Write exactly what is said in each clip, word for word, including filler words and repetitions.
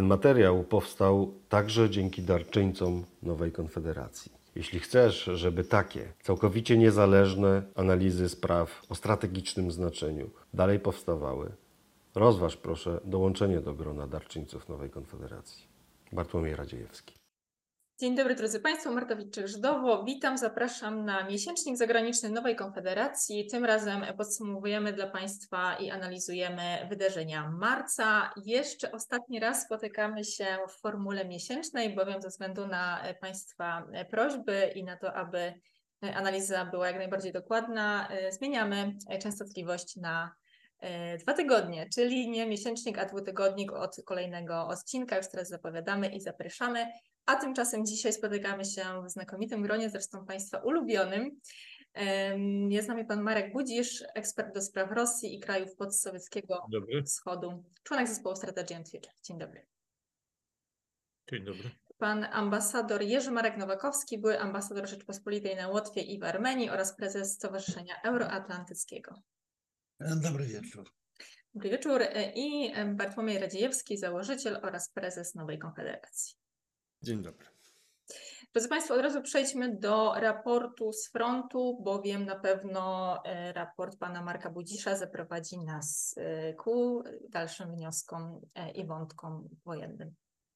Ten materiał powstał także dzięki darczyńcom Nowej Konfederacji. Jeśli chcesz, żeby takie całkowicie niezależne analizy spraw o strategicznym znaczeniu dalej powstawały, rozważ proszę dołączenie do grona darczyńców Nowej Konfederacji. Bartłomiej Radziejewski. Dzień dobry drodzy Państwo, Marta Witczek-Żdowo. Witam, zapraszam na miesięcznik zagraniczny Nowej Konfederacji. Tym razem podsumowujemy dla Państwa i analizujemy wydarzenia marca. Jeszcze ostatni raz spotykamy się w formule miesięcznej, bowiem ze względu na Państwa prośby i na to, aby analiza była jak najbardziej dokładna, zmieniamy częstotliwość na dwa tygodnie, czyli nie miesięcznik, a dwutygodnik od kolejnego odcinka. Już teraz zapowiadamy i zapraszamy. A tymczasem dzisiaj spotykamy się w znakomitym gronie, zresztą Państwa ulubionym. Jest z nami pan Marek Budzisz, ekspert do spraw Rosji i krajów postsowieckiego Dobry. Wschodu, członek zespołu Strategy and Future. Dzień dobry. Dzień dobry. Pan ambasador Jerzy Marek Nowakowski, były ambasador Rzeczypospolitej na Łotwie i w Armenii oraz prezes Stowarzyszenia Euroatlantyckiego. Dobry wieczór. Dobry wieczór. I Bartłomiej Radziejewski, założyciel oraz prezes Nowej Konfederacji. Dzień dobry. Drodzy Państwo, od razu przejdźmy do raportu z frontu, bowiem na pewno raport pana Marka Budzisza zaprowadzi nas ku dalszym wnioskom i wątkom wojennym.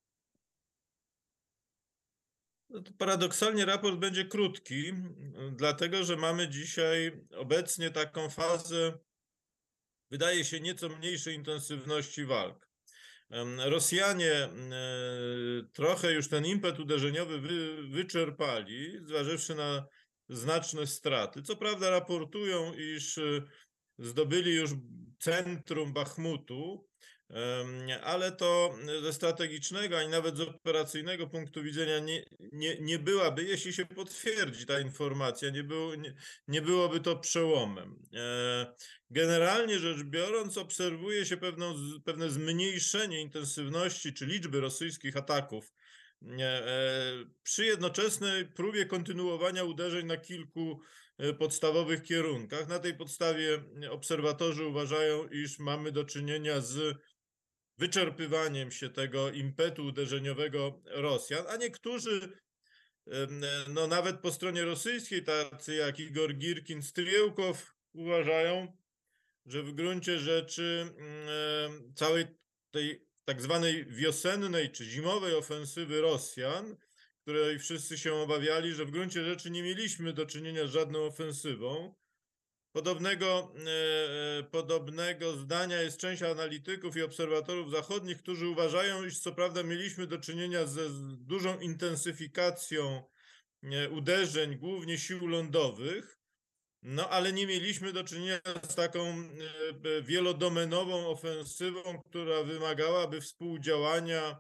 No to paradoksalnie raport będzie krótki, dlatego że mamy dzisiaj obecnie taką fazę, wydaje się, nieco mniejszej intensywności walk. Rosjanie trochę już ten impet uderzeniowy wy, wyczerpali, zważywszy na znaczne straty. Co prawda raportują, iż zdobyli już centrum Bachmutu, ale to ze strategicznego, ani nawet z operacyjnego punktu widzenia nie, nie, nie byłaby, jeśli się potwierdzi ta informacja, nie, było, nie, nie byłoby to przełomem. Generalnie rzecz biorąc, obserwuje się pewną, pewne zmniejszenie intensywności czy liczby rosyjskich ataków przy jednoczesnej próbie kontynuowania uderzeń na kilku podstawowych kierunkach. Na tej podstawie obserwatorzy uważają, iż mamy do czynienia z wyczerpywaniem się tego impetu uderzeniowego Rosjan, a niektórzy, no nawet po stronie rosyjskiej, tacy jak Igor Girkin, Stryjełkow, uważają, że w gruncie rzeczy całej tej tak zwanej wiosennej czy zimowej ofensywy Rosjan, której wszyscy się obawiali, że w gruncie rzeczy nie mieliśmy do czynienia z żadną ofensywą. Podobnego, e, podobnego zdania jest część analityków i obserwatorów zachodnich, którzy uważają, iż co prawda mieliśmy do czynienia ze z dużą intensyfikacją e, uderzeń, głównie sił lądowych, no ale nie mieliśmy do czynienia z taką e, wielodomenową ofensywą, która wymagałaby współdziałania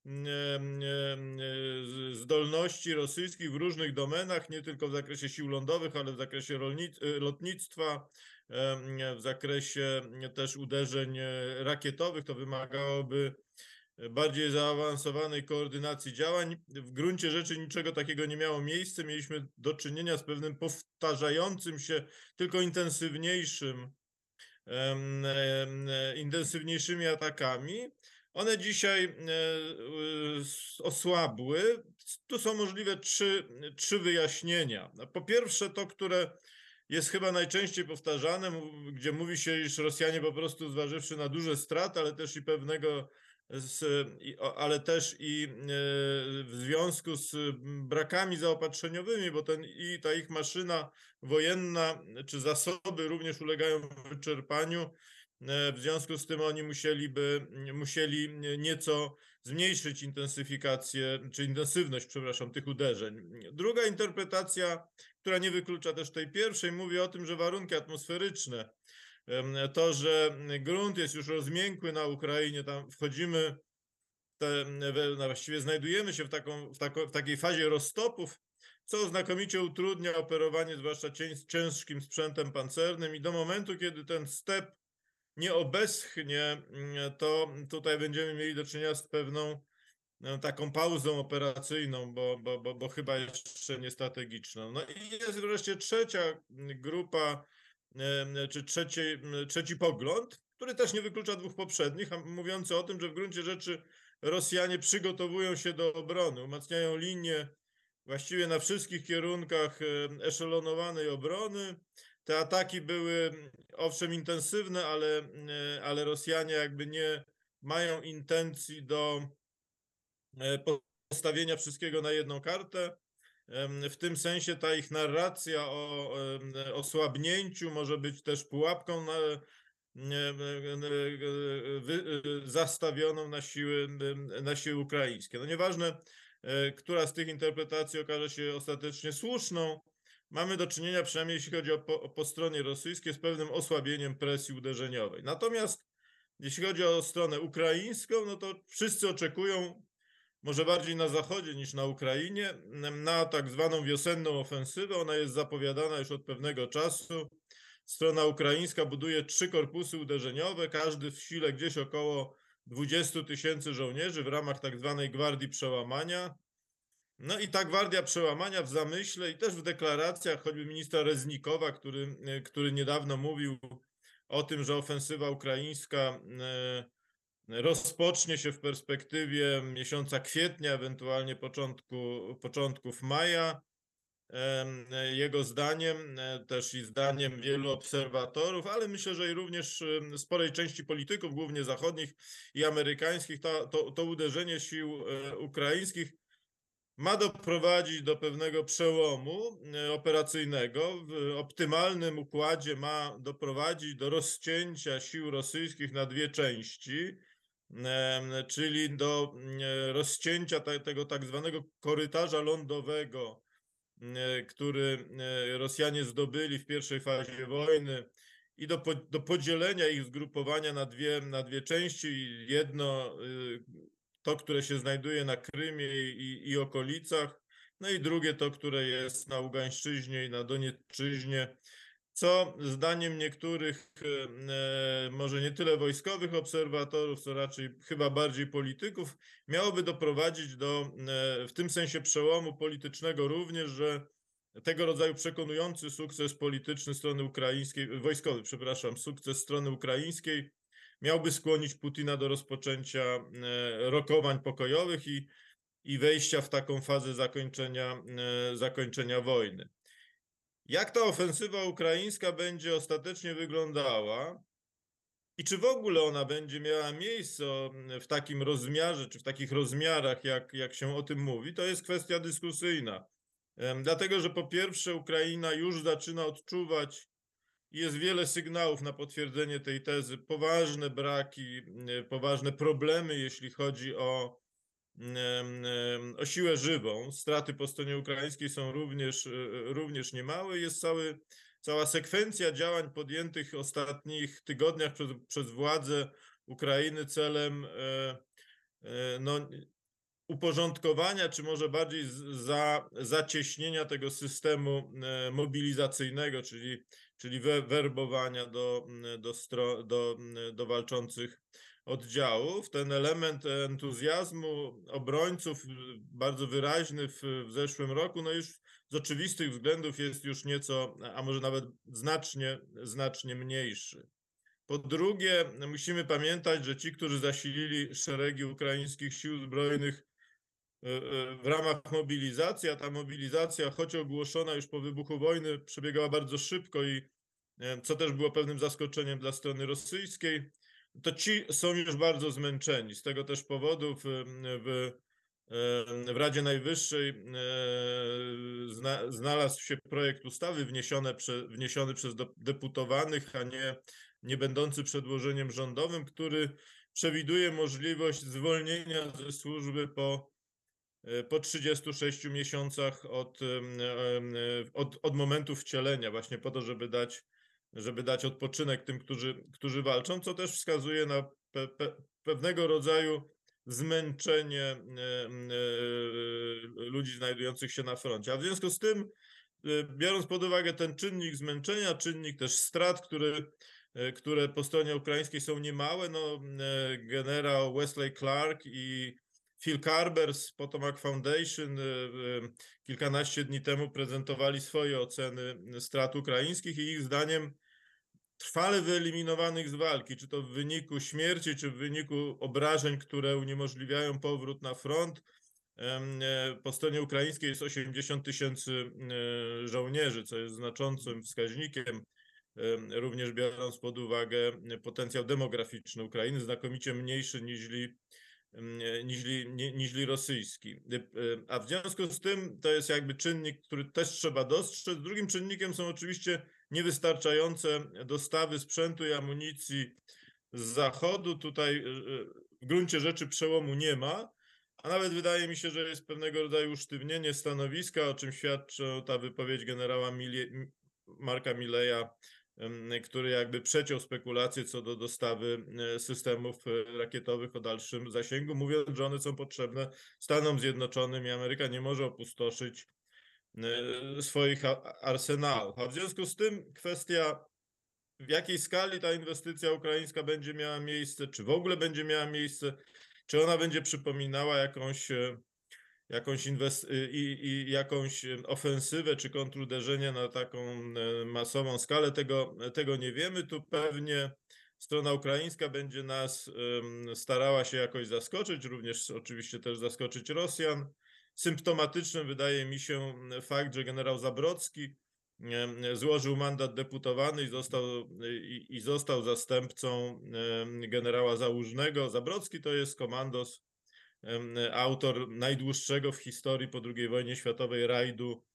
zdolności rosyjskich w różnych domenach, nie tylko w zakresie sił lądowych, ale w zakresie lotnictwa, w zakresie też uderzeń rakietowych. To wymagałoby bardziej zaawansowanej koordynacji działań. W gruncie rzeczy niczego takiego nie miało miejsca. Mieliśmy do czynienia z pewnym powtarzającym się, tylko intensywniejszym, intensywniejszyzymi atakami. One dzisiaj osłabły. Tu są możliwe trzy, trzy wyjaśnienia. Po pierwsze to, które jest chyba najczęściej powtarzane, gdzie mówi się, iż Rosjanie po prostu zważywszy na duże straty, ale też i pewnego, ale też i w związku z brakami zaopatrzeniowymi, bo ten, i ta ich maszyna wojenna czy zasoby również ulegają wyczerpaniu. W związku z tym oni musieliby, musieli nieco zmniejszyć intensyfikację, czy intensywność, przepraszam, tych uderzeń. Druga interpretacja, która nie wyklucza też tej pierwszej, mówi o tym, że warunki atmosferyczne, to, że grunt jest już rozmiękły na Ukrainie, tam wchodzimy, te, właściwie znajdujemy się w, taką, w, tako, w takiej fazie roztopów, co znakomicie utrudnia operowanie, zwłaszcza ciężkim sprzętem pancernym i do momentu, kiedy ten step nie obeschnie, to tutaj będziemy mieli do czynienia z pewną no, taką pauzą operacyjną, bo, bo, bo, bo chyba jeszcze nie strategiczną. No i jest wreszcie trzecia grupa, czy trzeci, trzeci pogląd, który też nie wyklucza dwóch poprzednich, a mówiący o tym, że w gruncie rzeczy Rosjanie przygotowują się do obrony, umacniają linię właściwie na wszystkich kierunkach eszelonowanej obrony. Te ataki były owszem intensywne, ale, ale Rosjanie jakby nie mają intencji do postawienia wszystkiego na jedną kartę. W tym sensie ta ich narracja o osłabnięciu może być też pułapką na, zastawioną na siły, na siły ukraińskie. No nieważne, która z tych interpretacji okaże się ostatecznie słuszną, mamy do czynienia, przynajmniej jeśli chodzi o po, po stronie rosyjskiej, z pewnym osłabieniem presji uderzeniowej. Natomiast jeśli chodzi o stronę ukraińską, no to wszyscy oczekują, może bardziej na zachodzie niż na Ukrainie, na tak zwaną wiosenną ofensywę. Ona jest zapowiadana już od pewnego czasu. Strona ukraińska buduje trzy korpusy uderzeniowe, każdy w sile gdzieś około dwudziestu tysięcy żołnierzy w ramach tak zwanej Gwardii Przełamania. No i ta Gwardia Przełamania w zamyśle i też w deklaracjach, choćby ministra Reznikowa, który, który niedawno mówił o tym, że ofensywa ukraińska rozpocznie się w perspektywie miesiąca kwietnia, ewentualnie początku, początków maja. Jego zdaniem, też i zdaniem wielu obserwatorów, ale myślę, że i również sporej części polityków, głównie zachodnich i amerykańskich, to, to, to uderzenie sił ukraińskich ma doprowadzić do pewnego przełomu operacyjnego. W optymalnym układzie ma doprowadzić do rozcięcia sił rosyjskich na dwie części, czyli do rozcięcia tego tak zwanego korytarza lądowego, który Rosjanie zdobyli w pierwszej fazie wojny, i do, do podzielenia ich zgrupowania na dwie, na dwie części. Jedno to, które się znajduje na Krymie i, i okolicach, no i drugie to, które jest na Ługańszczyźnie i na Doniecczyźnie, co zdaniem niektórych, e, może nie tyle wojskowych obserwatorów, co raczej chyba bardziej polityków, miałoby doprowadzić do e, w tym sensie przełomu politycznego również, że tego rodzaju przekonujący sukces polityczny strony ukraińskiej, wojskowy, przepraszam, sukces strony ukraińskiej miałby skłonić Putina do rozpoczęcia e, rokowań pokojowych i, i wejścia w taką fazę zakończenia, e, zakończenia wojny. Jak ta ofensywa ukraińska będzie ostatecznie wyglądała i czy w ogóle ona będzie miała miejsce w takim rozmiarze, czy w takich rozmiarach, jak, jak się o tym mówi, to jest kwestia dyskusyjna. Dlatego, że po pierwsze Ukraina już zaczyna odczuwać, i jest wiele sygnałów na potwierdzenie tej tezy, poważne braki, poważne problemy, jeśli chodzi o o siłę żywą. Straty po stronie ukraińskiej są również, również niemałe. Jest cały, cała sekwencja działań podjętych w ostatnich tygodniach przez, przez władze Ukrainy celem no, uporządkowania, czy może bardziej za, zacieśnienia tego systemu mobilizacyjnego, czyli, czyli werbowania do, do, stro, do, do walczących oddziałów. Ten element entuzjazmu obrońców, bardzo wyraźny w, w zeszłym roku, no już z oczywistych względów jest już nieco, a może nawet znacznie, znacznie mniejszy. Po drugie, musimy pamiętać, że ci, którzy zasilili szeregi ukraińskich sił zbrojnych w ramach mobilizacji, a ta mobilizacja, choć ogłoszona już po wybuchu wojny, przebiegała bardzo szybko i co też było pewnym zaskoczeniem dla strony rosyjskiej, to ci są już bardzo zmęczeni. Z tego też powodu w, w, w Radzie Najwyższej zna, znalazł się projekt ustawy wniesiony, prze, wniesiony przez deputowanych, a nie, nie będący przedłożeniem rządowym, który przewiduje możliwość zwolnienia ze służby po, po trzydziestu sześciu miesiącach od, od, od momentu wcielenia, właśnie po to, żeby dać żeby dać odpoczynek tym, którzy, którzy walczą, co też wskazuje na pe, pe, pewnego rodzaju zmęczenie ludzi znajdujących się na froncie. A w związku z tym, biorąc pod uwagę ten czynnik zmęczenia, czynnik też strat, który, które po stronie ukraińskiej są niemałe, no, generał Wesley Clark i Phil Carber z Potomac Foundation kilkanaście dni temu prezentowali swoje oceny strat ukraińskich i ich zdaniem trwale wyeliminowanych z walki, czy to w wyniku śmierci, czy w wyniku obrażeń, które uniemożliwiają powrót na front. Po stronie ukraińskiej jest osiemdziesiąt tysięcy żołnierzy, co jest znaczącym wskaźnikiem, również biorąc pod uwagę potencjał demograficzny Ukrainy, znakomicie mniejszy niźli, niźli, niźli rosyjski. A w związku z tym to jest jakby czynnik, który też trzeba dostrzec. Drugim czynnikiem są oczywiście niewystarczające dostawy sprzętu i amunicji z zachodu. Tutaj w gruncie rzeczy przełomu nie ma, a nawet wydaje mi się, że jest pewnego rodzaju usztywnienie stanowiska, o czym świadczy ta wypowiedź generała Milie, Marka Milleya, który jakby przeciął spekulacje co do dostawy systemów rakietowych o dalszym zasięgu, mówiąc, że one są potrzebne Stanom Zjednoczonym i Ameryka nie może opustoszyć swoich arsenałów. A w związku z tym kwestia, w jakiej skali ta inwestycja ukraińska będzie miała miejsce, czy w ogóle będzie miała miejsce, czy ona będzie przypominała jakąś, jakąś, inwest- i, i jakąś ofensywę, czy kontruderzenie na taką masową skalę, tego, tego nie wiemy. Tu pewnie strona ukraińska będzie nas starała się jakoś zaskoczyć, również oczywiście też zaskoczyć Rosjan. Symptomatycznym wydaje mi się fakt, że generał Zabrocki złożył mandat deputowany i został, i, i został zastępcą generała Załużnego. Zabrocki to jest komandos, autor najdłuższego w historii po drugiej wojnie światowej rajdu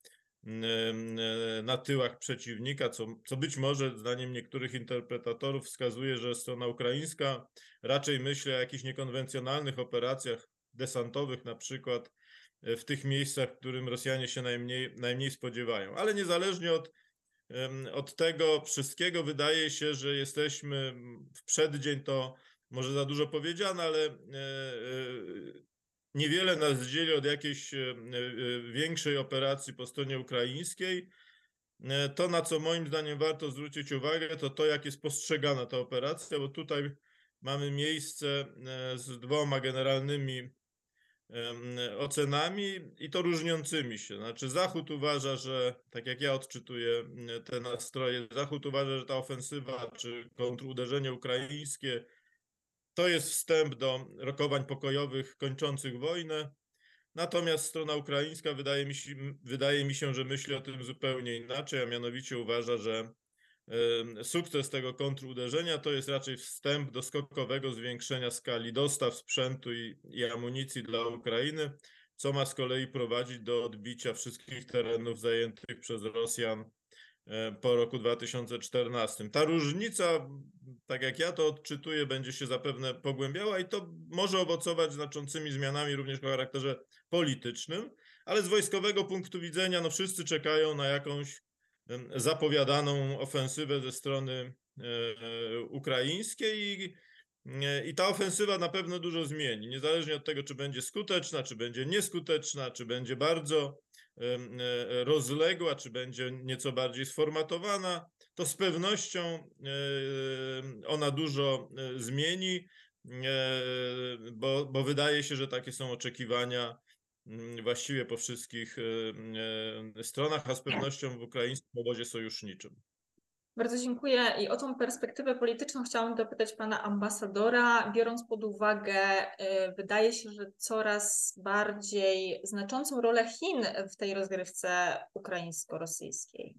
na tyłach przeciwnika, co, co być może zdaniem niektórych interpretatorów wskazuje, że strona ukraińska raczej myśli o jakichś niekonwencjonalnych operacjach desantowych, na przykład w tych miejscach, w którym Rosjanie się najmniej, najmniej spodziewają. Ale niezależnie od, od tego wszystkiego wydaje się, że jesteśmy w przeddzień, to może za dużo powiedziane, ale niewiele nas dzieli od jakiejś większej operacji po stronie ukraińskiej. To, na co moim zdaniem warto zwrócić uwagę, to to, jak jest postrzegana ta operacja, bo tutaj mamy miejsce z dwoma generalnymi ocenami i to różniącymi się. Znaczy Zachód uważa, że, tak jak ja odczytuję te nastroje, Zachód uważa, że ta ofensywa czy kontruderzenie ukraińskie to jest wstęp do rokowań pokojowych kończących wojnę. Natomiast strona ukraińska wydaje mi się, wydaje mi się, że myśli o tym zupełnie inaczej, a mianowicie uważa, że sukces tego kontruderzenia to jest raczej wstęp do skokowego zwiększenia skali dostaw sprzętu i, i amunicji dla Ukrainy, co ma z kolei prowadzić do odbicia wszystkich terenów zajętych przez Rosjan po roku dwa tysiące czternastym. Ta różnica, tak jak ja to odczytuję, będzie się zapewne pogłębiała i to może owocować znaczącymi zmianami również o charakterze politycznym, ale z wojskowego punktu widzenia no wszyscy czekają na jakąś zapowiadaną ofensywę ze strony ukraińskiej i, i ta ofensywa na pewno dużo zmieni, niezależnie od tego, czy będzie skuteczna, czy będzie nieskuteczna, czy będzie bardzo rozległa, czy będzie nieco bardziej sformatowana, to z pewnością ona dużo zmieni, bo, bo wydaje się, że takie są oczekiwania właściwie po wszystkich stronach, a z pewnością w ukraińskim obozie sojuszniczym. Bardzo dziękuję i o tą perspektywę polityczną chciałam dopytać pana ambasadora. Biorąc pod uwagę, wydaje się, że coraz bardziej znaczącą rolę Chin w tej rozgrywce ukraińsko-rosyjskiej.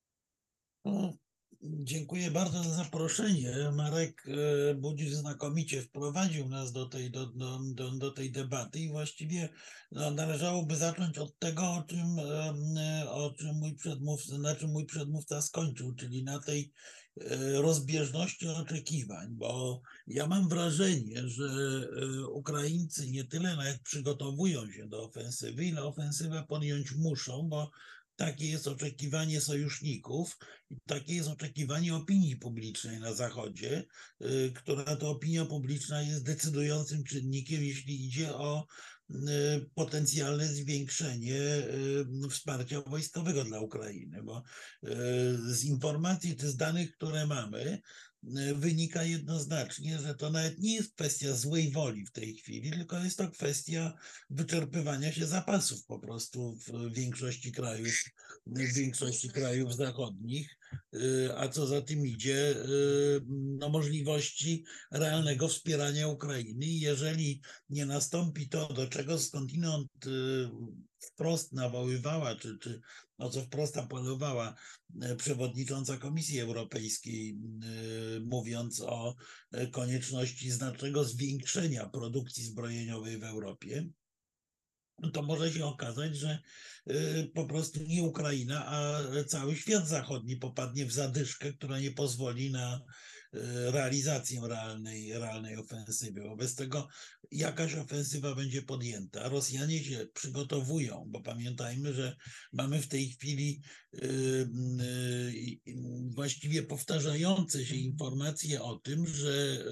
Dziękuję bardzo za zaproszenie. Marek Budzisz znakomicie wprowadził nas do tej, do, do, do, do tej debaty i właściwie no, należałoby zacząć od tego, o czym, o czym mój przedmówca, na czym mój przedmówca skończył, czyli na tej rozbieżności oczekiwań, bo ja mam wrażenie, że Ukraińcy nie tyle jak przygotowują się do ofensywy, ile ofensywę podjąć muszą, bo takie jest oczekiwanie sojuszników i takie jest oczekiwanie opinii publicznej na Zachodzie, która to opinia publiczna jest decydującym czynnikiem, jeśli idzie o potencjalne zwiększenie wsparcia wojskowego dla Ukrainy, bo z informacji czy z danych, które mamy, wynika jednoznacznie, że to nawet nie jest kwestia złej woli w tej chwili, tylko jest to kwestia wyczerpywania się zapasów po prostu w większości krajów, w większości krajów zachodnich, a co za tym idzie, no, możliwości realnego wspierania Ukrainy. I jeżeli nie nastąpi to, do czego skądinąd wprost nawoływała, czy, czy o co wprost apelowała przewodnicząca Komisji Europejskiej, mówiąc o konieczności znacznego zwiększenia produkcji zbrojeniowej w Europie, to może się okazać, że po prostu nie Ukraina, a cały świat zachodni popadnie w zadyszkę, która nie pozwoli na realizację realnej, realnej ofensywy. Wobec tego jakaś ofensywa będzie podjęta. Rosjanie się przygotowują, bo pamiętajmy, że mamy w tej chwili właściwie powtarzające się informacje o tym, że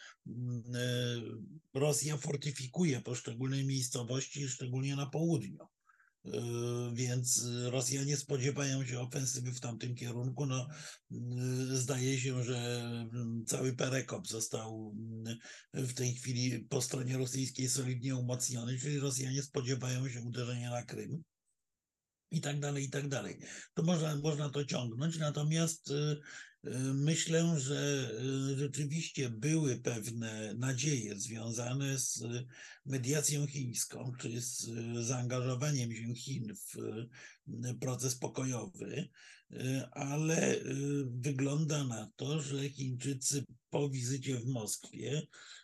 Rosja fortyfikuje poszczególne miejscowości, szczególnie na południu. Więc Rosjanie spodziewają się ofensywy w tamtym kierunku. No, zdaje się, że cały Perekop został w tej chwili po stronie rosyjskiej solidnie umocniony, czyli Rosjanie spodziewają się uderzenia na Krym. I tak dalej, i tak dalej. To można, można to ciągnąć, natomiast myślę, że rzeczywiście były pewne nadzieje związane z mediacją chińską, czy z zaangażowaniem się Chin w proces pokojowy, ale wygląda na to, że Chińczycy po wizycie w Moskwie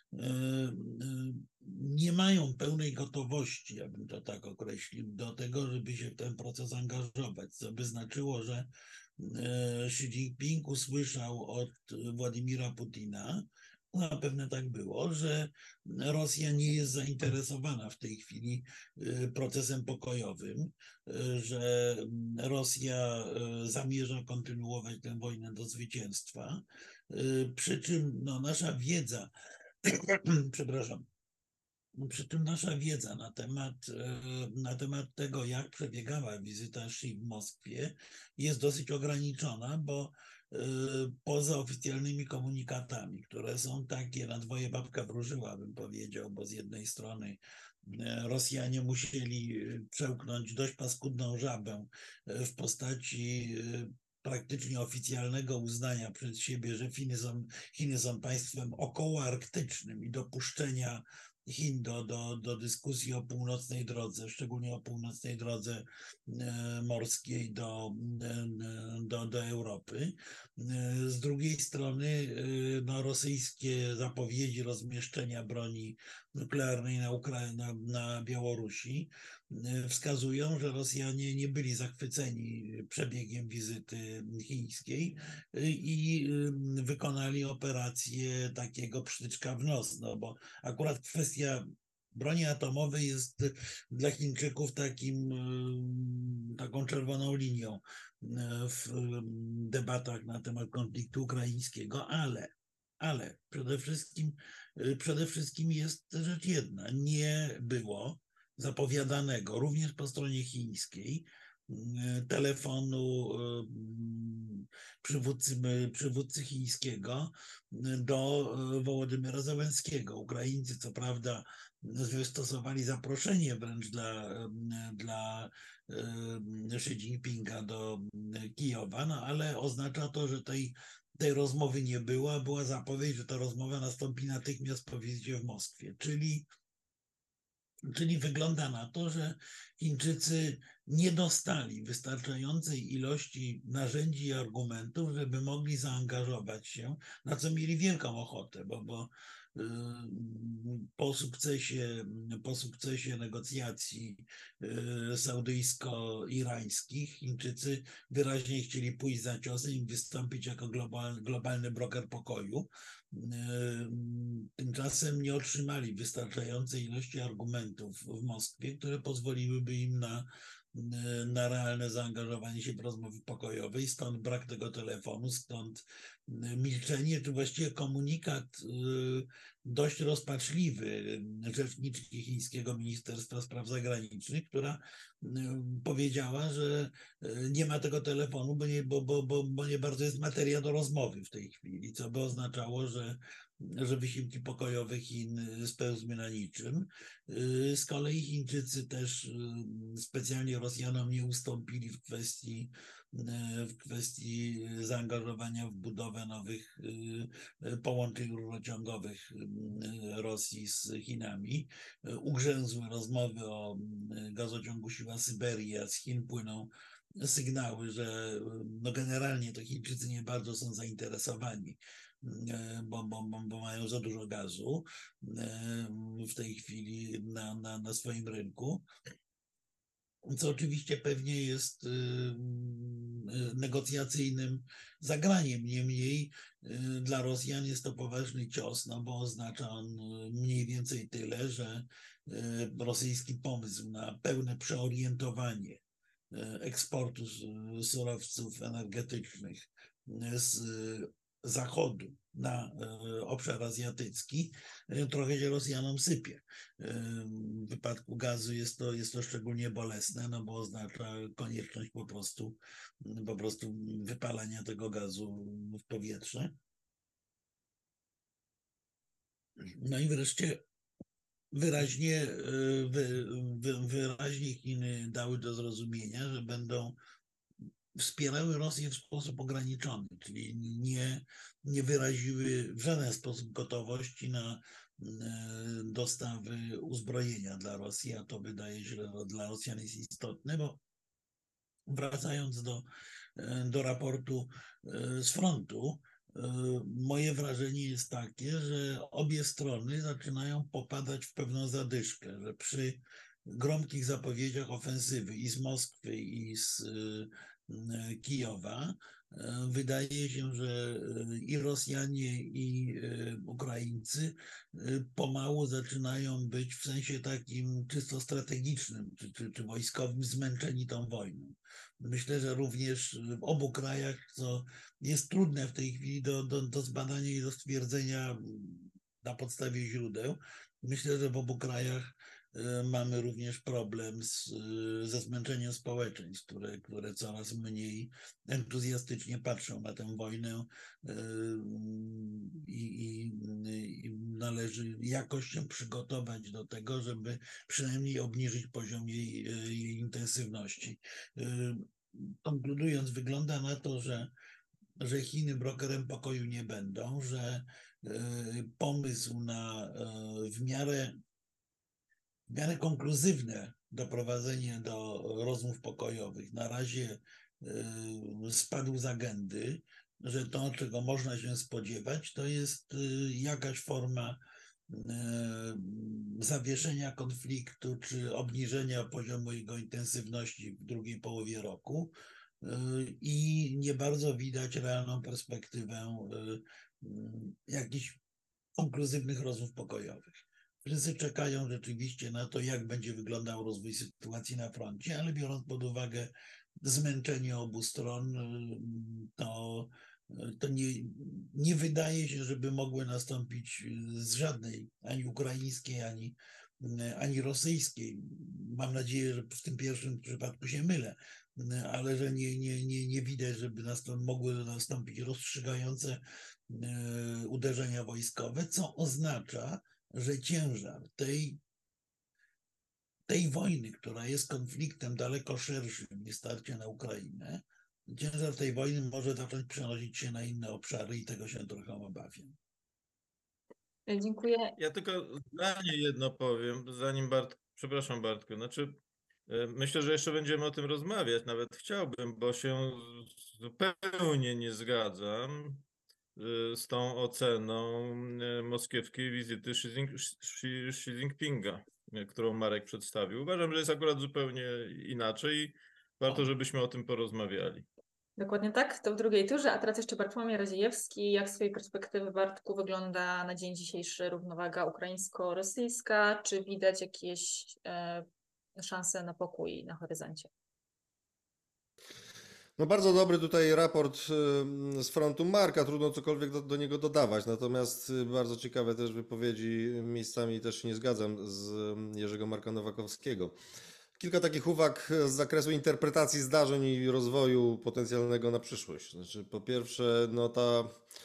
nie mają pełnej gotowości, ja bym to tak określił, do tego, żeby się w ten proces angażować, co by znaczyło, że Xi Jinping usłyszał od Władimira Putina, na pewno tak było, że Rosja nie jest zainteresowana w tej chwili procesem pokojowym, że Rosja zamierza kontynuować tę wojnę do zwycięstwa, przy czym no, nasza wiedza, przepraszam, przy czym nasza wiedza na temat, na temat tego, jak przebiegała wizyta Xi w Moskwie, jest dosyć ograniczona, bo poza oficjalnymi komunikatami, które są takie na dwoje babka wróżyła, bym powiedział, bo z jednej strony Rosjanie musieli przełknąć dość paskudną żabę w postaci praktycznie oficjalnego uznania przez siebie, że Chiny są, Chiny są państwem okołoarktycznym i dopuszczenia Chin do, do, do dyskusji o północnej drodze, szczególnie o północnej drodze morskiej do, do, do Europy. Z drugiej strony no, rosyjskie zapowiedzi rozmieszczenia broni nuklearnej na, Ukra- na, na Białorusi wskazują, że Rosjanie nie byli zachwyceni przebiegiem wizyty chińskiej i wykonali operację takiego psztyczka w nos, no bo akurat kwestia broni atomowej jest dla Chińczyków takim, taką czerwoną linią w debatach na temat konfliktu ukraińskiego, ale, ale przede wszystkim, przede wszystkim jest rzecz jedna. Nie było zapowiadanego również po stronie chińskiej telefonu przywódcy, przywódcy chińskiego do Wołodymyra Zełenskiego. Ukraińcy co prawda wystosowali zaproszenie wręcz dla, dla Xi Jinpinga do Kijowa, no ale oznacza to, że tej, tej rozmowy nie było, była zapowiedź, że ta rozmowa nastąpi natychmiast po wizycie w Moskwie, czyli Czyli wygląda na to, że Chińczycy nie dostali wystarczającej ilości narzędzi i argumentów, żeby mogli zaangażować się, na co mieli wielką ochotę, bo, bo po sukcesie, po sukcesie negocjacji saudyjsko-irańskich Chińczycy wyraźnie chcieli pójść za ciosem i wystąpić jako global, globalny broker pokoju. Tymczasem nie otrzymali wystarczającej ilości argumentów w Moskwie, które pozwoliłyby im na, na realne zaangażowanie się w rozmowy pokojowe, stąd brak tego telefonu, stąd milczenie, czy właściwie komunikat dość rozpaczliwy rzeczniczki chińskiego Ministerstwa Spraw Zagranicznych, która powiedziała, że nie ma tego telefonu, bo nie, bo, bo, bo, bo nie bardzo jest materia do rozmowy w tej chwili, co by oznaczało, że, że wysiłki pokojowe Chin spełzły na niczym. Z kolei Chińczycy też specjalnie Rosjanom nie ustąpili w kwestii, w kwestii zaangażowania w budowę nowych połączeń rurociągowych Rosji z Chinami. Ugrzęzły rozmowy o gazociągu Siła-Syberia, z Chin płyną sygnały, że no generalnie to Chińczycy nie bardzo są zainteresowani, bo, bo, bo mają za dużo gazu w tej chwili na, na, na swoim rynku. Co oczywiście pewnie jest negocjacyjnym zagraniem. Niemniej dla Rosjan jest to poważny cios, no bo oznacza on mniej więcej tyle, że rosyjski pomysł na pełne przeorientowanie eksportu surowców energetycznych z Zachodu na obszar azjatycki trochę się Rosjanom sypie. W wypadku gazu jest to, jest to szczególnie bolesne, no bo oznacza konieczność po prostu, po prostu wypalania tego gazu w powietrze. No i wreszcie wyraźnie, wy, wy, wyraźnie Chiny dały do zrozumienia, że będą wspierały Rosję w sposób ograniczony, czyli nie, nie wyraziły w żaden sposób gotowości na dostawy uzbrojenia dla Rosji, a to wydaje się, że dla Rosjan jest istotne, bo wracając do, do raportu z frontu, moje wrażenie jest takie, że obie strony zaczynają popadać w pewną zadyszkę, że przy gromkich zapowiedziach ofensywy i z Moskwy, i z Kijowa wydaje się, że i Rosjanie, i Ukraińcy pomału zaczynają być w sensie takim czysto strategicznym czy, czy, czy wojskowym zmęczeni tą wojną. Myślę, że również w obu krajach, co jest trudne w tej chwili do, do, do zbadania i do stwierdzenia na podstawie źródeł, myślę, że w obu krajach mamy również problem z, ze zmęczeniem społeczeństw, które, które coraz mniej entuzjastycznie patrzą na tę wojnę i, i, i należy jakoś się przygotować do tego, żeby przynajmniej obniżyć poziom jej, jej intensywności. Konkludując, wygląda na to, że, że Chiny brokerem pokoju nie będą, że pomysł na w miarę w miarę konkluzywne doprowadzenie do rozmów pokojowych na razie spadł z agendy, że to, czego można się spodziewać, to jest jakaś forma zawieszenia konfliktu czy obniżenia poziomu jego intensywności w drugiej połowie roku i nie bardzo widać realną perspektywę jakichś konkluzywnych rozmów pokojowych. Wszyscy czekają rzeczywiście na to, jak będzie wyglądał rozwój sytuacji na froncie, ale biorąc pod uwagę zmęczenie obu stron, to, to nie, nie wydaje się, żeby mogły nastąpić z żadnej, ani ukraińskiej, ani, ani rosyjskiej. Mam nadzieję, że w tym pierwszym przypadku się mylę, ale że nie, nie, nie, nie widać, żeby nastąp, mogły nastąpić rozstrzygające uderzenia wojskowe, co oznacza, że ciężar tej, tej wojny, która jest konfliktem daleko szerszym niż starcie na Ukrainę, ciężar tej wojny może zacząć przenosić się na inne obszary i tego się trochę obawiam. Dziękuję. Ja tylko zdanie jedno powiem, zanim Bart, przepraszam Bartku, znaczy myślę, że jeszcze będziemy o tym rozmawiać, nawet chciałbym, bo się zupełnie nie zgadzam z tą oceną moskiewskiej wizyty Xi Jinpinga, którą Marek przedstawił. Uważam, że jest akurat zupełnie inaczej i warto, żebyśmy o tym porozmawiali. Dokładnie tak, to w drugiej turze, a teraz jeszcze Bartłomiej Radziejewski. Jak z swojej perspektywy, Bartku, wygląda na dzień dzisiejszy równowaga ukraińsko-rosyjska? Czy widać jakieś e, szanse na pokój na horyzoncie? No bardzo dobry tutaj raport y, z frontu Marka, trudno cokolwiek do, do niego dodawać, natomiast y, bardzo ciekawe też wypowiedzi, miejscami też się nie zgadzam, z y, Jerzego Marka Nowakowskiego. Kilka takich uwag z zakresu interpretacji zdarzeń i rozwoju potencjalnego na przyszłość. Znaczy, po pierwsze, no ta...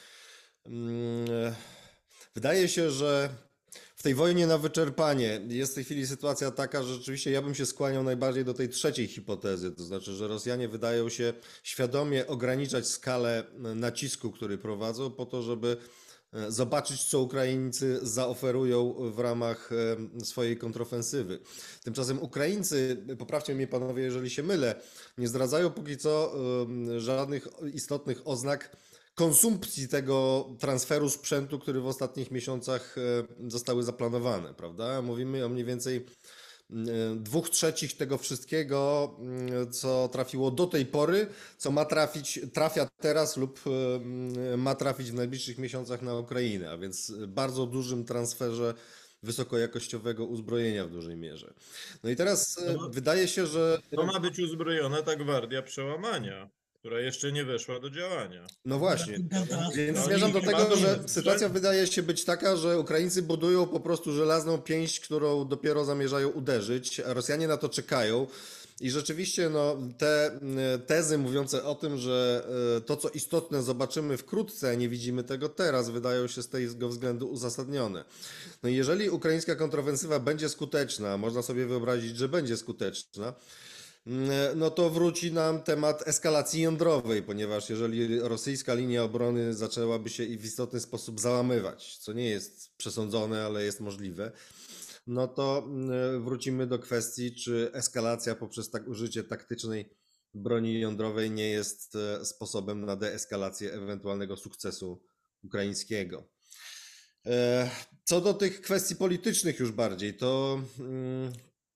mm, wydaje się, że w tej wojnie na wyczerpanie jest w tej chwili sytuacja taka, że rzeczywiście ja bym się skłaniał najbardziej do tej trzeciej hipotezy, to znaczy, że Rosjanie wydają się świadomie ograniczać skalę nacisku, który prowadzą, po to, żeby e, zobaczyć, co Ukraińcy zaoferują w ramach e, swojej kontrofensywy. Tymczasem Ukraińcy, poprawcie mnie panowie, jeżeli się mylę, nie zdradzają póki co e, żadnych istotnych oznak konsumpcji tego transferu sprzętu, który w ostatnich miesiącach e, zostały zaplanowane, prawda? Mówimy o mniej więcej e, dwóch trzecich tego wszystkiego, m, co trafiło do tej pory, co ma trafić, trafia teraz lub e, ma trafić w najbliższych miesiącach na Ukrainę, a więc bardzo dużym transferze wysokojakościowego uzbrojenia w dużej mierze. No i teraz e, No, wydaje się, że... To ma być uzbrojona ta gwardia przełamania, która jeszcze nie weszła do działania. No właśnie. Ten transfer- Więc No, zmierzam do oni tego, mają że sprzęt. sytuacja wydaje się być taka, że Ukraińcy budują po prostu żelazną pięść, którą dopiero zamierzają uderzyć, a Rosjanie na to czekają. I rzeczywiście no, te mm, tezy mówiące o tym, że e, to, co istotne, zobaczymy wkrótce, a nie widzimy tego teraz, wydają się z tego względu uzasadnione. No i jeżeli ukraińska kontrofensywa będzie skuteczna, a można sobie wyobrazić, że będzie skuteczna, no to wróci nam temat eskalacji jądrowej, ponieważ jeżeli rosyjska linia obrony zaczęłaby się w istotny sposób załamywać, co nie jest przesądzone, ale jest możliwe, no to mm, wrócimy do kwestii, czy eskalacja poprzez tak użycie taktycznej broni jądrowej nie jest e, sposobem na deeskalację ewentualnego sukcesu ukraińskiego. E, Co do tych kwestii politycznych już bardziej, to mm,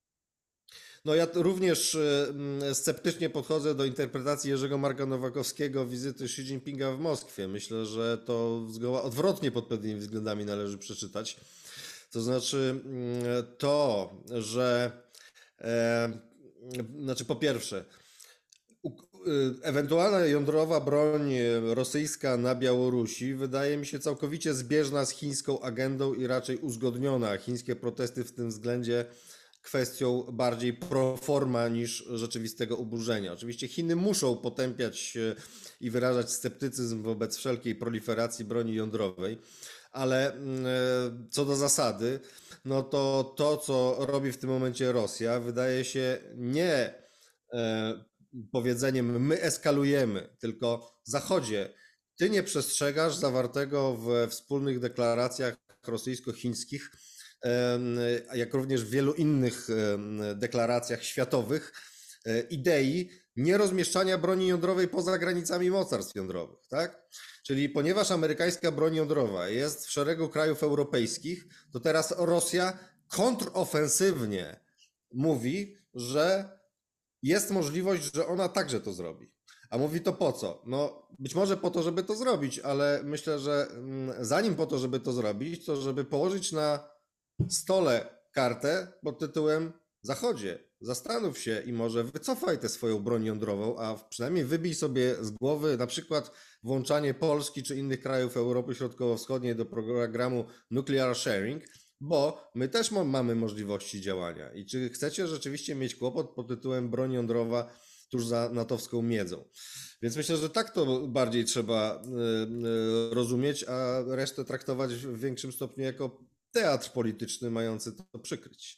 no ja t- również e, mm, sceptycznie podchodzę do interpretacji Jerzego Marka Nowakowskiego wizyty Xi Jinpinga w Moskwie. Myślę, że to zgoła odwrotnie pod pewnymi względami należy przeczytać. To znaczy mm, to, że e, znaczy po pierwsze, u- y, ewentualna jądrowa broń rosyjska na Białorusi wydaje mi się całkowicie zbieżna z chińską agendą i raczej uzgodniona. Chińskie protesty w tym względzie kwestią bardziej pro forma niż rzeczywistego oburzenia. Oczywiście Chiny muszą potępiać e, i wyrażać sceptycyzm wobec wszelkiej proliferacji broni jądrowej, ale mm, e, co do zasady, no to to, co robi w tym momencie Rosja, wydaje się nie e, powiedzeniem my eskalujemy, tylko Zachodzie, ty nie przestrzegasz zawartego we wspólnych deklaracjach rosyjsko-chińskich, em, jak również w wielu innych em, deklaracjach światowych, e, idei nierozmieszczania broni jądrowej poza granicami mocarstw jądrowych, tak? Czyli ponieważ amerykańska broń jądrowa jest w szeregu krajów europejskich, to teraz Rosja kontrofensywnie mówi, że jest możliwość, że ona także to zrobi. A mówi to po co? No, być może po to, żeby to zrobić, ale myślę, że mm, zanim po to, żeby to zrobić, to żeby położyć na stole kartę pod tytułem Zachodzie, zastanów się i może wycofaj tę swoją broń jądrową, a przynajmniej wybij sobie z głowy na przykład włączanie Polski czy innych krajów Europy Środkowo-Wschodniej do programu Nuclear Sharing, bo my też mo- mamy możliwości działania. I czy chcecie rzeczywiście mieć kłopot pod tytułem broń jądrowa tuż za natowską miedzą? Więc myślę, że tak to bardziej trzeba y, y, rozumieć, a resztę traktować w większym stopniu jako teatr polityczny mający to przykryć.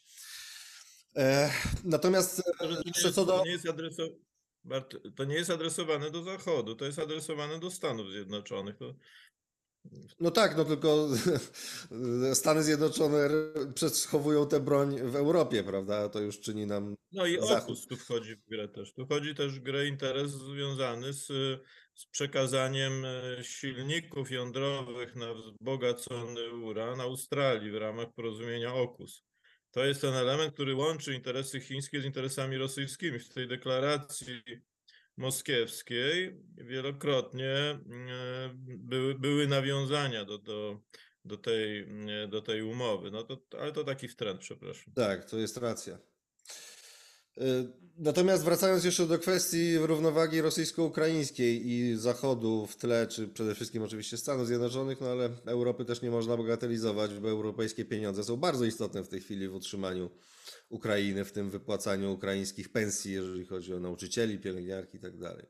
E, Natomiast To, że to nie jeszcze jest, co do... to nie jest adreso- Bart, to nie jest adresowane do Zachodu, to jest adresowane do Stanów Zjednoczonych. To, No tak, no tylko Stany Zjednoczone przechowują tę broń w Europie, prawda? To już czyni nam no i Zachód. AUKUS tu wchodzi w grę też. Tu wchodzi też w grę interes związany z, z przekazaniem e, silników jądrowych na wzbogacony uran Australii w ramach porozumienia AUKUS. To jest ten element, który łączy interesy chińskie z interesami rosyjskimi. W tej deklaracji moskiewskiej wielokrotnie e, były, były nawiązania do, do, do, tej, e, do tej umowy. No to, ale to taki wtręt, przepraszam. Tak, to jest racja. Natomiast wracając jeszcze do kwestii równowagi rosyjsko-ukraińskiej i Zachodu w tle, czy przede wszystkim oczywiście Stanów Zjednoczonych, no ale Europy też nie można bagatelizować, bo europejskie pieniądze są bardzo istotne w tej chwili w utrzymaniu Ukrainy, w tym wypłacaniu ukraińskich pensji, jeżeli chodzi o nauczycieli, pielęgniarki i tak dalej.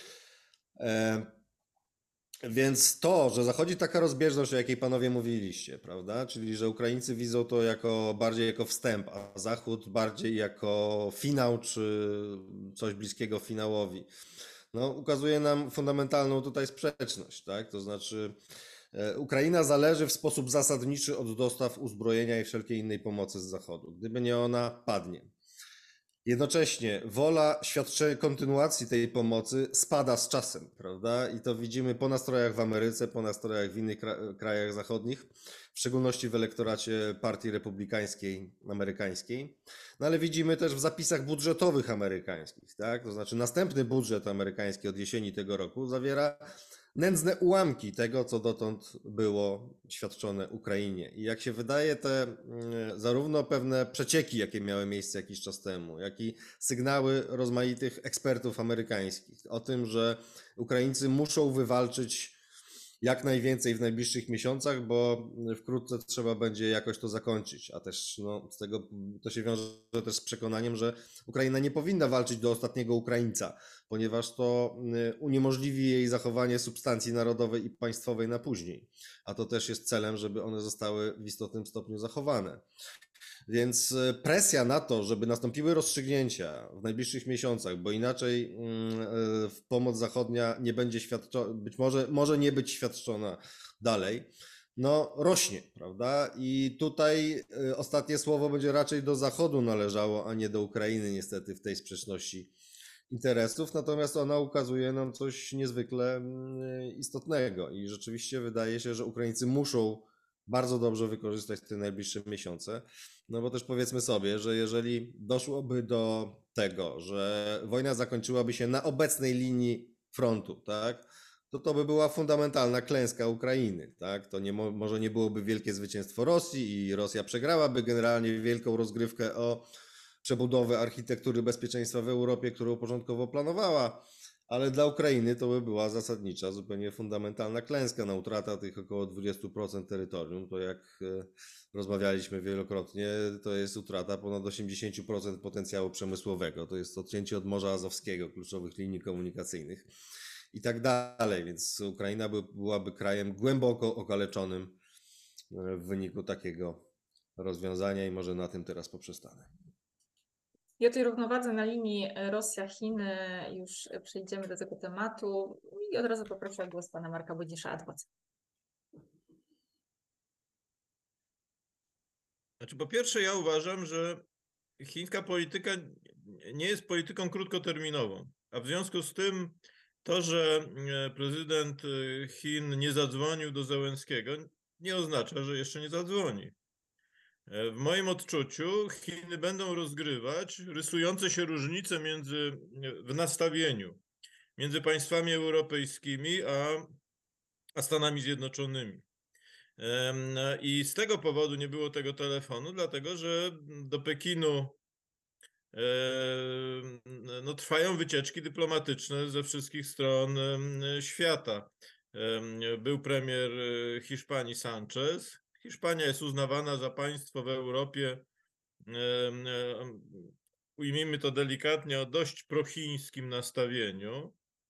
Więc to, że zachodzi taka rozbieżność, o jakiej panowie mówiliście, prawda? Czyli, że Ukraińcy widzą to jako bardziej jako wstęp, a Zachód bardziej jako finał, czy coś bliskiego finałowi. No, ukazuje nam fundamentalną tutaj sprzeczność, tak? To znaczy, Ukraina zależy w sposób zasadniczy od dostaw uzbrojenia i wszelkiej innej pomocy z Zachodu. Gdyby nie ona, padnie. Jednocześnie wola świadczenia kontynuacji tej pomocy spada z czasem, prawda? I to widzimy po nastrojach w Ameryce, po nastrojach w innych krajach zachodnich, w szczególności w elektoracie partii republikańskiej amerykańskiej. No ale widzimy też w zapisach budżetowych amerykańskich, tak? To znaczy następny budżet amerykański od jesieni tego roku zawiera nędzne ułamki tego, co dotąd było świadczone Ukrainie. I jak się wydaje, te zarówno pewne przecieki, jakie miały miejsce jakiś czas temu, jak i sygnały rozmaitych ekspertów amerykańskich o tym, że Ukraińcy muszą wywalczyć jak najwięcej w najbliższych miesiącach, bo wkrótce trzeba będzie jakoś to zakończyć, a też no, z tego to się wiąże też z przekonaniem, że Ukraina nie powinna walczyć do ostatniego Ukraińca, ponieważ to uniemożliwi jej zachowanie substancji narodowej i państwowej na później, a to też jest celem, żeby one zostały w istotnym stopniu zachowane. Więc presja na to, żeby nastąpiły rozstrzygnięcia w najbliższych miesiącach, bo inaczej pomoc zachodnia nie będzie świadczona, być może, może nie być świadczona dalej, no rośnie, prawda? I tutaj ostatnie słowo będzie raczej do Zachodu należało, a nie do Ukrainy niestety w tej sprzeczności interesów, natomiast ona ukazuje nam coś niezwykle istotnego i rzeczywiście wydaje się, że Ukraińcy muszą bardzo dobrze wykorzystać te najbliższe miesiące, no bo też powiedzmy sobie, że jeżeli doszłoby do tego, że wojna zakończyłaby się na obecnej linii frontu, tak, to to by była fundamentalna klęska Ukrainy, tak, to nie, może nie byłoby wielkie zwycięstwo Rosji i Rosja przegrałaby generalnie wielką rozgrywkę o przebudowę architektury bezpieczeństwa w Europie, którą początkowo planowała, ale dla Ukrainy to by była zasadnicza, zupełnie fundamentalna klęska, na utrata tych około dwadzieścia procent terytorium, to jak rozmawialiśmy wielokrotnie, to jest utrata ponad osiemdziesiąt procent potencjału przemysłowego, to jest odcięcie od Morza Azowskiego, kluczowych linii komunikacyjnych i tak dalej, więc Ukraina by, byłaby krajem głęboko okaleczonym w wyniku takiego rozwiązania i może na tym teraz poprzestanę. I o tej równowadze na linii Rosja-Chiny już przejdziemy do tego tematu i od razu poproszę o głos pana Marka Budzisza, adwokat. Znaczy, po pierwsze, ja uważam, że chińska polityka nie jest polityką krótkoterminową, a w związku z tym to, że prezydent Chin nie zadzwonił do Zełenskiego, nie oznacza, że jeszcze nie zadzwoni. W moim odczuciu Chiny będą rozgrywać rysujące się różnice między, w nastawieniu między państwami europejskimi a, a Stanami Zjednoczonymi. I z tego powodu nie było tego telefonu, dlatego że do Pekinu no, trwają wycieczki dyplomatyczne ze wszystkich stron świata. Był premier Hiszpanii Sanchez. Hiszpania jest uznawana za państwo w Europie, ujmijmy to delikatnie, o dość prochińskim nastawieniu.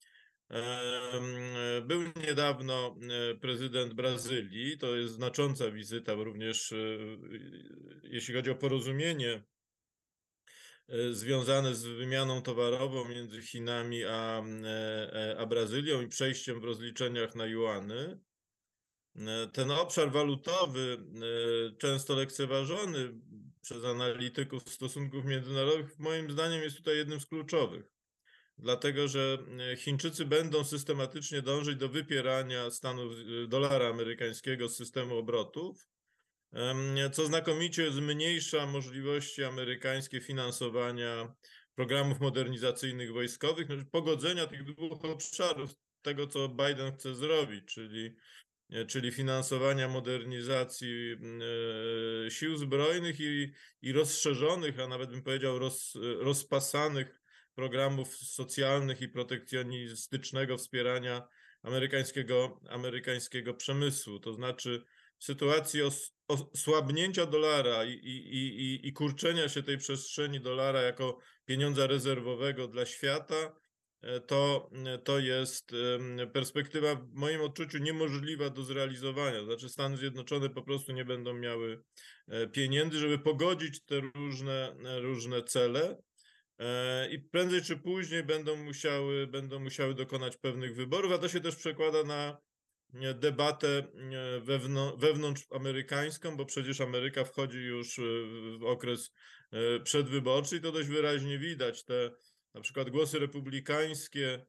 Był niedawno prezydent Brazylii, to jest znacząca wizyta również, jeśli chodzi o porozumienie związane z wymianą towarową między Chinami a, a Brazylią i przejściem w rozliczeniach na juany. Ten obszar walutowy, często lekceważony przez analityków stosunków międzynarodowych, moim zdaniem jest tutaj jednym z kluczowych. Dlatego, że Chińczycy będą systematycznie dążyć do wypierania Stanów, dolara amerykańskiego z systemu obrotów, co znakomicie zmniejsza możliwości amerykańskie finansowania programów modernizacyjnych wojskowych, pogodzenia tych dwóch obszarów, tego co Biden chce zrobić, czyli czyli finansowania modernizacji sił zbrojnych i, i rozszerzonych, a nawet bym powiedział roz, rozpasanych programów socjalnych i protekcjonistycznego wspierania amerykańskiego, amerykańskiego przemysłu. To znaczy w sytuacji os, osłabnięcia dolara i, i, i, i kurczenia się tej przestrzeni dolara jako pieniądza rezerwowego dla świata, to, to jest perspektywa w moim odczuciu niemożliwa do zrealizowania. To znaczy Stany Zjednoczone po prostu nie będą miały pieniędzy, żeby pogodzić te różne, różne cele i prędzej czy później będą musiały, będą musiały dokonać pewnych wyborów, a to się też przekłada na debatę wewnątrz, wewnątrzamerykańską, bo przecież Ameryka wchodzi już w okres przedwyborczy i to dość wyraźnie widać. Te na przykład głosy republikańskie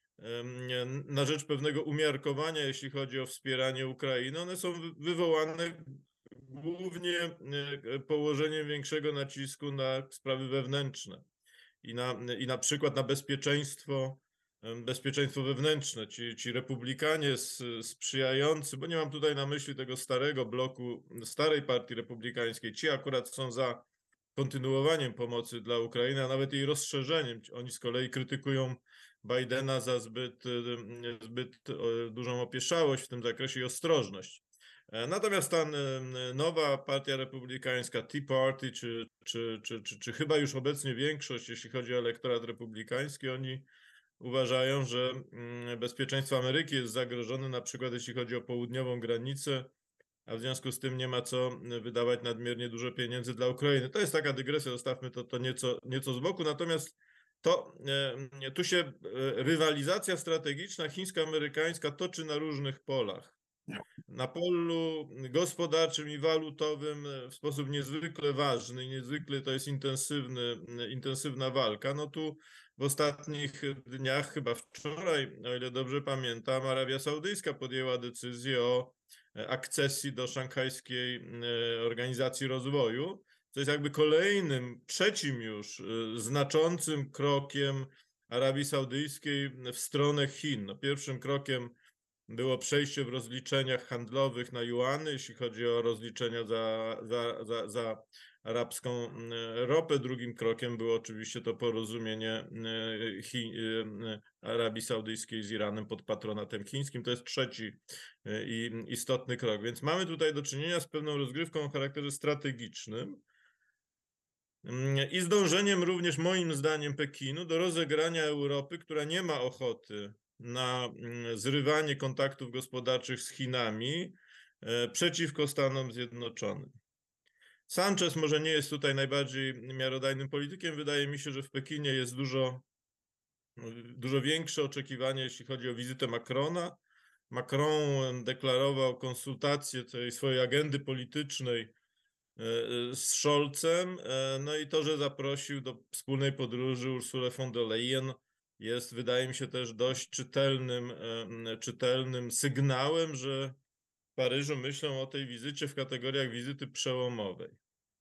na rzecz pewnego umiarkowania, jeśli chodzi o wspieranie Ukrainy, one są wywołane głównie położeniem większego nacisku na sprawy wewnętrzne i na, i na przykład na bezpieczeństwo, bezpieczeństwo wewnętrzne. Ci, ci republikanie sprzyjający, bo nie mam tutaj na myśli tego starego bloku, starej partii republikańskiej, ci akurat są za kontynuowaniem pomocy dla Ukrainy, a nawet jej rozszerzeniem. Oni z kolei krytykują Bidena za zbyt, zbyt dużą opieszałość w tym zakresie i ostrożność. Natomiast ta nowa partia republikańska, Tea Party, czy, czy, czy, czy, czy chyba już obecnie większość, jeśli chodzi o elektorat republikański, oni uważają, że bezpieczeństwo Ameryki jest zagrożone, na przykład jeśli chodzi o południową granicę, a w związku z tym nie ma co wydawać nadmiernie dużo pieniędzy dla Ukrainy. To jest taka dygresja, zostawmy to, to nieco, nieco z boku, natomiast to e, tu się rywalizacja strategiczna chińsko-amerykańska toczy na różnych polach. Na polu gospodarczym i walutowym w sposób niezwykle ważny i niezwykle to jest intensywny, intensywna walka. No tu w ostatnich dniach, chyba wczoraj, o ile dobrze pamiętam, Arabia Saudyjska podjęła decyzję o akcesji do Szanghajskiej Organizacji Rozwoju, co jest jakby kolejnym, trzecim już znaczącym krokiem Arabii Saudyjskiej w stronę Chin. No, pierwszym krokiem było przejście w rozliczeniach handlowych na juany, jeśli chodzi o rozliczenia za, za, za, za arabską ropę. Drugim krokiem było oczywiście to porozumienie Chi, Arabii Saudyjskiej z Iranem pod patronatem chińskim. To jest trzeci i istotny krok. Więc mamy tutaj do czynienia z pewną rozgrywką o charakterze strategicznym i z dążeniem również moim zdaniem Pekinu do rozegrania Europy, która nie ma ochoty na zrywanie kontaktów gospodarczych z Chinami przeciwko Stanom Zjednoczonym. Sanchez może nie jest tutaj najbardziej miarodajnym politykiem. Wydaje mi się, że w Pekinie jest dużo, dużo większe oczekiwanie, jeśli chodzi o wizytę Macrona. Macron deklarował konsultację tej swojej agendy politycznej z Scholzem, no i to, że zaprosił do wspólnej podróży Ursulę von der Leyen, jest, wydaje mi się, też dość czytelnym, czytelnym sygnałem, że w Paryżu myślą o tej wizycie w kategoriach wizyty przełomowej.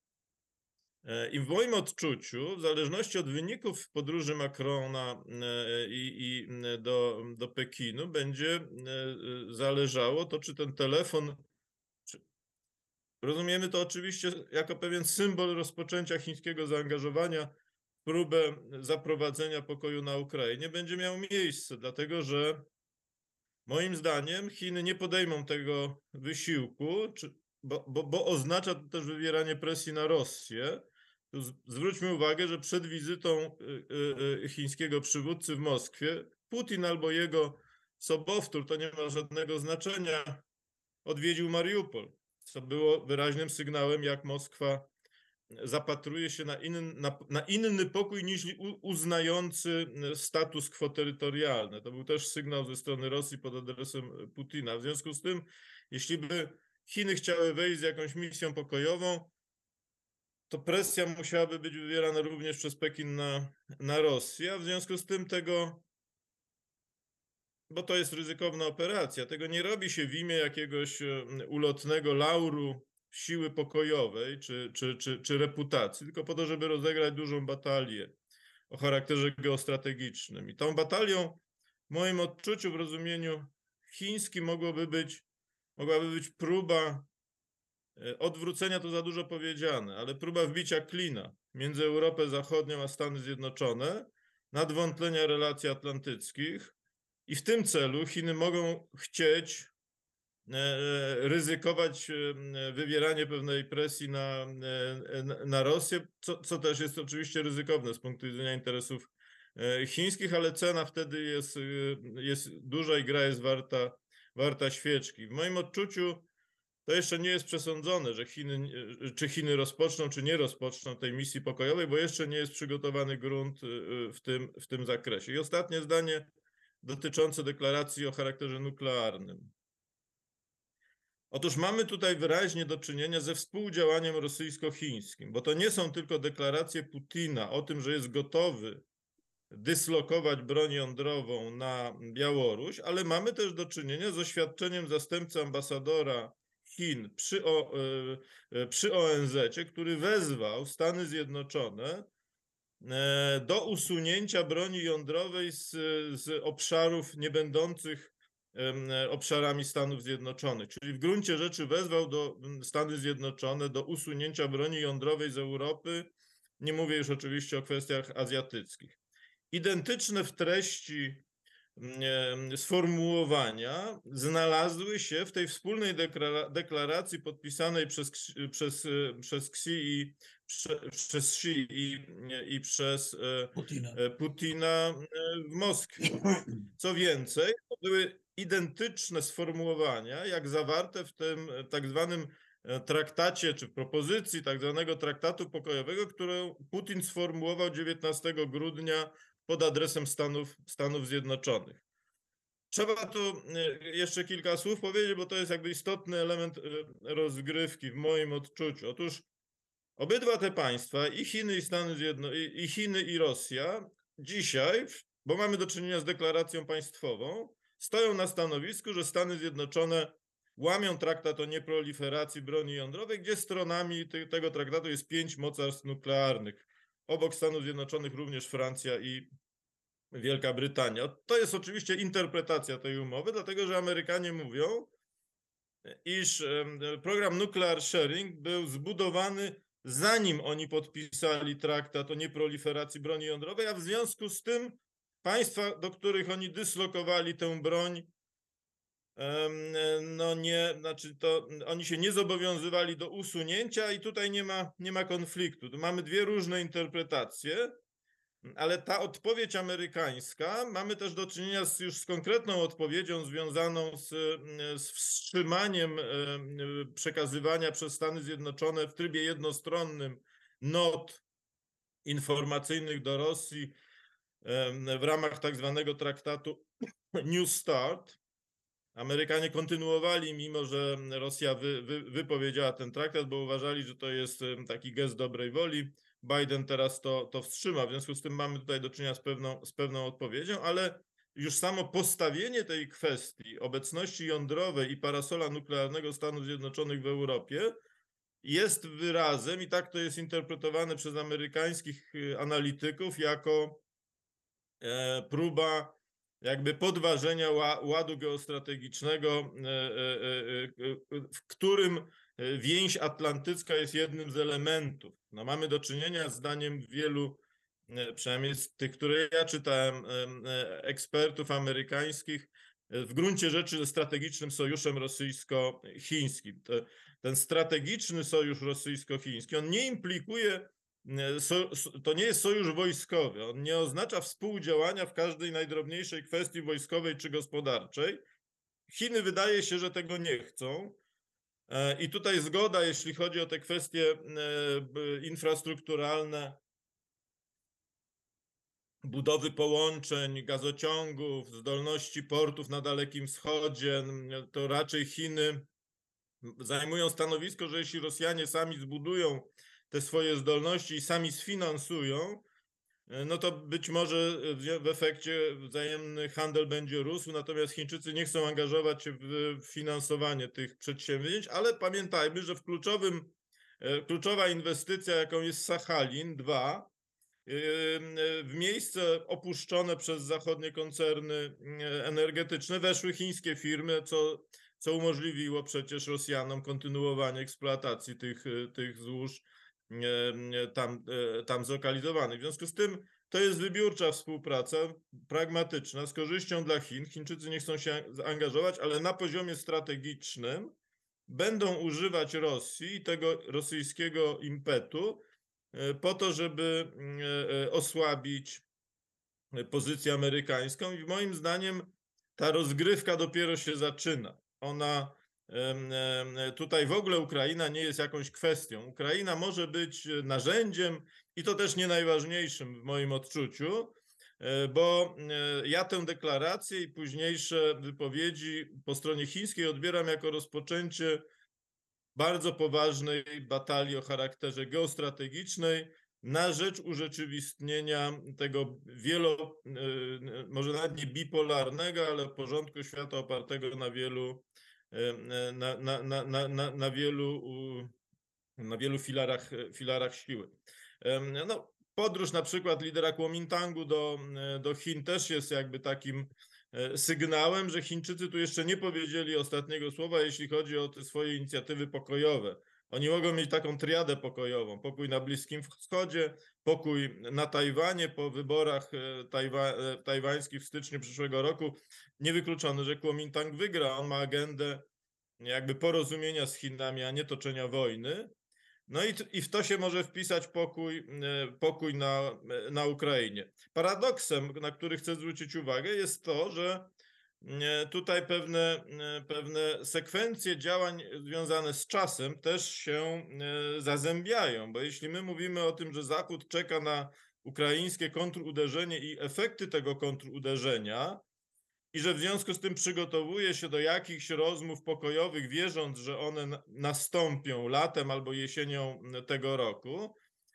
I w moim odczuciu, w zależności od wyników podróży Macrona i, i do, do Pekinu, będzie zależało to, czy ten telefon, czy, rozumiemy to oczywiście jako pewien symbol rozpoczęcia chińskiego zaangażowania, próbę zaprowadzenia pokoju na Ukrainie, będzie miał miejsce, dlatego że moim zdaniem Chiny nie podejmą tego wysiłku, czy, bo, bo, bo oznacza to też wywieranie presji na Rosję. Tu zwróćmy uwagę, że przed wizytą chińskiego przywódcy w Moskwie Putin albo jego sobowtór, to nie ma żadnego znaczenia, odwiedził Mariupol, co było wyraźnym sygnałem, jak Moskwa zapatruje się na inny, na, na inny pokój niż uznający status quo terytorialny. To był też sygnał ze strony Rosji pod adresem Putina. W związku z tym, jeśli by Chiny chciały wejść z jakąś misją pokojową, to presja musiałaby być wywierana również przez Pekin na, na Rosję, a w związku z tym tego, bo to jest ryzykowna operacja, tego nie robi się w imię jakiegoś ulotnego lauru siły pokojowej czy, czy, czy, czy reputacji, tylko po to, żeby rozegrać dużą batalię o charakterze geostrategicznym. I tą batalią w moim odczuciu w rozumieniu chińskim mogłoby być mogłaby być próba odwrócenia, to za dużo powiedziane, ale próba wbicia klina między Europę Zachodnią a Stany Zjednoczone, nadwątlenia relacji atlantyckich i w tym celu Chiny mogą chcieć ryzykować wywieranie pewnej presji na, na Rosję, co, co też jest oczywiście ryzykowne z punktu widzenia interesów chińskich, ale cena wtedy jest, jest duża i gra jest warta, warta świeczki. W moim odczuciu to jeszcze nie jest przesądzone, że Chiny, czy Chiny rozpoczną, czy nie rozpoczną tej misji pokojowej, bo jeszcze nie jest przygotowany grunt w tym, w tym zakresie. I ostatnie zdanie dotyczące deklaracji o charakterze nuklearnym. Otóż mamy tutaj wyraźnie do czynienia ze współdziałaniem rosyjsko-chińskim, bo to nie są tylko deklaracje Putina o tym, że jest gotowy dyslokować broń jądrową na Białoruś, ale mamy też do czynienia z oświadczeniem zastępcy ambasadora Chin przy, o, przy O N Z-cie, który wezwał Stany Zjednoczone do usunięcia broni jądrowej z, z obszarów niebędących obszarami Stanów Zjednoczonych. Czyli w gruncie rzeczy wezwał do Stany Zjednoczone do usunięcia broni jądrowej z Europy. Nie mówię już oczywiście o kwestiach azjatyckich. Identyczne w treści sformułowania znalazły się w tej wspólnej deklaracji podpisanej przez, przez, przez Xi i, prze, przez Xi i, i przez Putina. Putina w Moskwie. Co więcej, to były identyczne sformułowania, jak zawarte w tym tak zwanym traktacie, czy propozycji tak zwanego traktatu pokojowego, którą Putin sformułował dziewiętnastego grudnia pod adresem Stanów, Stanów Zjednoczonych. Trzeba tu jeszcze kilka słów powiedzieć, bo to jest jakby istotny element rozgrywki w moim odczuciu. Otóż obydwa te państwa, i Chiny, i Stany Zjednoczone, i Chiny, i Rosja, dzisiaj, bo mamy do czynienia z deklaracją państwową, stoją na stanowisku, że Stany Zjednoczone łamią traktat o nieproliferacji broni jądrowej, gdzie stronami te, tego traktatu jest pięć mocarstw nuklearnych. Obok Stanów Zjednoczonych również Francja i Wielka Brytania. To jest oczywiście interpretacja tej umowy, dlatego że Amerykanie mówią, iż program Nuclear Sharing był zbudowany zanim oni podpisali traktat o nieproliferacji broni jądrowej, a w związku z tym państwa, do których oni dyslokowali tę broń, no nie, znaczy to oni się nie zobowiązywali do usunięcia i tutaj nie ma, nie ma konfliktu. Tu mamy dwie różne interpretacje, ale ta odpowiedź amerykańska, mamy też do czynienia z, już z konkretną odpowiedzią związaną z, z wstrzymaniem przekazywania przez Stany Zjednoczone w trybie jednostronnym not informacyjnych do Rosji w ramach tak zwanego traktatu New Start. Amerykanie kontynuowali, mimo że Rosja wy, wy, wypowiedziała ten traktat, bo uważali, że to jest taki gest dobrej woli. Biden teraz to, to wstrzyma, w związku z tym mamy tutaj do czynienia z pewną, z pewną odpowiedzią, ale już samo postawienie tej kwestii obecności jądrowej i parasola nuklearnego Stanów Zjednoczonych w Europie jest wyrazem, i tak to jest interpretowane przez amerykańskich analityków, jako e, próba jakby podważenia ładu geostrategicznego, w którym więź atlantycka jest jednym z elementów. No, mamy do czynienia, zdaniem wielu, przynajmniej z tych, które ja czytałem, ekspertów amerykańskich, w gruncie rzeczy ze strategicznym sojuszem rosyjsko-chińskim. Ten strategiczny sojusz rosyjsko-chiński, on nie implikuje, to nie jest sojusz wojskowy, on nie oznacza współdziałania w każdej najdrobniejszej kwestii wojskowej czy gospodarczej. Chiny wydaje się, że tego nie chcą. I tutaj zgoda, jeśli chodzi o te kwestie infrastrukturalne, budowy połączeń, gazociągów, zdolności portów na Dalekim Wschodzie, to raczej Chiny zajmują stanowisko, że jeśli Rosjanie sami zbudują te swoje zdolności i sami sfinansują, no to być może w efekcie wzajemny handel będzie rósł, natomiast Chińczycy nie chcą angażować się w finansowanie tych przedsięwzięć, ale pamiętajmy, że w kluczowym, kluczowa inwestycja, jaką jest Sachalin dwa, w miejsce opuszczone przez zachodnie koncerny energetyczne weszły chińskie firmy, co co umożliwiło przecież Rosjanom kontynuowanie eksploatacji tych, tych złóż tam, tam zlokalizowanych. W związku z tym to jest wybiórcza współpraca, pragmatyczna, z korzyścią dla Chin. Chińczycy nie chcą się zaangażować, ale na poziomie strategicznym będą używać Rosji i tego rosyjskiego impetu po to, żeby osłabić pozycję amerykańską i moim zdaniem ta rozgrywka dopiero się zaczyna. Ona tutaj w ogóle Ukraina nie jest jakąś kwestią. Ukraina może być narzędziem i to też nie najważniejszym w moim odczuciu, bo ja tę deklarację i późniejsze wypowiedzi po stronie chińskiej odbieram jako rozpoczęcie bardzo poważnej batalii o charakterze geostrategicznej na rzecz urzeczywistnienia tego wielo, może nawet nie bipolarnego, ale porządku świata opartego na wielu, na, na, na, na, na, na wielu, na wielu filarach, filarach siły. No, podróż na przykład lidera Kuomintangu do, do Chin też jest jakby takim sygnałem, że Chińczycy tu jeszcze nie powiedzieli ostatniego słowa, jeśli chodzi o te swoje inicjatywy pokojowe. Oni mogą mieć taką triadę pokojową, pokój na Bliskim Wschodzie, pokój na Tajwanie po wyborach tajwa, tajwańskich w styczniu przyszłego roku. Niewykluczone, że Kuomintang wygra, on ma agendę jakby porozumienia z Chinami, a nie toczenia wojny. No i, i w to się może wpisać pokój, pokój na, na Ukrainie. Paradoksem, na który chcę zwrócić uwagę, jest to, że tutaj pewne, pewne sekwencje działań związane z czasem też się zazębiają, bo jeśli my mówimy o tym, że Zachód czeka na ukraińskie kontruderzenie i efekty tego kontruderzenia i że w związku z tym przygotowuje się do jakichś rozmów pokojowych, wierząc, że one nastąpią latem albo jesienią tego roku,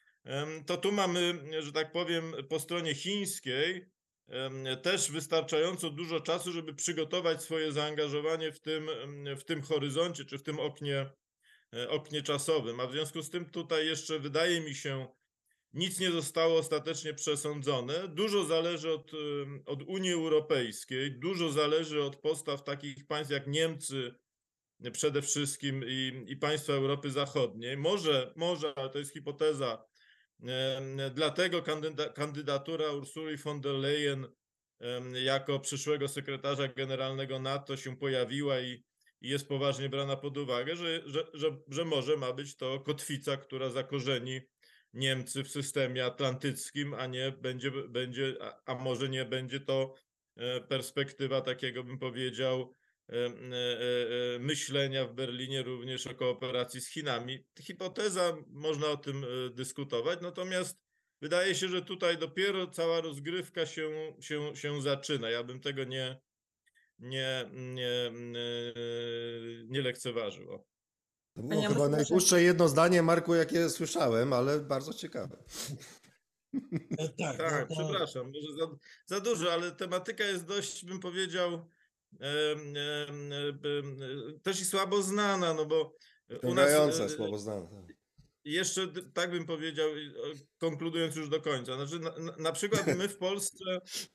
to tu mamy, że tak powiem, po stronie chińskiej też wystarczająco dużo czasu, żeby przygotować swoje zaangażowanie w tym, w tym horyzoncie czy w tym oknie, oknie czasowym. A w związku z tym tutaj jeszcze wydaje mi się, nic nie zostało ostatecznie przesądzone. Dużo zależy od, od Unii Europejskiej, dużo zależy od postaw takich państw jak Niemcy przede wszystkim i, i państwa Europy Zachodniej. Może, może, ale to jest hipoteza, dlatego kandyda, kandydatura Ursuli von der Leyen jako przyszłego sekretarza generalnego NATO się pojawiła i, i jest poważnie brana pod uwagę, że, że, że, że może ma być to kotwica, która zakorzeni Niemcy w systemie atlantyckim, a nie będzie, będzie a, a może nie będzie to perspektywa takiego, bym powiedział, myślenia w Berlinie również o kooperacji z Chinami. Hipoteza, można o tym dyskutować, natomiast wydaje się, że tutaj dopiero cała rozgrywka się, się, się zaczyna. Ja bym tego nie, nie, nie, nie lekceważył. To było chyba najdłuższe jedno zdanie, Marku, jakie słyszałem, ale bardzo ciekawe. Tak, Tak, no to... przepraszam, może za, za dużo, ale tematyka jest dość, bym powiedział, e, e, e, też i słabo znana, no bo u nas... E, słabo znane. Jeszcze tak bym powiedział, konkludując już do końca, znaczy na, na, na przykład my w Polsce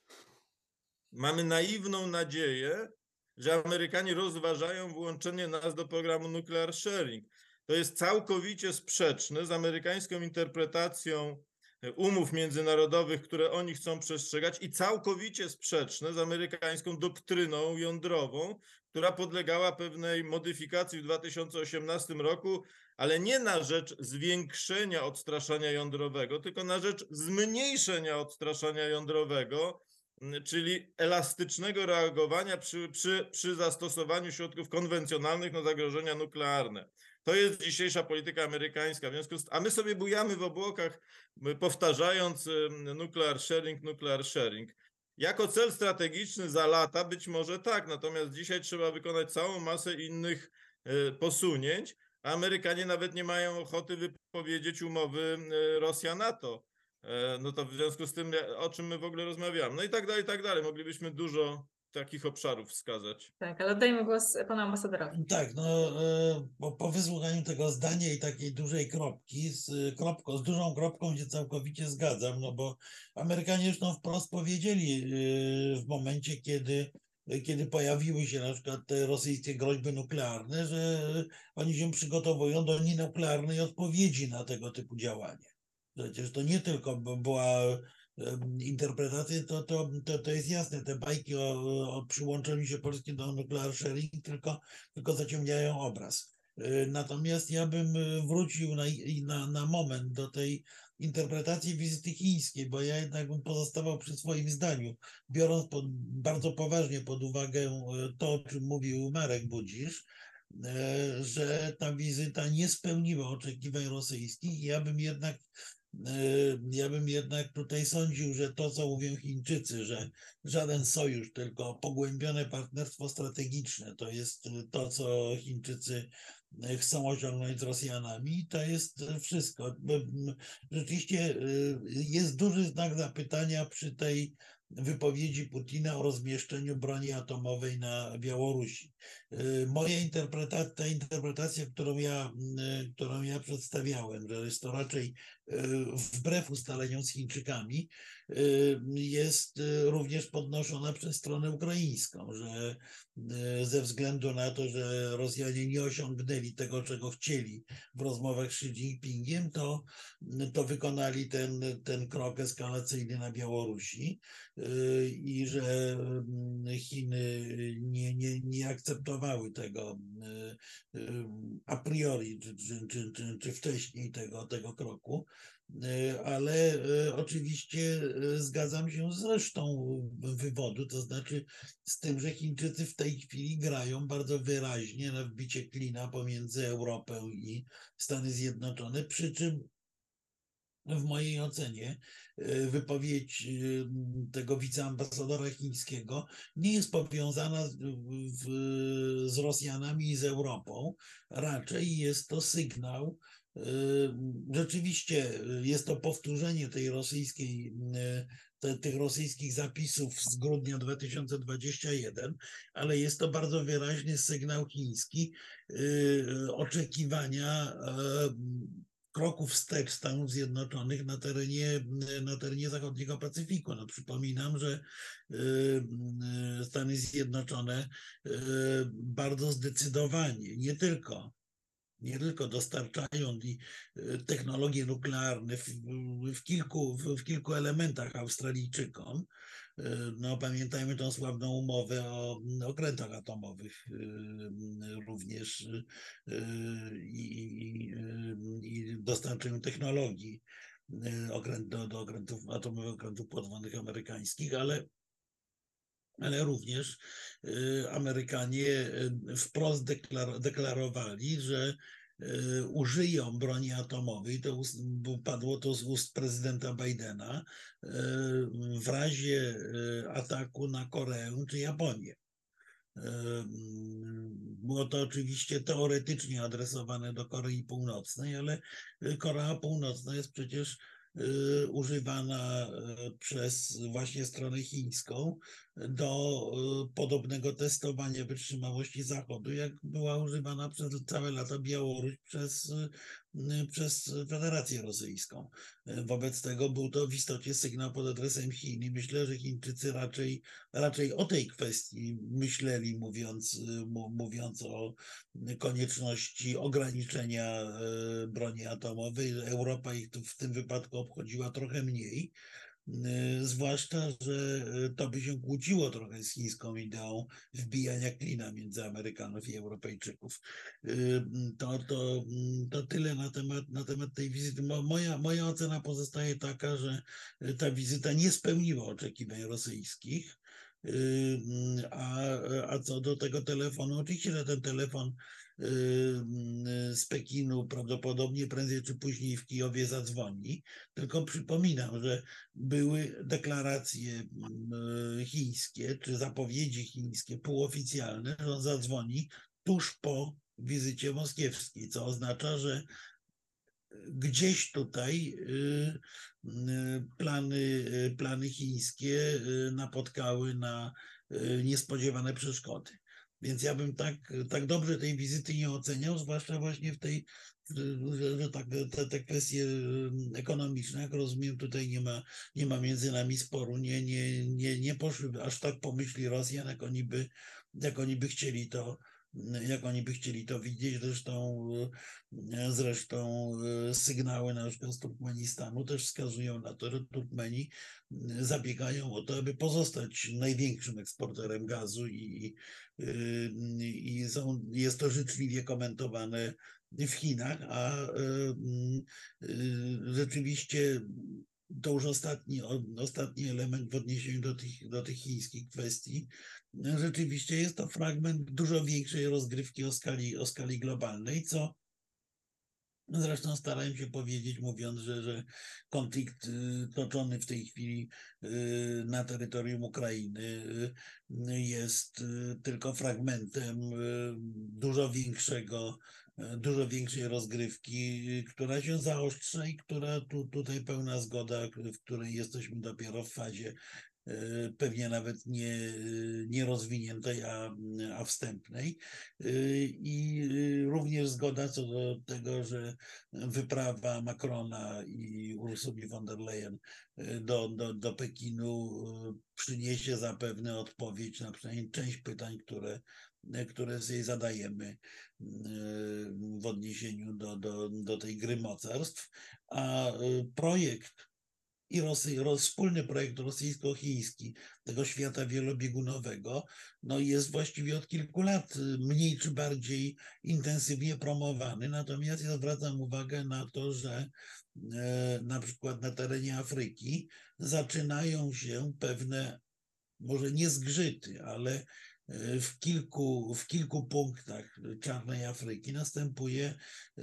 mamy naiwną nadzieję, że Amerykanie rozważają włączenie nas do programu Nuclear Sharing. To jest całkowicie sprzeczne z amerykańską interpretacją umów międzynarodowych, które oni chcą przestrzegać i całkowicie sprzeczne z amerykańską doktryną jądrową, która podlegała pewnej modyfikacji w dwa tysiące osiemnastym roku, ale nie na rzecz zwiększenia odstraszania jądrowego, tylko na rzecz zmniejszenia odstraszania jądrowego, czyli elastycznego reagowania przy, przy, przy zastosowaniu środków konwencjonalnych na zagrożenia nuklearne. To jest dzisiejsza polityka amerykańska, w związku z, a my sobie bujamy w obłokach, powtarzając nuclear sharing, nuclear sharing. Jako cel strategiczny za lata być może tak, natomiast dzisiaj trzeba wykonać całą masę innych posunięć, a Amerykanie nawet nie mają ochoty wypowiedzieć umowy Rosja-NATO. No to w związku z tym, o czym my w ogóle rozmawiamy. No i tak dalej, i tak dalej. Moglibyśmy dużo takich obszarów wskazać. Tak, ale oddajmy głos panu ambasadorowi. Tak, no bo po wysłuchaniu tego zdania i takiej dużej kropki, z, kropką, z dużą kropką się całkowicie zgadzam, no bo Amerykanie już no wprost powiedzieli w momencie, kiedy kiedy pojawiły się na przykład te rosyjskie groźby nuklearne, że oni się przygotowują do nienuklearnej odpowiedzi na tego typu działania. Przecież to nie tylko była interpretacja, to, to, to, to jest jasne, te bajki o, o przyłączeniu się Polski do nuclear sharing tylko, tylko zaciemniają obraz. Natomiast ja bym wrócił na, na, na moment do tej interpretacji wizyty chińskiej, bo ja jednak bym pozostawał przy swoim zdaniu, biorąc pod, bardzo poważnie pod uwagę to, o czym mówił Marek Budzisz, że ta wizyta nie spełniła oczekiwań rosyjskich. Ja bym jednak Ja bym jednak tutaj sądził, że to, co mówią Chińczycy, że żaden sojusz, tylko pogłębione partnerstwo strategiczne, to jest to, co Chińczycy chcą osiągnąć z Rosjanami, to jest wszystko. Rzeczywiście jest duży znak zapytania przy tej wypowiedzi Putina o rozmieszczeniu broni atomowej na Białorusi. Moja interpretacja, ta interpretacja, którą ja, którą ja przedstawiałem, że jest to raczej wbrew ustaleniom z Chińczykami, jest również podnoszona przez stronę ukraińską, że ze względu na to, że Rosjanie nie osiągnęli tego, czego chcieli w rozmowach z Xi Jinpingiem, to, to wykonali ten, ten krok eskalacyjny na Białorusi i że Chiny nie, nie, nie akceptowały tego a priori, czy, czy, czy, czy wcześniej tego, tego kroku. Ale oczywiście zgadzam się z resztą wywodu, to znaczy z tym, że Chińczycy w tej chwili grają bardzo wyraźnie na wbicie klina pomiędzy Europą i Stany Zjednoczone, przy czym w mojej ocenie wypowiedź tego wiceambasadora chińskiego nie jest powiązana z, w, z Rosjanami i z Europą. Raczej jest to sygnał, rzeczywiście jest to powtórzenie tej rosyjskiej, te, tych rosyjskich zapisów z grudnia dwa tysiące dwudziestego pierwszego, ale jest to bardzo wyraźny sygnał chiński oczekiwania kroków wstecz Stanów Zjednoczonych na terenie, na terenie zachodniego Pacyfiku. No, przypominam, że Stany Zjednoczone bardzo zdecydowanie, nie tylko nie tylko dostarczają technologie nuklearne w, w, kilku, w, w kilku elementach Australijczykom. No, pamiętajmy tą sławną umowę o okrętach atomowych również i, i, i dostarczeniu technologii okręt, do, do okrętów atomowych, okrętów podwodnych amerykańskich, ale ale również Amerykanie wprost deklarowali, że użyją broni atomowej, to padło to z ust prezydenta Bidena, w razie ataku na Koreę czy Japonię. Było to oczywiście teoretycznie adresowane do Korei Północnej, ale Korea Północna jest przecież używana przez właśnie stronę chińską do podobnego testowania wytrzymałości Zachodu, jak była używana przez całe lata Białoruś przez, przez Federację Rosyjską. Wobec tego był to w istocie sygnał pod adresem Chin i myślę, że Chińczycy raczej, raczej o tej kwestii myśleli, mówiąc, mówiąc o konieczności ograniczenia broni atomowej. Europa ich w tym wypadku obchodziła trochę mniej, zwłaszcza, że to by się kłóciło trochę z chińską ideą wbijania klina między Amerykanów i Europejczyków. To, to, to tyle na temat, na temat tej wizyty. Moja, moja ocena pozostaje taka, że ta wizyta nie spełniła oczekiwań rosyjskich. A, a co do tego telefonu, oczywiście, że ten telefon z Pekinu prawdopodobnie prędzej czy później w Kijowie zadzwoni, tylko przypominam, że były deklaracje chińskie czy zapowiedzi chińskie półoficjalne, że on zadzwoni tuż po wizycie moskiewskiej, co oznacza, że gdzieś tutaj plany, plany chińskie napotkały na niespodziewane przeszkody. Więc ja bym tak, tak dobrze tej wizyty nie oceniał, zwłaszcza właśnie w tej, że, że tak, te, te kwestie ekonomiczne, jak rozumiem, tutaj nie ma, nie ma między nami sporu, nie, nie, nie, nie poszły aż tak po myśli Rosjan, jak oni by, jak oni by chcieli to, jak oni by chcieli to widzieć. Zresztą, zresztą sygnały na przykład z Turkmenistanu też wskazują na to, że Turkmeni zabiegają o to, aby pozostać największym eksporterem gazu i, i są, jest to życzliwie komentowane w Chinach, a rzeczywiście to już ostatni, ostatni element w odniesieniu do tych, do tych chińskich kwestii. Rzeczywiście jest to fragment dużo większej rozgrywki o skali, o skali globalnej, co zresztą starałem się powiedzieć, mówiąc, że, że konflikt toczony w tej chwili na terytorium Ukrainy jest tylko fragmentem dużo większego, dużo większej rozgrywki, która się zaostrza i która tu, tutaj pełna zgoda, w której jesteśmy dopiero w fazie pewnie nawet nie, nie rozwiniętej, a, a wstępnej. I również zgoda co do tego, że wyprawa Macrona i Ursuli von der Leyen do, do, do Pekinu przyniesie zapewne odpowiedź na przynajmniej część pytań, które, które sobie zadajemy w odniesieniu do, do, do tej gry mocarstw. A projekt i Rosy, roz, wspólny projekt rosyjsko-chiński tego świata wielobiegunowego no jest właściwie od kilku lat mniej czy bardziej intensywnie promowany. Natomiast ja zwracam uwagę na to, że e, na przykład na terenie Afryki zaczynają się pewne, może nie zgrzyty, ale w kilku, w kilku punktach czarnej Afryki następuje e,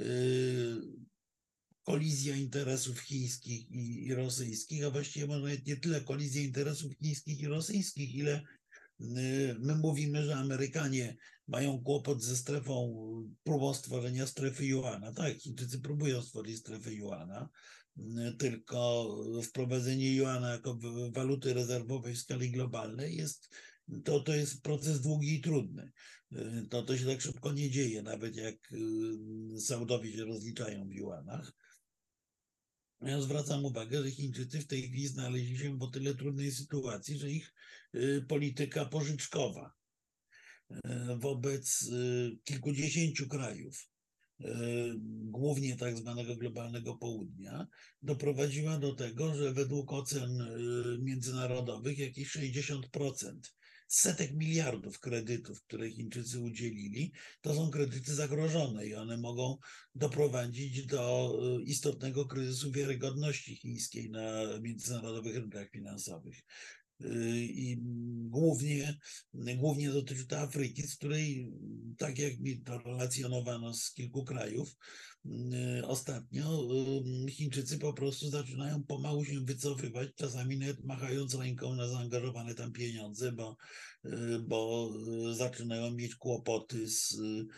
kolizja interesów chińskich i, i rosyjskich, a właściwie może nawet nie tyle kolizja interesów chińskich i rosyjskich, ile my mówimy, że Amerykanie mają kłopot ze strefą, próbą stworzenia strefy juana. Tak, Chińczycy próbują stworzyć strefę juana, tylko wprowadzenie juana jako waluty rezerwowej w skali globalnej jest, to, to jest proces długi i trudny. To, to się tak szybko nie dzieje, nawet jak Saudowie się rozliczają w juanach. Ja zwracam uwagę, że Chińczycy w tej chwili znaleźli się w o tyle trudnej sytuacji, że ich polityka pożyczkowa wobec kilkudziesięciu krajów, głównie tak zwanego globalnego południa, doprowadziła do tego, że według ocen międzynarodowych jakieś sześćdziesiąt procent setek miliardów kredytów, które Chińczycy udzielili, to są kredyty zagrożone i one mogą doprowadzić do istotnego kryzysu wiarygodności chińskiej na międzynarodowych rynkach finansowych. I głównie, głównie dotyczy to Afryki, z której, tak jak mi to relacjonowano z kilku krajów, ostatnio Chińczycy po prostu zaczynają pomału się wycofywać, czasami nawet machając ręką na zaangażowane tam pieniądze, bo, bo zaczynają mieć kłopoty z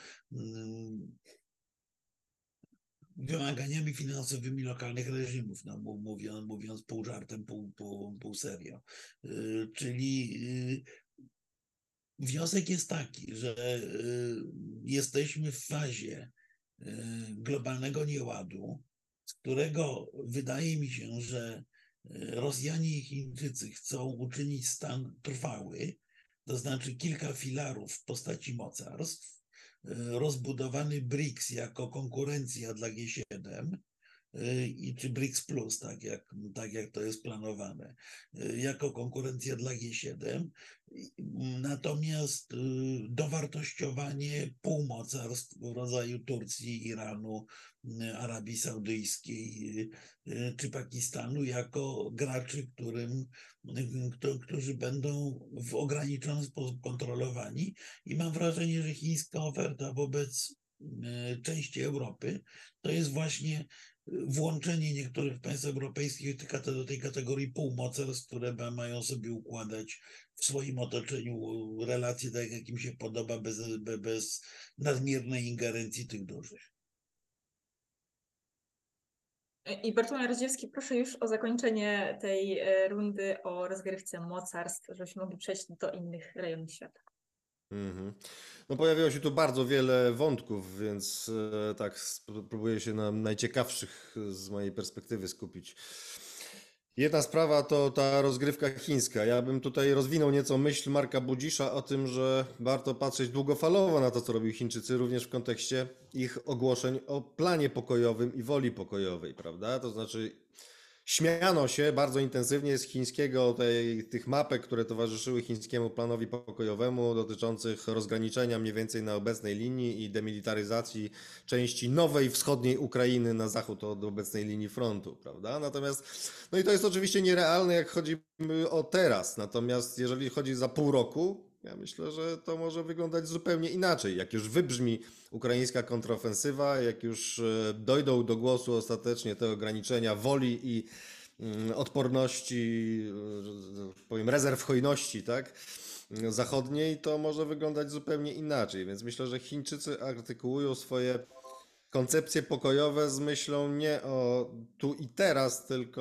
wymaganiami finansowymi lokalnych reżimów, no, mówiąc, mówiąc pół żartem, pół, pół, pół serio. Czyli wniosek jest taki, że jesteśmy w fazie globalnego nieładu, z którego wydaje mi się, że Rosjanie i Chińczycy chcą uczynić stan trwały, to znaczy kilka filarów w postaci mocarstw, rozbudowany BRICS jako konkurencja dla G siedem i czy BRICS Plus, tak jak, tak jak to jest planowane, jako konkurencja dla G siedem, natomiast dowartościowanie półmocarstw w rodzaju Turcji, Iranu, Arabii Saudyjskiej czy Pakistanu jako graczy, którym, którzy będą w ograniczony sposób kontrolowani i mam wrażenie, że chińska oferta wobec części Europy to jest właśnie włączenie niektórych państw europejskich do tej kategorii półmocarstw, które mają sobie układać w swoim otoczeniu relacje tak, jak im się podoba, bez, bez nadmiernej ingerencji tych dużych. I Bartłomiej Radziewski, proszę już o zakończenie tej rundy o rozgrywce mocarstw, żebyśmy mogli przejść do innych rejonów świata. Mhm. No pojawiło się tu bardzo wiele wątków, więc e, tak spró- próbuję się na najciekawszych z mojej perspektywy skupić. Jedna sprawa to ta rozgrywka chińska. Ja bym tutaj rozwinął nieco myśl Marka Budzisza o tym, że warto patrzeć długofalowo na to, co robią Chińczycy, również w kontekście ich ogłoszeń o planie pokojowym i woli pokojowej, prawda? To znaczy śmiano się bardzo intensywnie z chińskiego, tej, tych mapek, które towarzyszyły chińskiemu planowi pokojowemu, dotyczących rozgraniczenia mniej więcej na obecnej linii i demilitaryzacji części nowej wschodniej Ukrainy na zachód od obecnej linii frontu, prawda? Natomiast, no i to jest oczywiście nierealne, jak chodzi o teraz. Natomiast jeżeli chodzi za pół roku, ja myślę, że to może wyglądać zupełnie inaczej. Jak już wybrzmi ukraińska kontrofensywa, jak już e, dojdą do głosu ostatecznie te ograniczenia woli i mm, odporności, e, powiem, rezerw hojności, tak, zachodniej, to może wyglądać zupełnie inaczej. Więc myślę, że Chińczycy artykułują swoje koncepcje pokojowe z myślą nie o tu i teraz, tylko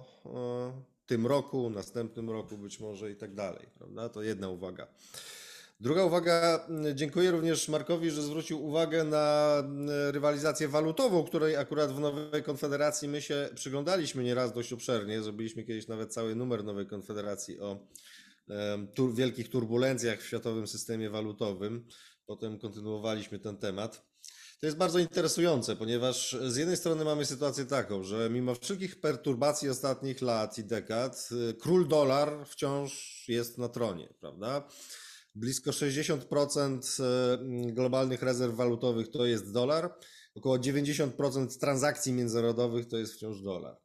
o tym roku, następnym roku być może i tak dalej, prawda? To jedna uwaga. Druga uwaga, dziękuję również Markowi, że zwrócił uwagę na rywalizację walutową, której akurat w Nowej Konfederacji my się przyglądaliśmy nieraz dość obszernie. Zrobiliśmy kiedyś nawet cały numer Nowej Konfederacji o em, tur wielkich turbulencjach w światowym systemie walutowym. Potem kontynuowaliśmy ten temat. To jest bardzo interesujące, ponieważ z jednej strony mamy sytuację taką, że mimo wszelkich perturbacji ostatnich lat i dekad, y, król dolar wciąż jest na tronie, prawda? Blisko sześćdziesiąt procent y, globalnych rezerw walutowych to jest dolar, około dziewięćdziesiąt procent transakcji międzynarodowych to jest wciąż dolar.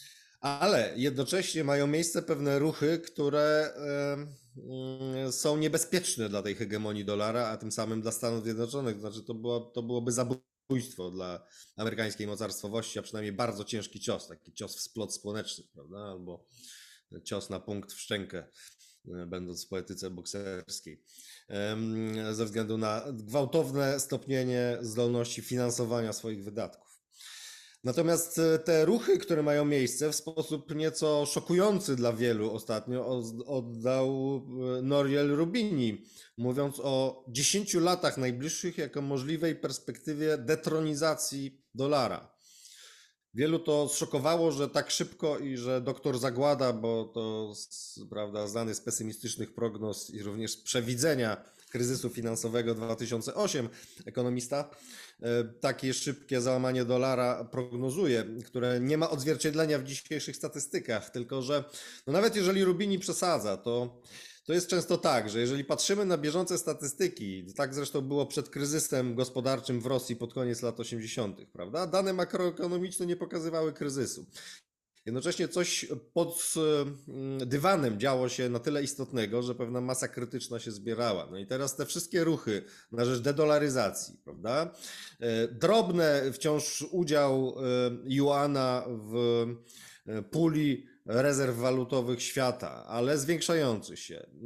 Ale jednocześnie mają miejsce pewne ruchy, które y, y, są niebezpieczne dla tej hegemonii dolara, a tym samym dla Stanów Zjednoczonych. To znaczy, to, było, to byłoby zabójstwo dla amerykańskiej mocarstwowości, a przynajmniej bardzo ciężki cios, taki cios w splot słoneczny, prawda? Albo cios na punkt w szczękę, y, będąc w poetyce bokserskiej. Ym, ze względu na gwałtowne stopnienie zdolności finansowania swoich wydatków. Natomiast e, te ruchy, które mają miejsce, w sposób nieco szokujący dla wielu ostatnio od- oddał e, Nouriel Rubini, mówiąc o dziesięciu latach najbliższych jako możliwej perspektywie detronizacji dolara. Wielu to zszokowało, że tak szybko i że doktor Zagłada, bo to s- prawda, znany z pesymistycznych prognoz i również z przewidzenia kryzysu finansowego dwa tysiące ósmego, ekonomista, e, takie szybkie załamanie dolara prognozuje, które nie ma odzwierciedlenia w dzisiejszych statystykach, tylko że no nawet jeżeli Rubini przesadza, to to jest często tak, że jeżeli patrzymy na bieżące statystyki, tak zresztą było przed kryzysem gospodarczym w Rosji pod koniec lat osiemdziesiątych, prawda? Dane makroekonomiczne nie pokazywały kryzysu. Jednocześnie coś pod mm, dywanem działo się na tyle istotnego, że pewna masa krytyczna się zbierała. No i teraz te wszystkie ruchy na rzecz dedolaryzacji, prawda? E, Drobny wciąż udział e, juana w e, puli rezerw walutowych świata, ale zwiększający się. E,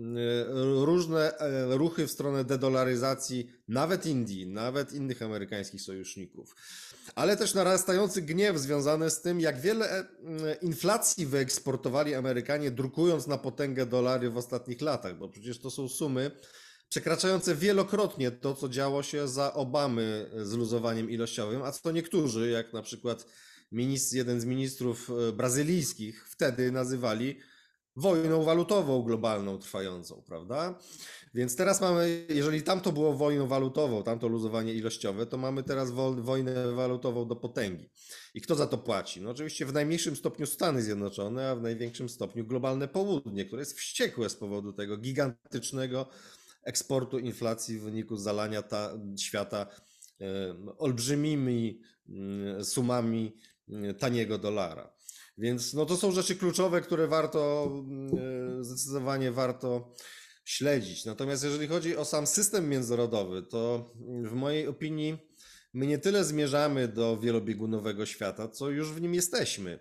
Różne e, ruchy w stronę dedolaryzacji nawet Indii, nawet innych amerykańskich sojuszników. Ale też narastający gniew związany z tym, jak wiele e, inflacji wyeksportowali Amerykanie, drukując na potęgę dolary w ostatnich latach, bo przecież to są sumy przekraczające wielokrotnie to, co działo się za Obamy z luzowaniem ilościowym, a co niektórzy, jak na przykład ministr, jeden z ministrów e, brazylijskich, wtedy nazywali wojną walutową globalną trwającą, prawda? Więc teraz mamy, jeżeli tamto było wojną walutową, tamto luzowanie ilościowe, to mamy teraz wo- wojnę walutową do potęgi. I kto za to płaci? No oczywiście w najmniejszym stopniu Stany Zjednoczone, a w największym stopniu globalne południe, które jest wściekłe z powodu tego gigantycznego eksportu inflacji w wyniku zalania ta, świata e, olbrzymimi mm, sumami mm, taniego dolara. Więc no to są rzeczy kluczowe, które warto, mm, zdecydowanie warto śledzić. Natomiast jeżeli chodzi o sam system międzynarodowy, to w mojej opinii my nie tyle zmierzamy do wielobiegunowego świata, co już w nim jesteśmy.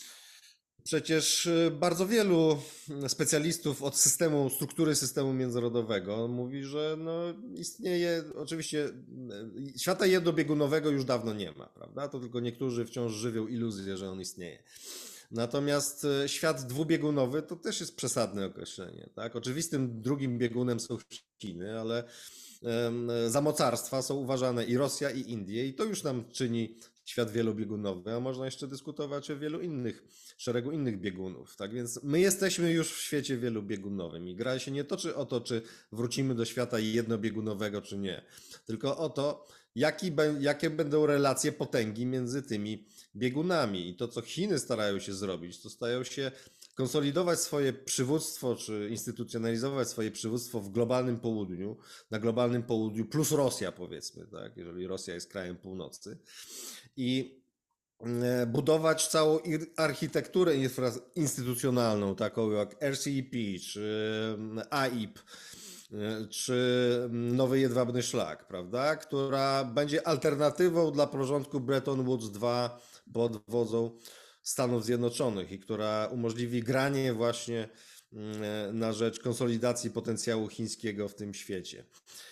Przecież y, bardzo wielu specjalistów od systemu, struktury systemu międzynarodowego mówi, że no istnieje, oczywiście y, świata jednobiegunowego już dawno nie ma, prawda? To tylko niektórzy wciąż żywią iluzję, że on istnieje. Natomiast e, świat dwubiegunowy to też jest przesadne określenie. Tak? Oczywistym drugim biegunem są Chiny, ale em, za mocarstwa są uważane i Rosja, i Indie, i to już nam czyni świat wielobiegunowy, a można jeszcze dyskutować o wielu innych, szeregu innych biegunów. Tak więc my jesteśmy już w świecie wielobiegunowym i gra się nie toczy o to, czy wrócimy do świata jednobiegunowego, czy nie, tylko o to, jaki, bę- jakie będą relacje potęgi między tymi biegunami. I to, co Chiny starają się zrobić, to starają się konsolidować swoje przywództwo, czy instytucjonalizować swoje przywództwo w globalnym południu, na globalnym południu plus Rosja, powiedzmy, tak, jeżeli Rosja jest krajem północy, i e, budować całą ir- architekturę infra- instytucjonalną, taką jak R C E P, czy A I P, e, czy Nowy Jedwabny Szlak, prawda, która będzie alternatywą dla porządku Bretton Woods dwa pod wodzą Stanów Zjednoczonych i która umożliwi granie właśnie mm, na rzecz konsolidacji potencjału chińskiego w tym świecie.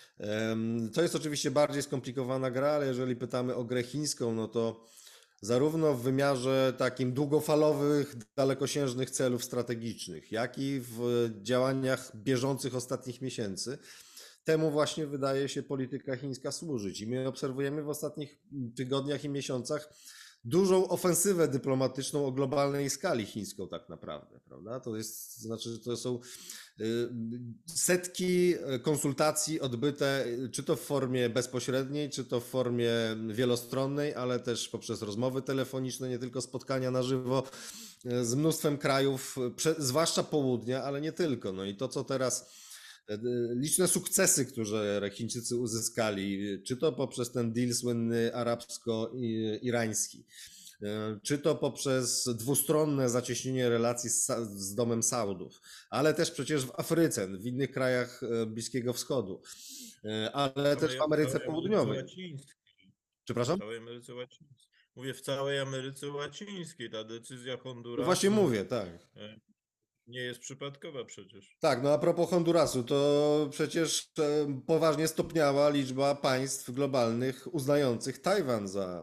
Em, To jest oczywiście bardziej skomplikowana gra, ale jeżeli pytamy o grę chińską, no to zarówno w wymiarze takim długofalowych, dalekosiężnych celów strategicznych, jak i w działaniach bieżących ostatnich miesięcy, temu właśnie wydaje się polityka chińska służyć. I my obserwujemy w ostatnich tygodniach i miesiącach dużą ofensywę dyplomatyczną o globalnej skali chińską tak naprawdę, prawda? To jest, to znaczy, to są y, setki konsultacji odbyte, czy to w formie bezpośredniej, czy to w formie wielostronnej, ale też poprzez rozmowy telefoniczne, nie tylko spotkania na żywo y, z mnóstwem krajów, prze- zwłaszcza południa, ale nie tylko. No i to, co teraz y, liczne sukcesy, które Chińczycy uzyskali, czy to poprzez ten deal słynny arabsko-irański, czy to poprzez dwustronne zacieśnienie relacji z, Sa- z domem Saudów, ale też przecież w Afryce, w innych krajach e, Bliskiego Wschodu, e, ale też w Ameryce całej Południowej. Łacińskiej. W Przepraszam? całej Ameryce Łacińskiej. Mówię, w całej Ameryce Łacińskiej ta decyzja No Hondurasu właśnie mówię, tak. e, nie jest przypadkowa przecież. Tak, no a propos Hondurasu, to przecież e, poważnie stopniała liczba państw globalnych uznających Tajwan za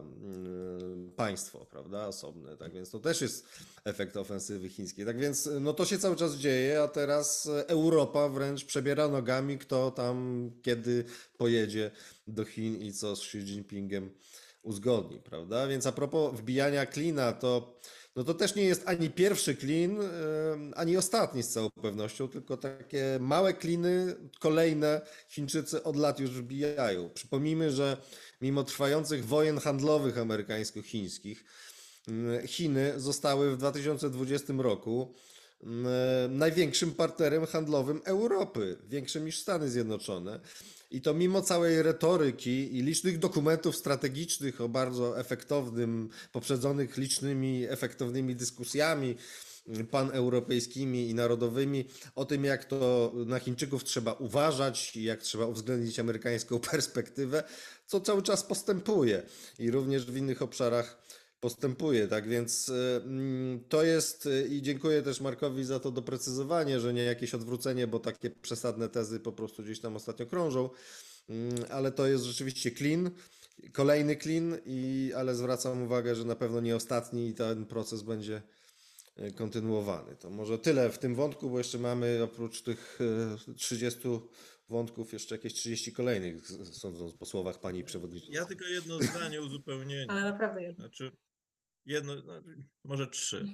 mm, państwo, prawda, osobne. Tak więc to też jest efekt ofensywy chińskiej. Tak więc no to się cały czas dzieje, a teraz Europa wręcz przebiera nogami, kto tam kiedy pojedzie do Chin i co z Xi Jinpingiem uzgodni, prawda? Więc a propos wbijania klina, to no to też nie jest ani pierwszy klin, em, ani ostatni z całą pewnością, tylko takie małe kliny, kolejne Chińczycy od lat już wbijają. Przypomnijmy, że mimo trwających wojen handlowych amerykańsko-chińskich, mm, Chiny zostały w dwa tysiące dwudziestym roku mm, największym partnerem handlowym Europy, większym niż Stany Zjednoczone. I to mimo całej retoryki i licznych dokumentów strategicznych o bardzo efektownym, poprzedzonych licznymi efektownymi dyskusjami mm, paneuropejskimi i narodowymi o tym, jak to na Chińczyków trzeba uważać i jak trzeba uwzględnić amerykańską perspektywę, co cały czas postępuje i również w innych obszarach postępuje. Tak więc y, mm, to jest y, i dziękuję też Markowi za to doprecyzowanie, że nie jakieś odwrócenie, bo takie przesadne tezy po prostu gdzieś tam ostatnio krążą, Mm, ale to jest rzeczywiście klin, kolejny klin, i, ale zwracam uwagę, że na pewno nie ostatni i ten proces będzie y, kontynuowany. To może tyle w tym wątku, bo jeszcze mamy oprócz tych y, trzydziestu wątków jeszcze jakieś trzydzieści kolejnych, z- sądząc po słowach pani przewodniczącej. Ja tylko jedno zdanie uzupełnienia. Ale naprawdę jedno. Znaczy, jedno, znaczy, może trzy.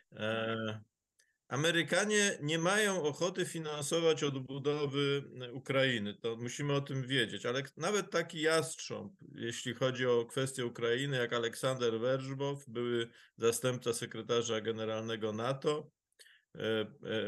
E, Amerykanie nie mają ochoty finansować odbudowy Ukrainy. To musimy o tym wiedzieć, ale nawet taki jastrząb, jeśli chodzi o kwestię Ukrainy, jak Aleksander Werżbow, były zastępca sekretarza generalnego NATO, e, e,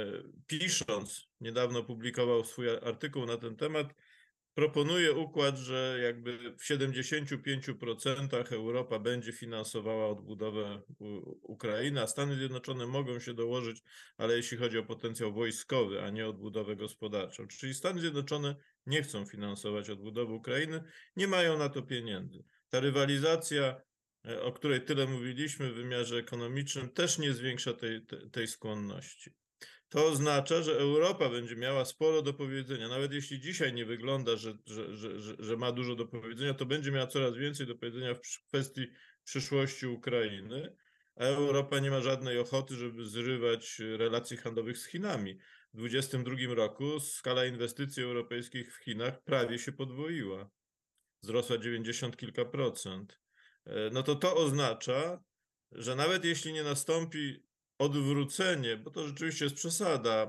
pisząc, niedawno publikował swój artykuł na ten temat, proponuje układ, że jakby w siedemdziesięciu pięciu procentach Europa będzie finansowała odbudowę U- Ukrainy, a Stany Zjednoczone mogą się dołożyć, ale jeśli chodzi o potencjał wojskowy, a nie odbudowę gospodarczą. Czyli Stany Zjednoczone nie chcą finansować odbudowy Ukrainy, nie mają na to pieniędzy. Ta rywalizacja, e, o której tyle mówiliśmy w wymiarze ekonomicznym, też nie zwiększa tej, tej, tej skłonności. To oznacza, że Europa będzie miała sporo do powiedzenia. Nawet jeśli dzisiaj nie wygląda, że, że, że, że, że ma dużo do powiedzenia, to będzie miała coraz więcej do powiedzenia w przy- kwestii przyszłości Ukrainy. a Europa nie ma żadnej ochoty, żeby zrywać relacji handlowych z Chinami. W dwa tysiące dwudziestym drugim roku skala inwestycji europejskich w Chinach prawie się podwoiła. Wzrosła dziewięćdziesiąt kilka procent. No to to oznacza, że nawet jeśli nie nastąpi odwrócenie, bo to rzeczywiście jest przesada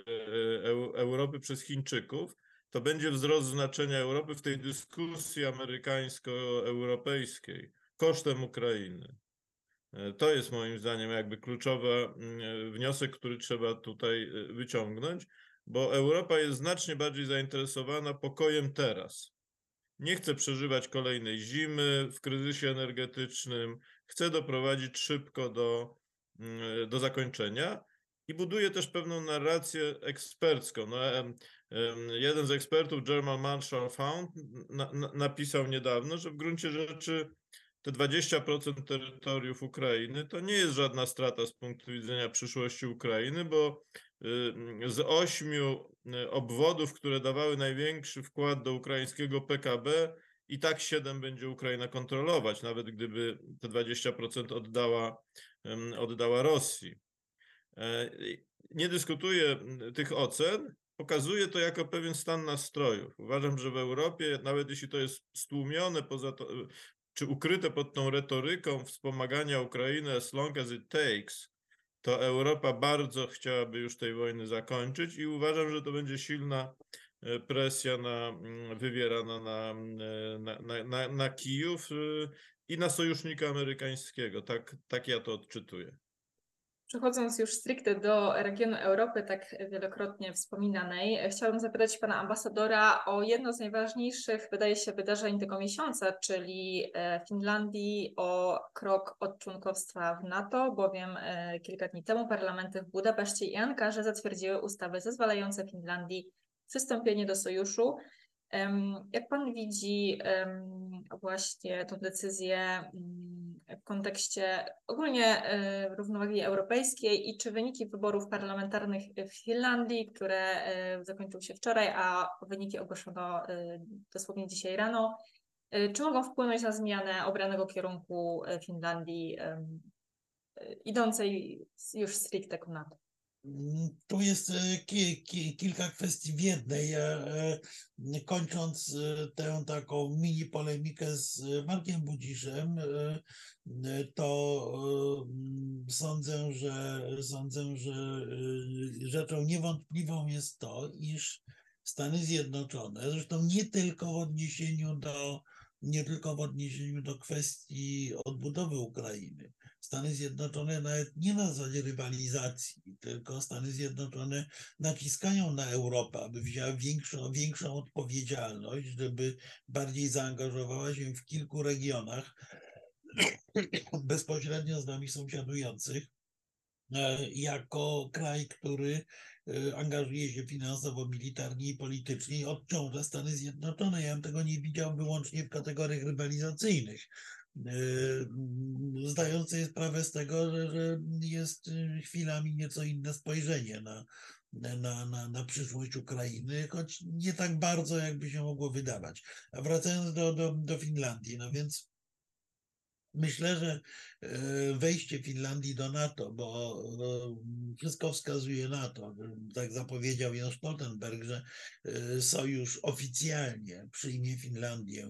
Europy przez Chińczyków, to będzie wzrost znaczenia Europy w tej dyskusji amerykańsko-europejskiej kosztem Ukrainy. To jest moim zdaniem jakby kluczowy wniosek, który trzeba tutaj wyciągnąć, bo Europa jest znacznie bardziej zainteresowana pokojem teraz. Nie chce przeżywać kolejnej zimy w kryzysie energetycznym, chce doprowadzić szybko do, do zakończenia i buduje też pewną narrację ekspercką. No, jeden z ekspertów, German Marshall Fund, na, na, napisał niedawno, że w gruncie rzeczy te dwadzieścia procent terytoriów Ukrainy to nie jest żadna strata z punktu widzenia przyszłości Ukrainy, bo z ośmiu obwodów, które dawały największy wkład do ukraińskiego P K B, i tak siedem będzie Ukraina kontrolować, nawet gdyby te dwadzieścia procent oddała, oddała Rosji. Nie dyskutuję tych ocen, pokazuje to jako pewien stan nastrojów. Uważam, że w Europie, nawet jeśli to jest stłumione poza to, czy ukryte pod tą retoryką wspomagania Ukrainy as long as it takes, to Europa bardzo chciałaby już tej wojny zakończyć i uważam, że to będzie silna presja na, wywierana na, na, na, na, na Kijów i na sojusznika amerykańskiego. Tak, tak ja to odczytuję. Przechodząc już stricte do regionu Europy, tak wielokrotnie wspominanej, chciałabym zapytać pana ambasadora o jedno z najważniejszych, wydaje się, wydarzeń tego miesiąca, czyli Finlandii o krok od członkostwa w NATO, bowiem kilka dni temu parlamenty w Budapeszcie i Ankarze zatwierdziły ustawy zezwalające Finlandii przystąpienie do sojuszu. Jak pan widzi właśnie tę decyzję w kontekście ogólnie równowagi europejskiej i czy wyniki wyborów parlamentarnych w Finlandii, które zakończyły się wczoraj, a wyniki ogłoszono dosłownie dzisiaj rano, czy mogą wpłynąć na zmianę obranego kierunku Finlandii idącej już stricte ku NATO? Tu jest ki, ki, kilka kwestii w jednej. Kończąc tę taką mini polemikę z Markiem Budziszem, to sądzę, że sądzę, że rzeczą niewątpliwą jest to, iż Stany Zjednoczone, zresztą nie tylko w odniesieniu do nie tylko w odniesieniu do kwestii odbudowy Ukrainy. Stany Zjednoczone nawet nie na zasadzie rywalizacji, tylko Stany Zjednoczone naciskają na Europę, aby wzięła większą, większą odpowiedzialność, żeby bardziej zaangażowała się w kilku regionach bezpośrednio z nami sąsiadujących, jako kraj, który angażuje się finansowo, militarnie i politycznie i odciąża Stany Zjednoczone. Ja bym tego nie widział wyłącznie w kategoriach rywalizacyjnych. Zdając sobie sprawę z tego, że, że jest chwilami nieco inne spojrzenie na, na, na, na przyszłość Ukrainy, choć nie tak bardzo, jakby się mogło wydawać. A wracając do, do, do Finlandii, no więc myślę, że wejście Finlandii do NATO, bo wszystko wskazuje na to, tak zapowiedział Jens Stoltenberg, że sojusz oficjalnie przyjmie Finlandię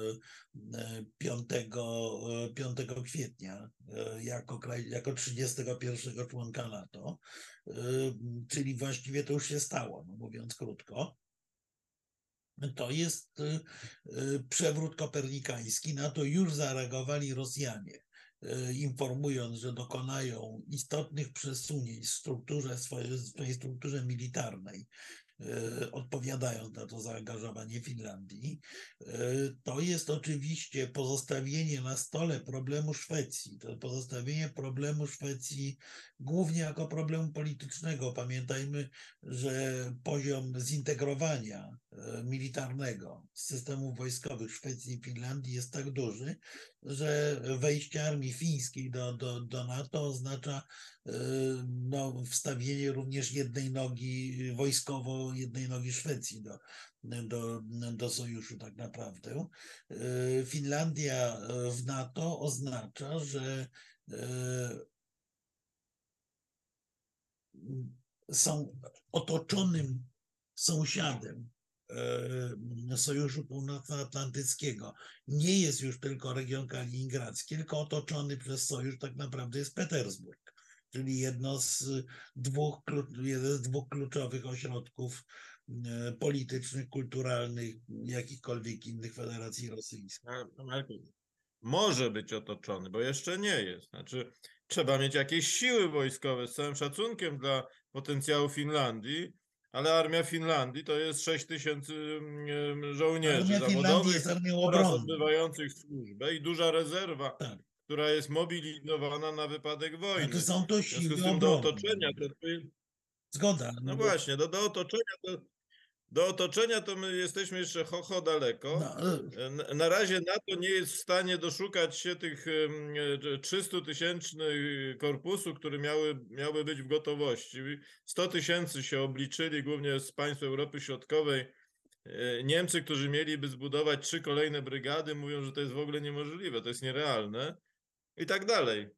piątego kwietnia jako, kraj, jako trzydziestego pierwszego członka NATO, czyli właściwie to już się stało, no mówiąc krótko. To jest przewrót kopernikański. Na to już zareagowali Rosjanie, informując, że dokonają istotnych przesunięć w strukturze, w swojej strukturze militarnej, odpowiadając na to zaangażowanie Finlandii. To jest oczywiście pozostawienie na stole problemu Szwecji, to pozostawienie problemu Szwecji głównie jako problemu politycznego. Pamiętajmy, że poziom zintegrowania militarnego systemów wojskowych Szwecji i Finlandii jest tak duży, że wejście armii fińskiej do, do, do NATO oznacza no, wstawienie również jednej nogi wojskowo, jednej nogi Szwecji do, do, do sojuszu tak naprawdę. Finlandia w NATO oznacza, że są otoczonym sąsiadem Sojuszu Północnoatlantyckiego. Nie jest już tylko region kaliningradzki, tylko otoczony przez sojusz tak naprawdę jest Petersburg, czyli jedno z dwóch, jeden z dwóch kluczowych ośrodków politycznych, kulturalnych, jakichkolwiek innych federacji rosyjskiej. Może być otoczony, bo jeszcze nie jest. Znaczy, trzeba mieć jakieś siły wojskowe, z całym szacunkiem dla potencjału Finlandii, ale armia Finlandii to jest sześć tysięcy żołnierzy Armia Finlandii zawodowych jest armią oraz obronną. odbywających służbę i duża rezerwa, Tak. która jest mobilizowana na wypadek wojny. Znaczy są to W związku siły z tym do obronne. otoczenia to, Zgoda. no bo- właśnie, do, do otoczenia to do otoczenia to my jesteśmy jeszcze ho, ho daleko. No, e, Na- Na razie NATO nie jest w stanie doszukać się tych trzystutysięcznych korpusu, który miały, miały być w gotowości. sto tysięcy się obliczyli, głównie z państw Europy Środkowej. E, Niemcy, którzy mieliby zbudować trzy kolejne brygady, mówią, że to jest w ogóle niemożliwe, to jest nierealne i tak dalej.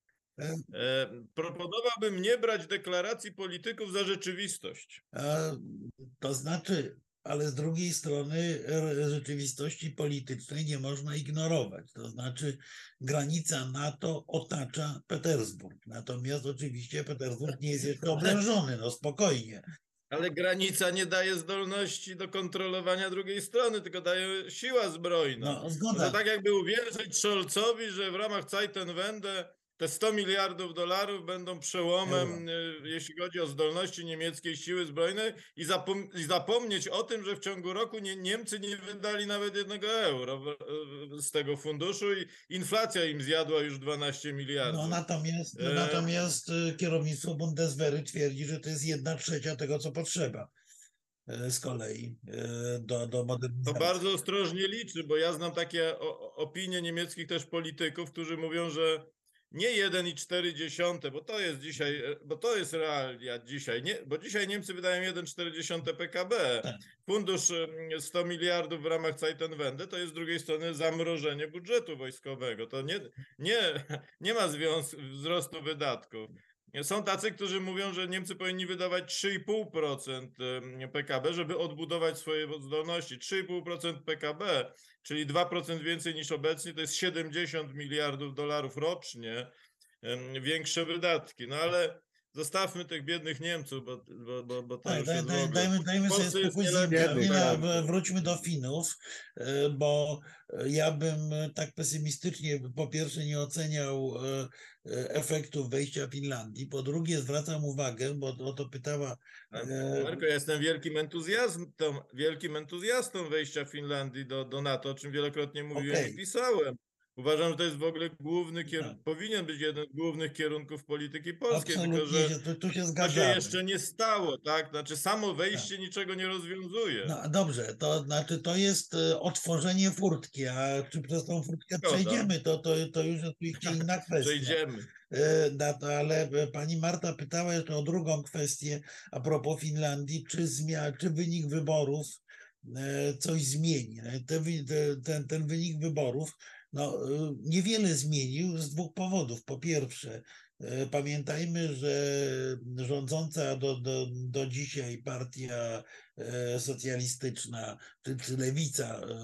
e, E, Proponowałbym nie brać deklaracji polityków za rzeczywistość. a, to znaczy, ale z drugiej strony e, rzeczywistości politycznej nie można ignorować. To znaczy granica NATO otacza Petersburg. Natomiast oczywiście Petersburg nie jest jeszcze oblężony, no spokojnie. Ale granica nie daje zdolności do kontrolowania drugiej strony, tylko daje siła zbrojna. No No zgoda. to tak jakby uwierzyć Scholzowi, że w ramach Zeitenwende te sto miliardów dolarów będą przełomem, y, jeśli chodzi o zdolności niemieckiej siły zbrojnej i, zapom i zapomnieć o tym, że w ciągu roku nie, Niemcy nie wydali nawet jednego euro w, y, z tego funduszu i inflacja im zjadła już dwanaście miliardów. No natomiast, E, natomiast e, kierownictwo Bundeswehry twierdzi, że to jest jedna trzecia tego, co potrzeba e, z kolei e, do, do To modernizacji. bardzo ostrożnie liczy, bo ja znam takie o- opinie niemieckich też polityków, którzy mówią, że nie jeden i cztery dziesiąte, bo to jest dzisiaj, bo to jest realia dzisiaj, nie, bo dzisiaj Niemcy wydają jeden i cztery dziesiąte P K B. Tak. Fundusz mm, sto miliardów w ramach Zeitenwende to jest z drugiej strony zamrożenie budżetu wojskowego. To nie, nie, nie ma związku wzrostu wydatków. Są tacy, którzy mówią, że Niemcy powinni wydawać trzy i pół procent P K B, żeby odbudować swoje zdolności. trzy i pół procent P K B, czyli dwa procent więcej niż obecnie, to jest siedemdziesiąt miliardów dolarów rocznie, em, większe wydatki. No ale zostawmy tych biednych Niemców, bo, bo, bo, bo to Tak, już daj, jest w daj, ogóle... dajmy, dajmy W sobie Polsce jest spokój z nie lepiej. Niemcami, Biednych, no, tak. wróćmy do Finów, e, bo ja bym tak pesymistycznie po pierwsze nie oceniał e, e, efektów wejścia Finlandii, po drugie zwracam uwagę, bo o to pytała e, Marko, ja jestem wielkim entuzjastą, wielkim entuzjastą wejścia Finlandii do, do NATO, o czym wielokrotnie mówiłem Okej. i pisałem. Uważam, że to jest w ogóle główny Tak. kierunek, powinien być jeden z głównych kierunków polityki polskiej, tylko absolutnie że się, tu, tu się to się zgadzamy. jeszcze nie stało, tak? Znaczy samo wejście niczego nie rozwiązuje. No dobrze, to znaczy to jest e, otworzenie furtki, a czy przez tą furtkę Zgoda. przejdziemy, to, to, to już oczywiście inna kwestia. Przejdziemy. E, na to, ale pani Marta pytała jeszcze o drugą kwestię a propos Finlandii, czy, zmia- czy wynik wyborów e, coś zmieni. Te, wy- te, ten, ten wynik wyborów no, e, niewiele zmienił z dwóch powodów. Po pierwsze, e, pamiętajmy, że rządząca do, do, do dzisiaj partia e, socjalistyczna czy, czy lewica e,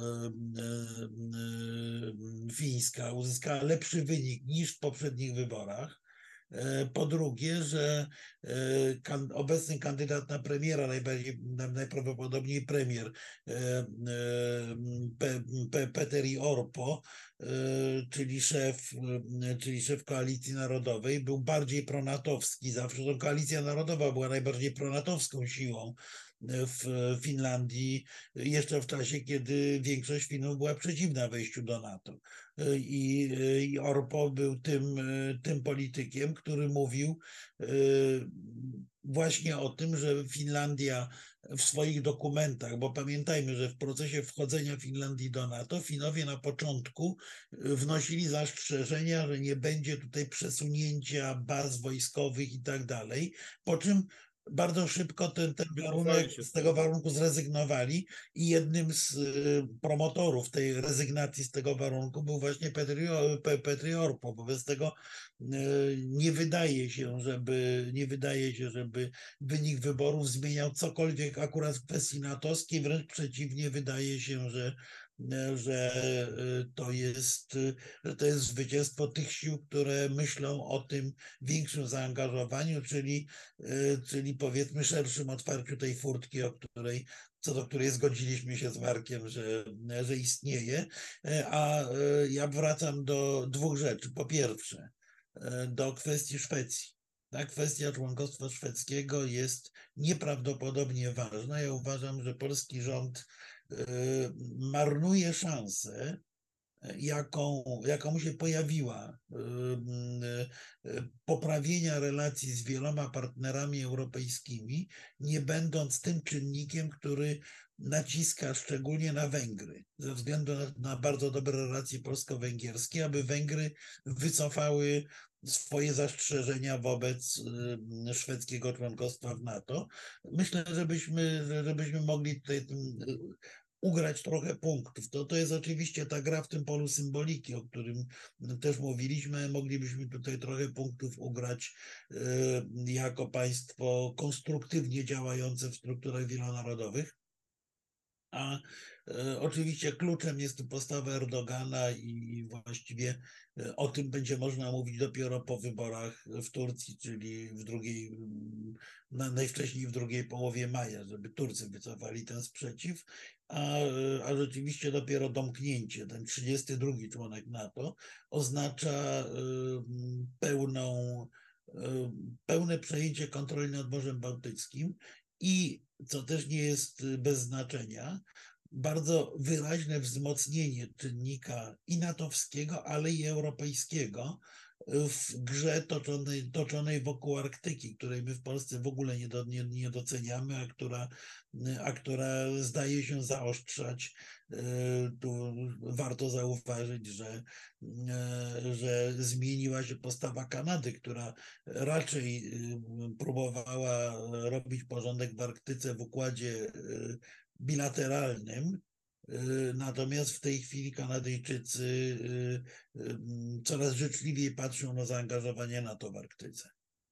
e, e, fińska uzyskała lepszy wynik niż w poprzednich wyborach. E, Po drugie, że e, kan, obecny kandydat na premiera, najbardziej, na- najprawdopodobniej premier e, e, Pe, Pe, Petteri Orpo, e, czyli szef, e, czyli szef Koalicji Narodowej, był bardziej pronatowski. Zawsze to Koalicja Narodowa była najbardziej pronatowską siłą w Finlandii, jeszcze w czasie, kiedy większość Finów była przeciwna wejściu do NATO. I, i Orpo był tym, tym politykiem, który mówił e, właśnie o tym, że Finlandia w swoich dokumentach, bo pamiętajmy, że w procesie wchodzenia Finlandii do NATO Finowie na początku wnosili zastrzeżenia, że nie będzie tutaj przesunięcia baz wojskowych i tak dalej, po czym bardzo szybko ten, ten Wycofali warunek, się z z tego tego. warunku zrezygnowali i jednym z y, promotorów tej rezygnacji z tego warunku był właśnie Petrio, Pe, Petriorpo. Wobec tego y, nie wydaje się, żeby nie wydaje się, żeby wynik wyborów zmieniał cokolwiek akurat w kwestii natowskiej, wręcz przeciwnie, wydaje się, że że y, to jest, y, że to jest zwycięstwo tych sił, które myślą o tym większym zaangażowaniu, czyli, y, czyli powiedzmy szerszym otwarciu tej furtki, o której, co do której zgodziliśmy się z Markiem, że, że istnieje. Y, A y, ja wracam do dwóch rzeczy. Po pierwsze, y, do kwestii Szwecji. Ta kwestia członkostwa szwedzkiego jest nieprawdopodobnie ważna. Ja uważam, że polski rząd marnuje szansę, jaką, jaka mu się pojawiła, poprawienia relacji z wieloma partnerami europejskimi, nie będąc tym czynnikiem, który naciska szczególnie na Węgry, ze względu na, na bardzo dobre relacje polsko-węgierskie, aby Węgry wycofały swoje zastrzeżenia wobec szwedzkiego członkostwa w NATO. Myślę, żebyśmy, żebyśmy mogli tutaj ugrać trochę punktów. To, to jest oczywiście ta gra w tym polu symboliki, o którym też mówiliśmy. Moglibyśmy tutaj trochę punktów ugrać y, jako państwo konstruktywnie działające w strukturach wielonarodowych. A e, oczywiście kluczem jest postawa Erdogana i właściwie e, o tym będzie można mówić dopiero po wyborach w Turcji, czyli w drugiej, mm, na, najwcześniej w drugiej połowie maja, żeby Turcy wycofali ten sprzeciw, a, e, a rzeczywiście dopiero domknięcie, ten trzydziesty drugi członek NATO oznacza e, pełną, e, pełne przejęcie kontroli nad Morzem Bałtyckim i co też nie jest bez znaczenia, bardzo wyraźne wzmocnienie czynnika i natowskiego, ale i europejskiego w grze toczonej, toczonej wokół Arktyki, której my w Polsce w ogóle nie, do, nie, nie doceniamy, a która, a która zdaje się zaostrzać. Tu warto zauważyć, że, że zmieniła się postawa Kanady, która raczej próbowała robić porządek w Arktyce w układzie bilateralnym. Natomiast w tej chwili Kanadyjczycy coraz życzliwiej patrzą na zaangażowanie NATO w Arktyce.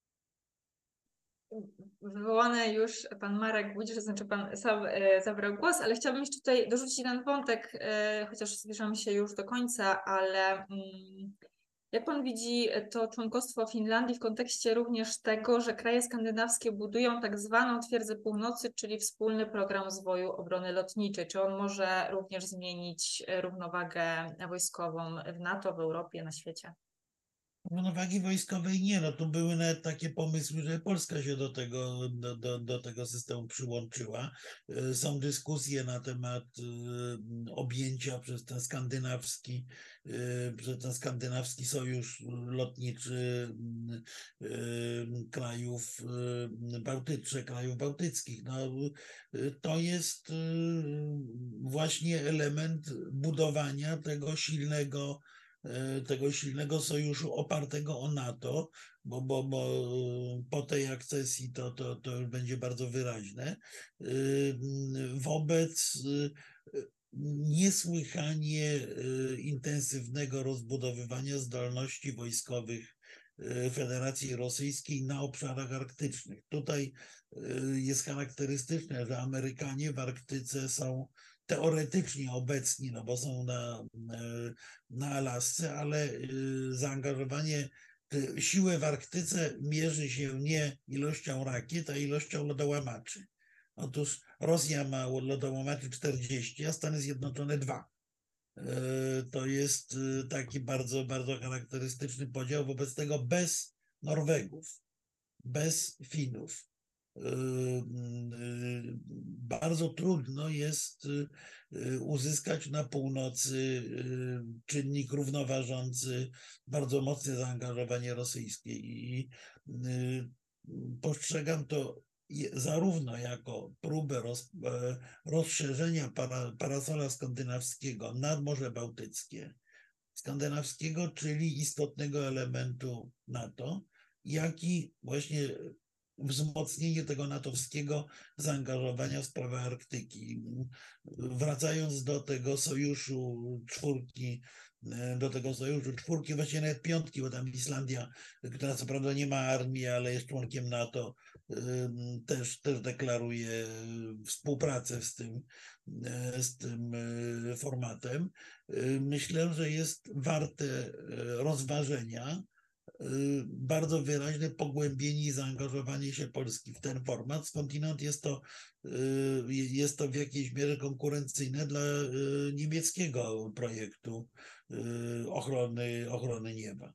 Wywołany już pan Marek Wójcik, że znaczy pan sam e, zabrał głos, ale chciałabym jeszcze tutaj dorzucić ten wątek, e, chociaż zbliżamy się już do końca, ale mm, jak pan widzi to członkostwo Finlandii w kontekście również tego, że kraje skandynawskie budują tak zwaną twierdzę północy, czyli wspólny program rozwoju obrony lotniczej? Czy on może również zmienić równowagę wojskową w NATO, w Europie, na świecie? Równowagi wojskowej nie, no tu były nawet takie pomysły, że Polska się do tego, do, do, do tego systemu przyłączyła. Są dyskusje na temat objęcia przez ten skandynawski, przez ten skandynawski sojusz lotniczy krajów bałtyckich, krajów bałtyckich. No, to jest właśnie element budowania tego silnego tego silnego sojuszu opartego o NATO, bo, bo, bo po tej akcesji to, to, to już będzie bardzo wyraźne, wobec niesłychanie intensywnego rozbudowywania zdolności wojskowych Federacji Rosyjskiej na obszarach arktycznych. Tutaj jest charakterystyczne, że Amerykanie w Arktyce są teoretycznie obecni, no bo są na, na Alasce, ale zaangażowanie, siłę w Arktyce mierzy się nie ilością rakiet, a ilością lodołamaczy. Otóż Rosja ma lodołamaczy czterdzieści, a Stany Zjednoczone dwa. To jest taki bardzo, bardzo charakterystyczny podział. Wobec tego bez Norwegów, bez Finów, bardzo trudno jest uzyskać na północy czynnik równoważący bardzo mocne zaangażowanie rosyjskie i postrzegam to zarówno jako próbę roz, rozszerzenia para, parasola skandynawskiego nad Morze Bałtyckie, skandynawskiego, czyli istotnego elementu NATO, jak i właśnie wzmocnienie tego natowskiego zaangażowania w sprawę Arktyki. Wracając do tego sojuszu czwórki, do tego sojuszu czwórki, właściwie nawet piątki, bo tam Islandia, która co prawda nie ma armii, ale jest członkiem NATO, też, też deklaruje współpracę z tym, z tym formatem. Myślę, że jest warte rozważenia bardzo wyraźne pogłębienie i zaangażowanie się Polski w ten format. Skądinąd jest to, jest to w jakiejś mierze konkurencyjne dla niemieckiego projektu ochrony, ochrony nieba.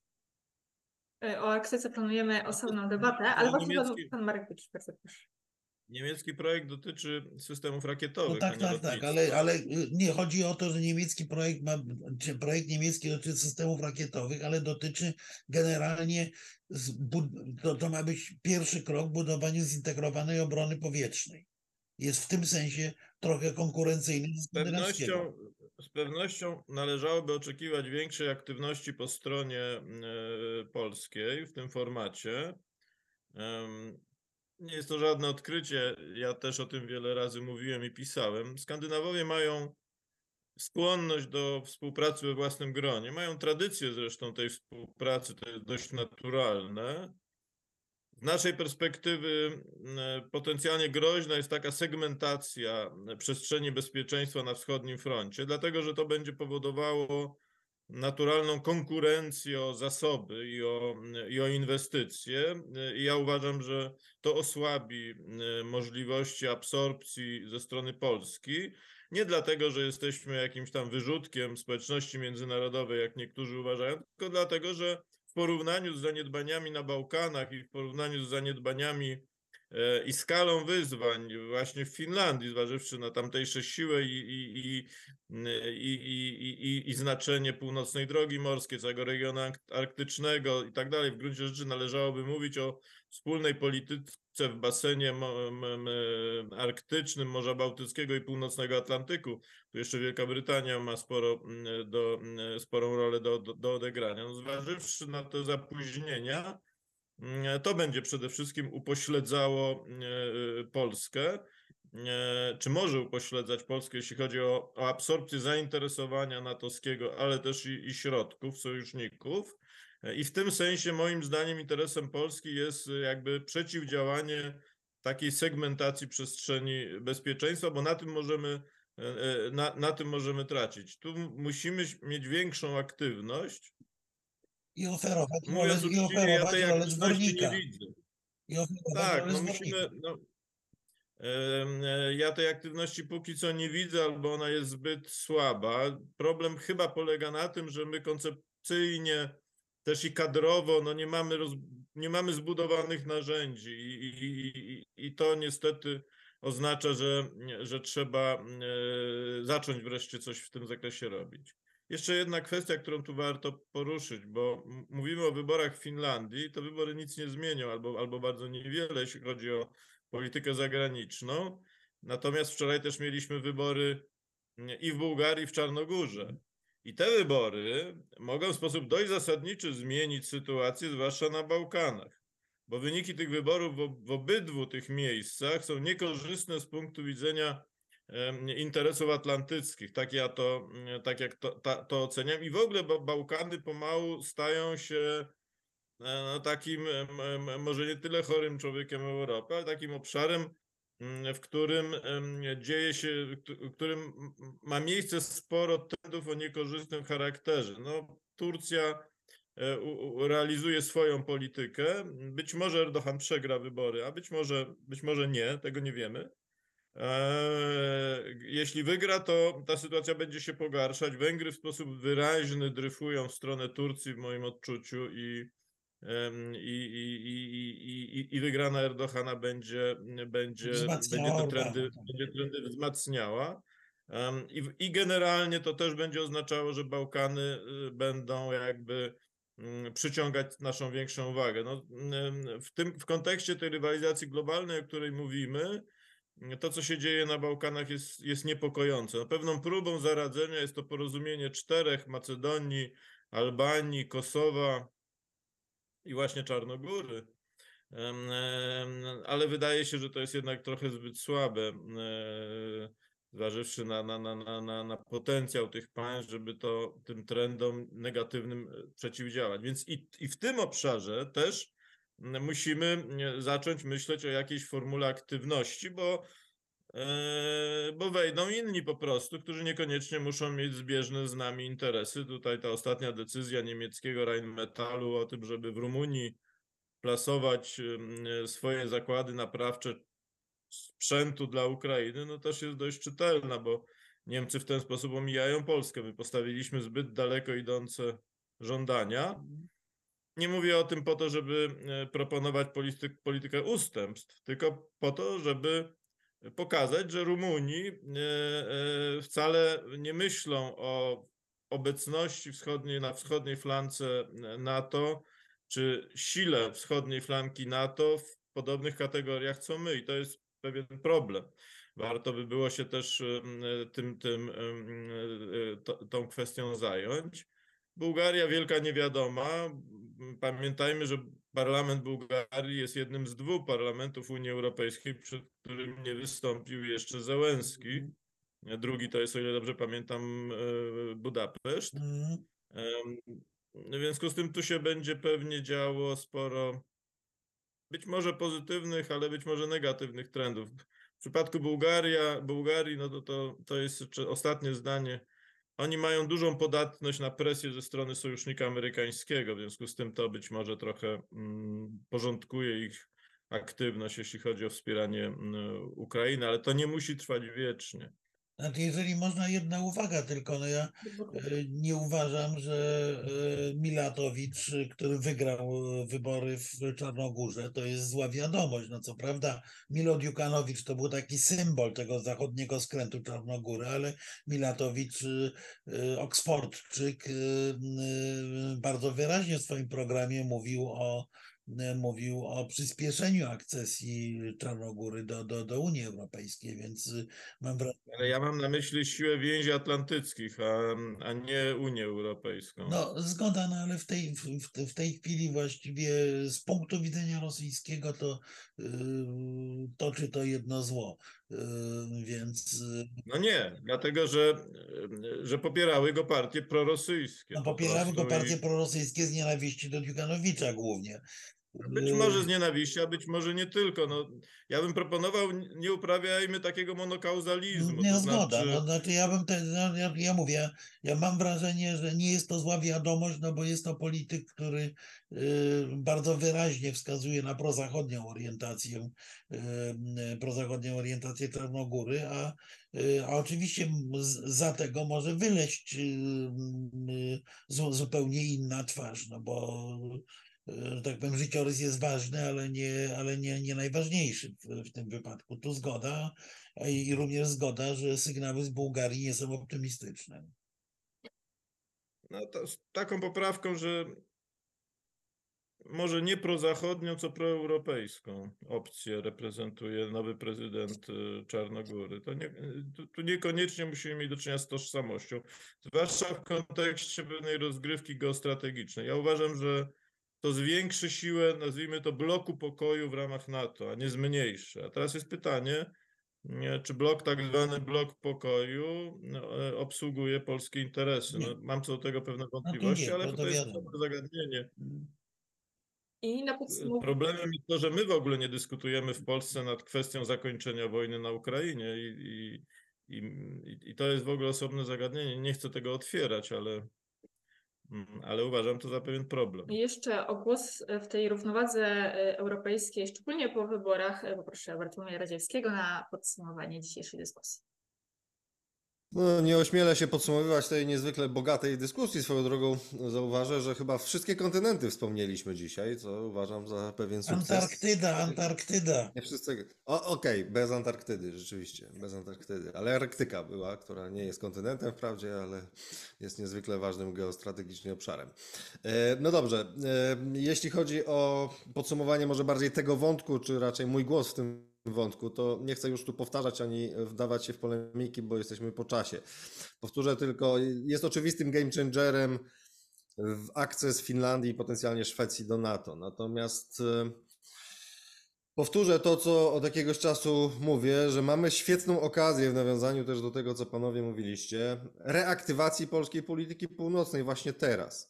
O Arktyce planujemy osobną debatę, ale właśnie pan, Niemiecki- pan Marek Wycz, bardzo proszę. Niemiecki projekt dotyczy systemów No rakietowych, tak, a nie tak, tak, lotnictwa. ale, ale nie chodzi o to, że niemiecki projekt ma, czy projekt niemiecki dotyczy systemów rakietowych, ale dotyczy generalnie, zbud- to, to ma być pierwszy krok w budowaniu zintegrowanej obrony powietrznej. Jest w tym sensie trochę konkurencyjny do Z skandynawskiego. pewnością, z pewnością należałoby oczekiwać większej aktywności po stronie e, polskiej w tym formacie. Em, Nie jest to żadne odkrycie, ja też o tym wiele razy mówiłem i pisałem. Skandynawowie mają skłonność do współpracy we własnym gronie, mają tradycję zresztą tej współpracy, to jest dość naturalne. Z naszej perspektywy m, potencjalnie groźna jest taka segmentacja przestrzeni bezpieczeństwa na wschodnim froncie, dlatego że to będzie powodowało naturalną konkurencję o zasoby i o, i o inwestycje. I ja uważam, że to osłabi możliwości absorpcji ze strony Polski. Nie dlatego, że jesteśmy jakimś tam wyrzutkiem społeczności międzynarodowej, jak niektórzy uważają, tylko dlatego, że w porównaniu z zaniedbaniami na Bałkanach i w porównaniu z zaniedbaniami i skalą wyzwań właśnie w Finlandii, zważywszy na tamtejsze siły i, i, i, i, i, i, i znaczenie północnej drogi morskiej, całego regionu arktycznego i tak dalej, w gruncie rzeczy należałoby mówić o wspólnej polityce w basenie arktycznym, Morza Bałtyckiego i Północnego Atlantyku. Tu jeszcze Wielka Brytania ma sporo, do, sporą rolę do, do, do odegrania. No, zważywszy na te zapóźnienia, to będzie przede wszystkim upośledzało Polskę, czy może upośledzać Polskę, jeśli chodzi o, o absorpcję zainteresowania natowskiego, ale też i, i środków, sojuszników. I w tym sensie moim zdaniem interesem Polski jest jakby przeciwdziałanie takiej segmentacji przestrzeni bezpieczeństwa, bo na tym możemy, na, na tym możemy tracić. Tu musimy mieć większą aktywność. I oferować rolę, Mówiąc i uczciwie, ja oferować tej rolę aktywności nie zwornika. widzę. I oferować Tak, rolę no zwornika. musimy, no, em, e, ja tej aktywności póki co nie widzę, albo ona jest zbyt słaba. Problem chyba polega na tym, że my koncepcyjnie, też i kadrowo, no nie mamy, roz, nie mamy zbudowanych narzędzi i, i, i, i to niestety oznacza, że, że trzeba e, zacząć wreszcie coś w tym zakresie robić. Jeszcze jedna kwestia, którą tu warto poruszyć, bo m- mówimy o wyborach w Finlandii, to wybory nic nie zmienią albo, albo bardzo niewiele, jeśli chodzi o politykę zagraniczną. Natomiast wczoraj też mieliśmy wybory mm, i w Bułgarii, i w Czarnogórze. I te wybory mogą w sposób dość zasadniczy zmienić sytuację, zwłaszcza na Bałkanach, bo wyniki tych wyborów w, w obydwu tych miejscach są niekorzystne z punktu widzenia em, interesów atlantyckich. Tak ja to, mm, tak jak to, ta, to oceniam. I w ogóle Ba- Bałkany pomału stają się e, no, takim, em, em, może nie tyle chorym człowiekiem Europy, ale takim obszarem, mm, w którym em, dzieje się, w któ- w którym m- ma miejsce sporo trendów o niekorzystnym charakterze. No, Turcja e, u- u- realizuje swoją politykę. Być może Erdogan przegra wybory, a być może, być może nie, tego nie wiemy. Eee, Jeśli wygra, to ta sytuacja będzie się pogarszać. Węgry w sposób wyraźny dryfują w stronę Turcji w moim odczuciu i, em, i, i, i, i, i- i wygrana Erdogana będzie, będzie, będzie Wzmacniała te Orbana. trendy, będzie trendy wzmacniała. Em, I, I generalnie to też będzie oznaczało, że Bałkany y, będą jakby mm, przyciągać naszą większą uwagę. No, em, w tym, w kontekście tej rywalizacji globalnej, o której mówimy, to, co się dzieje na Bałkanach, jest, jest niepokojące. No, pewną próbą zaradzenia jest to porozumienie czterech: Macedonii, Albanii, Kosowa i właśnie Czarnogóry. Em, em, Ale wydaje się, że to jest jednak trochę zbyt słabe, e, zważywszy na, na, na, na, na, na potencjał tych państw, żeby to tym trendom negatywnym e, przeciwdziałać. Więc i, i w tym obszarze też m, musimy e, zacząć myśleć o jakiejś formule aktywności, bo e, bo wejdą inni po prostu, którzy niekoniecznie muszą mieć zbieżne z nami interesy. Tutaj ta ostatnia decyzja niemieckiego Rheinmetallu o tym, żeby w Rumunii plasować em, swoje zakłady naprawcze sprzętu dla Ukrainy, no też jest dość czytelna, bo Niemcy w ten sposób omijają Polskę. My postawiliśmy zbyt daleko idące żądania. Nie mówię o tym po to, żeby e, proponować polityk, politykę ustępstw, tylko po to, żeby pokazać, że Rumuni e, e, wcale nie myślą o obecności wschodniej, na wschodniej flance NATO, czy sile wschodniej flanki NATO w podobnych kategoriach co my. I to jest pewien problem. Warto by było się też e, tym, tym, e, to, tą kwestią zająć. Bułgaria, wielka niewiadoma. Pamiętajmy, że parlament Bułgarii jest jednym z dwóch parlamentów Unii Europejskiej, przed którym nie wystąpił jeszcze Zełenski. Drugi to jest, o ile dobrze pamiętam, e, Budapeszt. Mhm. Em, W związku z tym tu się będzie pewnie działo sporo być może pozytywnych, ale być może negatywnych trendów. W przypadku Bułgaria, Bułgarii, no to, to, to jest jeszcze ostatnie zdanie. Oni mają dużą podatność na presję ze strony sojusznika amerykańskiego, w związku z tym to być może trochę mm, porządkuje ich aktywność, jeśli chodzi o wspieranie mm, Ukrainy, ale to nie musi trwać wiecznie. Znaczy, jeżeli można, jedna uwaga tylko, no ja e, nie uważam, że e, Milatowicz, który wygrał e, wybory w Czarnogórze, to jest zła wiadomość. No co prawda Milo Djukanowicz to był taki symbol tego zachodniego skrętu Czarnogóry, ale Milatowicz, e, e, Oksfordczyk, e, e, bardzo wyraźnie w swoim programie mówił o e, mówił o przyspieszeniu akcesji Czarnogóry do, do, do Unii Europejskiej, więc e, mam wrażenie, Ale ja mam na myśli siłę więzi atlantyckich, a, a nie Unię Europejską. no, zgoda, no ale w tej, w, w tej chwili właściwie z punktu widzenia rosyjskiego to yy, toczy to jedno zło. Yy, więc yy, No nie, dlatego że, że popierały go partie prorosyjskie. no, po popierały go prostu i- partie prorosyjskie z nienawiści do Dziukanowicza głównie. Być może z nienawiści, a być może nie tylko. No, ja bym proponował, nie uprawiajmy takiego monokauzalizmu. Nie, To zgoda. znaczy, No, znaczy ja bym te, no, ja, ja mówię, ja mam wrażenie, że nie jest to zła wiadomość, no bo jest to polityk, który y, bardzo wyraźnie wskazuje na prozachodnią orientację, y, y, prozachodnią orientację Czarnogóry, a, y, a oczywiście z, za tego może wyleść y, y, zu, zupełnie inna twarz, no bo że tak powiem, życiorys jest ważny, ale nie, ale nie, nie najważniejszy w, w tym wypadku. Tu zgoda, a i i również zgoda, że sygnały z Bułgarii nie są optymistyczne. no to z taką poprawką, że może nie prozachodnią, co proeuropejską opcję reprezentuje nowy prezydent y, Czarnogóry. To nie, tu, tu niekoniecznie musimy mieć do czynienia z tożsamością, zwłaszcza w kontekście pewnej rozgrywki geostrategicznej. Ja uważam, że to zwiększy siłę, nazwijmy to, bloku pokoju w ramach NATO, a nie zmniejszy. A teraz jest pytanie, nie, czy blok, tak zwany blok pokoju, no, e, obsługuje polskie interesy. No, Nie. mam co do tego pewne No tu wątpliwości, nie, ale to, to, to jest wiadomo. osobne zagadnienie. I na podsumowanie. Problemem jest to, że my w ogóle nie dyskutujemy w Polsce nad kwestią zakończenia wojny na Ukrainie i, i, i, i to jest w ogóle osobne zagadnienie. Nie chcę tego otwierać, ale, ale uważam to za pewien problem. Jeszcze o głos w tej równowadze e, europejskiej, szczególnie po wyborach, e, poproszę Bartłomieja Radziewskiego na podsumowanie dzisiejszej dyskusji. No, nie ośmielę się podsumowywać tej niezwykle bogatej dyskusji. Swoją drogą zauważę, że chyba wszystkie kontynenty wspomnieliśmy dzisiaj, co uważam za pewien sukces. Antarktyda, Antarktyda. Nie wszyscy. O, okej, bez Antarktydy, rzeczywiście, bez Antarktydy. Ale Arktyka była, która nie jest kontynentem wprawdzie, ale jest niezwykle ważnym geostrategicznie obszarem. E, no dobrze, e, jeśli chodzi o podsumowanie może bardziej tego wątku, czy raczej mój głos w tym wątku, to nie chcę już tu powtarzać ani wdawać się w polemiki, bo jesteśmy po czasie. Powtórzę tylko, jest oczywistym game changerem w akces Finlandii i potencjalnie Szwecji do NATO. Natomiast Powtórzę to, co od jakiegoś czasu mówię, że mamy świetną okazję w nawiązaniu też do tego, co panowie mówiliście, reaktywacji polskiej polityki północnej właśnie teraz,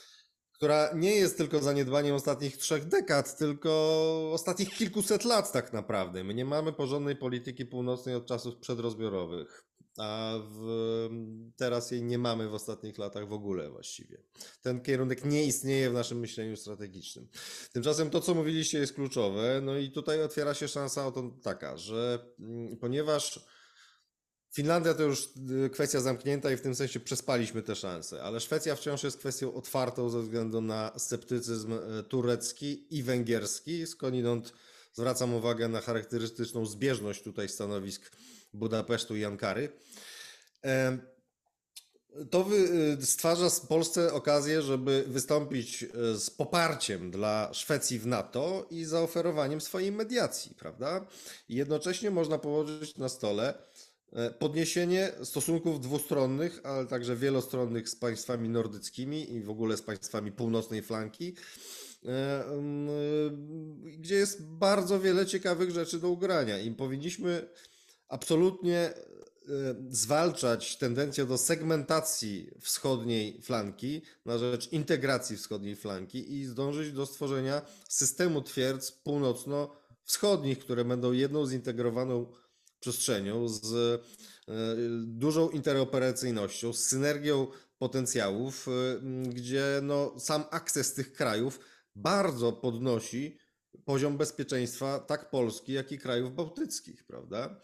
która nie jest tylko zaniedbaniem ostatnich trzech dekad, tylko ostatnich kilkuset lat tak naprawdę. My nie mamy porządnej polityki północnej od czasów przedrozbiorowych, a w, teraz jej nie mamy w ostatnich latach w ogóle właściwie. Ten kierunek nie istnieje w naszym myśleniu strategicznym. Tymczasem to, co mówiliście, jest kluczowe, no i tutaj otwiera się szansa o to taka, że mm, ponieważ Finlandia to już y, kwestia zamknięta i w tym sensie przespaliśmy te szanse, ale Szwecja wciąż jest kwestią otwartą ze względu na sceptycyzm y, turecki i węgierski. Skądinąd zwracam uwagę na charakterystyczną zbieżność tutaj stanowisk Budapesztu i Ankary. Em, To wy- y, stwarza s- Polsce okazję, żeby wystąpić y, z poparciem dla Szwecji w NATO i zaoferowaniem swojej mediacji, prawda? I jednocześnie można położyć na stole e, podniesienie stosunków dwustronnych, ale także wielostronnych z państwami nordyckimi i w ogóle z państwami północnej flanki, e, mm, y, gdzie jest bardzo wiele ciekawych rzeczy do ugrania i powinniśmy absolutnie e, zwalczać tendencję do segmentacji wschodniej flanki na rzecz integracji wschodniej flanki i zdążyć do stworzenia systemu twierdz północno-wschodnich, które będą jedną zintegrowaną przestrzenią z e, dużą interoperacyjnością, z synergią potencjałów, e, m, gdzie no, sam akces tych krajów bardzo podnosi poziom bezpieczeństwa tak Polski, jak i krajów bałtyckich, prawda?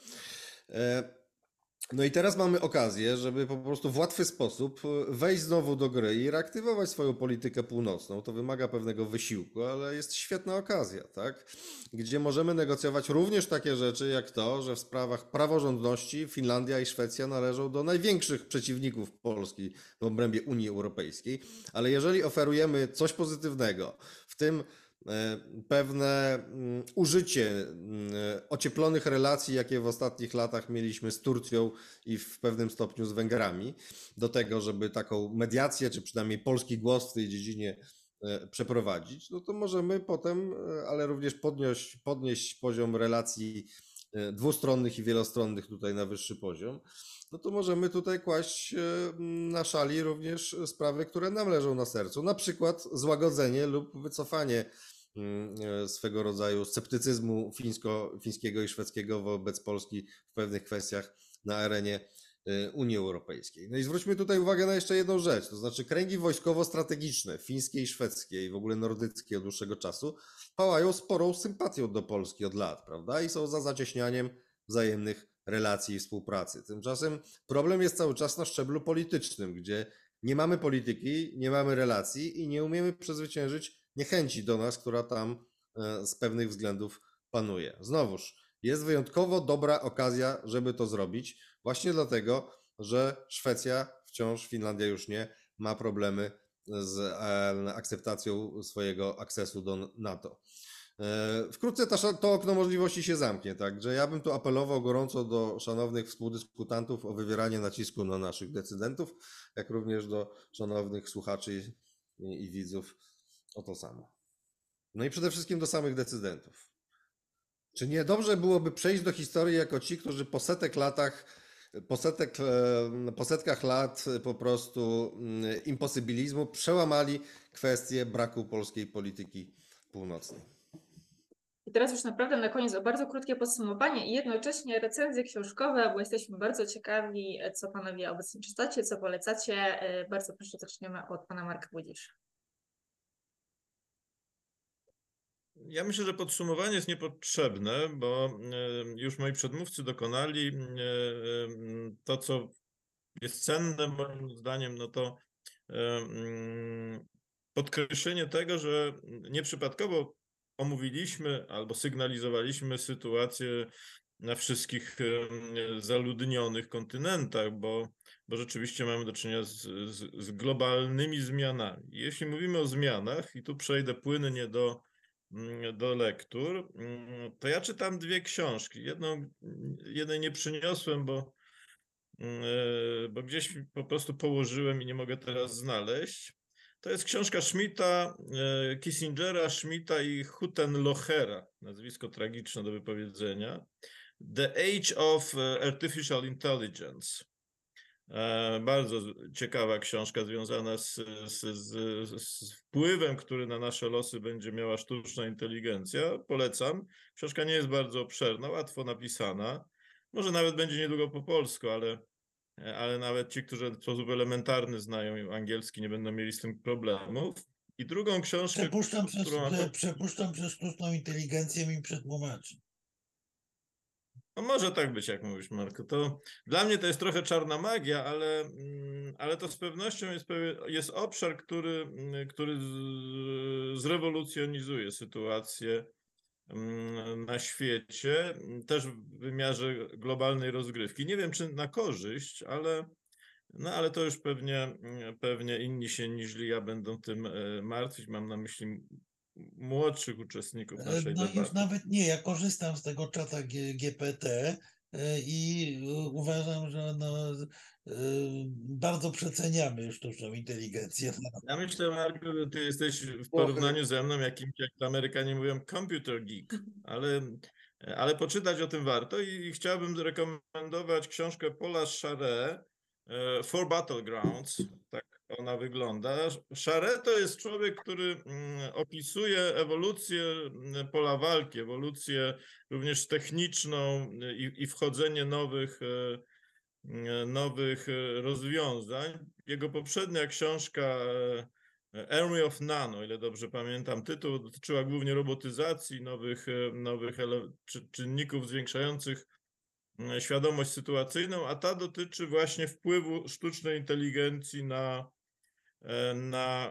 E, No i teraz mamy okazję, żeby po prostu w łatwy sposób e, wejść znowu do gry i reaktywować swoją politykę północną. To wymaga pewnego wysiłku, ale jest świetna okazja, tak? Gdzie możemy negocjować również takie rzeczy jak to, że w sprawach praworządności Finlandia i Szwecja należą do największych przeciwników Polski w obrębie Unii Europejskiej, ale jeżeli oferujemy coś pozytywnego, w tym e, pewne mm, użycie mm, ocieplonych relacji, jakie w ostatnich latach mieliśmy z Turcją i w pewnym stopniu z Węgrami, do tego, żeby taką mediację, czy przynajmniej polski głos w tej dziedzinie e, przeprowadzić, no to możemy potem, e, ale również podnieść, podnieść poziom relacji e, dwustronnych i wielostronnych tutaj na wyższy poziom. No to możemy tutaj kłaść e, na szali również sprawy, które nam leżą na sercu, na przykład złagodzenie lub wycofanie mm, e, swego rodzaju sceptycyzmu fińsko, fińskiego i szwedzkiego wobec Polski w pewnych kwestiach na arenie e, Unii Europejskiej. No i zwróćmy tutaj uwagę na jeszcze jedną rzecz, to znaczy kręgi wojskowo-strategiczne, fińskie i szwedzkie i w ogóle nordyckie od dłuższego czasu, pałają sporą sympatią do Polski od lat, prawda? I są za zacieśnianiem wzajemnych relacji i współpracy. Tymczasem problem jest cały czas na szczeblu politycznym, gdzie nie mamy polityki, nie mamy relacji i nie umiemy przezwyciężyć niechęci do nas, która tam e, z pewnych względów panuje. Znowuż, jest wyjątkowo dobra okazja, żeby to zrobić, właśnie dlatego, że Szwecja wciąż, Finlandia już nie, ma problemy z e, akceptacją swojego akcesu do NATO. E, Wkrótce ta, to okno możliwości się zamknie, także ja bym tu apelował gorąco do szanownych współdyskutantów o wywieranie nacisku na naszych decydentów, jak również do szanownych słuchaczy i, i widzów o to samo. No i przede wszystkim do samych decydentów. Czy nie dobrze byłoby przejść do historii jako ci, którzy po setek latach, po, setek, e, po setkach lat po prostu mm, imposybilizmu przełamali kwestię braku polskiej polityki północnej? I teraz już naprawdę na koniec o bardzo krótkie podsumowanie i jednocześnie recenzje książkowe, bo jesteśmy bardzo ciekawi, co panowie obecnie czytacie, co polecacie. E, Bardzo proszę, zaczniemy od pana Marka Budzisza. Ja myślę, że podsumowanie jest niepotrzebne, bo e, już moi przedmówcy dokonali. E, e, To, co jest cenne moim zdaniem, no to e, mm, podkreślenie tego, że nieprzypadkowo omówiliśmy albo sygnalizowaliśmy sytuację na wszystkich e, zaludnionych kontynentach, bo, bo rzeczywiście mamy do czynienia z, z, z globalnymi zmianami. Jeśli mówimy o zmianach, i tu przejdę płynnie do, mm, do lektur, mm, to ja czytam dwie książki. Jedną, jednej nie przyniosłem, bo, mm, e, bo gdzieś po prostu położyłem i nie mogę teraz znaleźć. To jest książka Schmidta, e, Kissingera, Schmidta i Huttenlochera, nazwisko tragiczne do wypowiedzenia. The Age of Artificial Intelligence. E, Bardzo ciekawa książka związana z, z, z, z wpływem, który na nasze losy będzie miała sztuczna inteligencja. Polecam. Książka nie jest bardzo obszerna, łatwo napisana. Może nawet będzie niedługo po polsku, ale, ale nawet ci, którzy w sposób elementarny znają angielski, nie będą mieli z tym problemów. I drugą książkę, Przepuszczam przez, którą... prze, przepuszczam przez sztuczną inteligencję mi przetłumaczy. No może tak być, jak mówisz, Marku. To dla mnie to jest trochę czarna magia, ale, mm, ale to z pewnością jest, pewien, jest obszar, który, mm, który z, zrewolucjonizuje sytuację mm, na świecie, też w wymiarze globalnej rozgrywki. Nie wiem, czy na korzyść, ale, no, ale to już pewnie, pewnie inni się niż ja będą tym e, martwić. Mam na myśli młodszych uczestników naszej No debaty. już nawet nie, ja korzystam z tego czata G- G P T e, i uważam, że no, e, bardzo przeceniamy sztuczną inteligencję. Ja myślę, Marku, że ty jesteś w porównaniu ze mną jakimś, jak to Amerykanie mówią, computer geek, ale, ale poczytać o tym warto i chciałbym rekomendować książkę Paula Charest, e, Four Battlegrounds, tak ona wygląda. Charest to jest człowiek, który mm, opisuje ewolucję mm, pola walki, ewolucję również techniczną i, i wchodzenie nowych e, nowych rozwiązań. Jego poprzednia książka Army of None, o ile dobrze pamiętam tytuł, dotyczyła głównie robotyzacji, nowych, nowych czynników zwiększających świadomość sytuacyjną, a ta dotyczy właśnie wpływu sztucznej inteligencji na, na,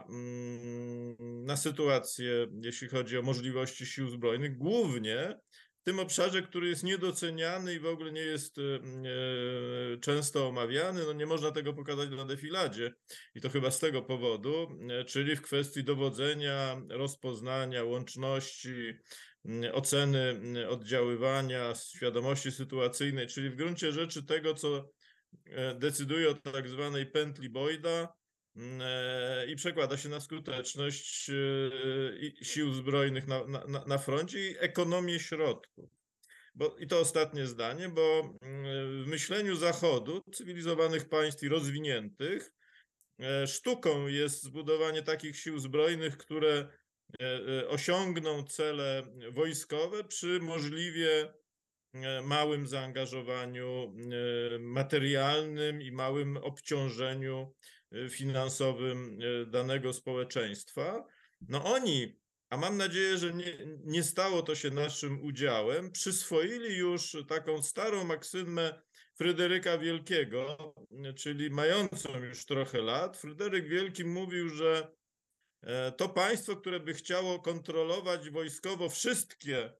na sytuację, jeśli chodzi o możliwości sił zbrojnych, głównie w tym obszarze, który jest niedoceniany i w ogóle nie jest e, często omawiany. No nie można tego pokazać na defiladzie i to chyba z tego powodu, e, czyli w kwestii dowodzenia, rozpoznania, łączności, m, oceny oddziaływania, świadomości sytuacyjnej, czyli w gruncie rzeczy tego, co e, decyduje o tak zwanej pętli Boyda e, i przekłada się na skuteczność e, i- sił zbrojnych na, na, na froncie i ekonomię środków. Bo, I to ostatnie zdanie, bo mm, w myśleniu Zachodu, cywilizowanych państw i rozwiniętych, e, sztuką jest zbudowanie takich sił zbrojnych, które e, e, osiągną cele wojskowe przy możliwie e, małym zaangażowaniu e, materialnym i małym obciążeniu e, finansowym e, danego społeczeństwa. No oni, a mam nadzieję, że nie, nie stało to się naszym udziałem, przyswoili już taką starą maksymę Fryderyka Wielkiego, czyli mającą już trochę lat. Fryderyk Wielki mówił, że e, to państwo, które by chciało kontrolować wojskowo wszystkie e,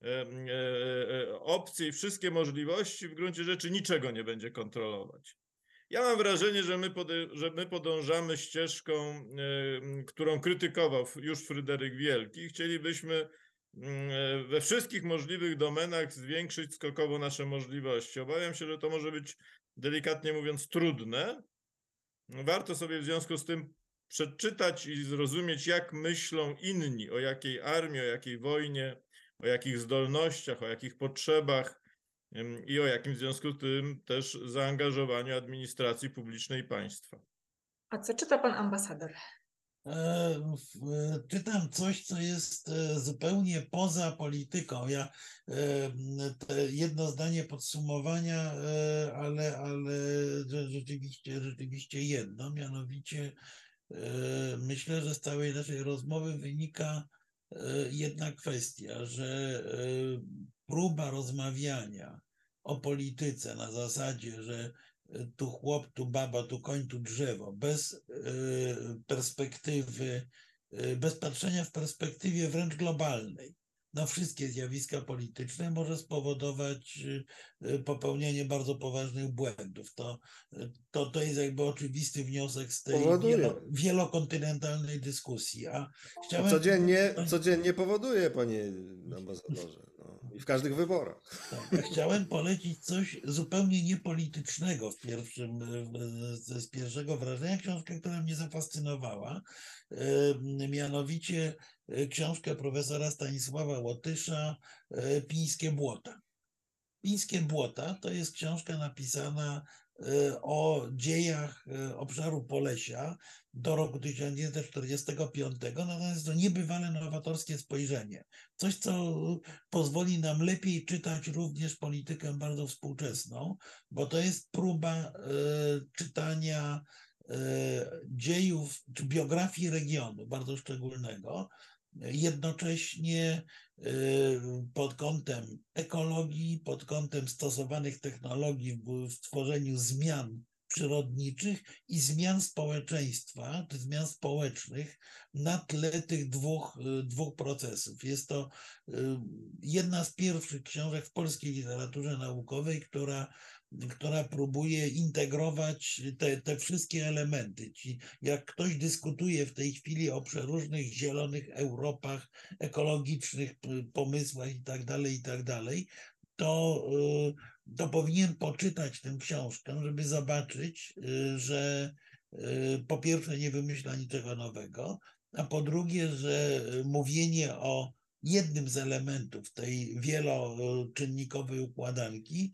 e, opcje i wszystkie możliwości, w gruncie rzeczy niczego nie będzie kontrolować. Ja mam wrażenie, że my, pode, że my podążamy ścieżką, y, którą krytykował już Fryderyk Wielki. Chcielibyśmy y, we wszystkich możliwych domenach zwiększyć skokowo nasze możliwości. Obawiam się, że to może być, delikatnie mówiąc, trudne. Warto sobie w związku z tym przeczytać i zrozumieć, jak myślą inni, o jakiej armii, o jakiej wojnie, o jakich zdolnościach, o jakich potrzebach i o jakim w związku z tym też zaangażowaniu administracji publicznej państwa. A co czyta pan ambasador? E, w- Czytam coś, co jest e, zupełnie poza polityką. Ja e, te jedno zdanie podsumowania, e, ale, ale że rzeczywiście, rzeczywiście jedno, mianowicie e, myślę, że z całej naszej rozmowy wynika e, jedna kwestia, że e, próba rozmawiania o polityce na zasadzie, że tu chłop, tu baba, tu koń, tu drzewo, bez y, perspektywy, y, bez patrzenia w perspektywie wręcz globalnej na wszystkie zjawiska polityczne, może spowodować popełnienie bardzo poważnych błędów. To, to, to jest jakby oczywisty wniosek z tej Powoduje. wielo, wielokontynentalnej dyskusji. A chciałem... Codziennie, codziennie powoduje, panie ambasadorze. No. I w każdych wyborach. Tak, chciałem polecić coś zupełnie niepolitycznego w pierwszym, z z pierwszego wrażenia. Książkę, która mnie zafascynowała. E, Mianowicie e, książkę profesora Stanisława Łotysza e, Pińskie Błota. Pińskie Błota to jest książka napisana e, o dziejach e, obszaru Polesia do roku tysiąc dziewięćset czterdziestego piątego, natomiast to niebywale nowatorskie spojrzenie. Coś, co pozwoli nam lepiej czytać również politykę bardzo współczesną, bo to jest próba e, czytania e, dziejów czy biografii regionu bardzo szczególnego, jednocześnie pod kątem ekologii, pod kątem stosowanych technologii w, w tworzeniu zmian przyrodniczych i zmian społeczeństwa, czy zmian społecznych na tle tych dwóch, dwóch procesów. Jest to jedna z pierwszych książek w polskiej literaturze naukowej, która która próbuje integrować te, te wszystkie elementy. Ci, jak ktoś dyskutuje w tej chwili o przeróżnych zielonych Europach, ekologicznych pomysłach i tak dalej, i tak dalej, to, to powinien poczytać tę książkę, żeby zobaczyć, że po pierwsze nie wymyśla niczego nowego, a po drugie, że mówienie o jednym z elementów tej wieloczynnikowej układanki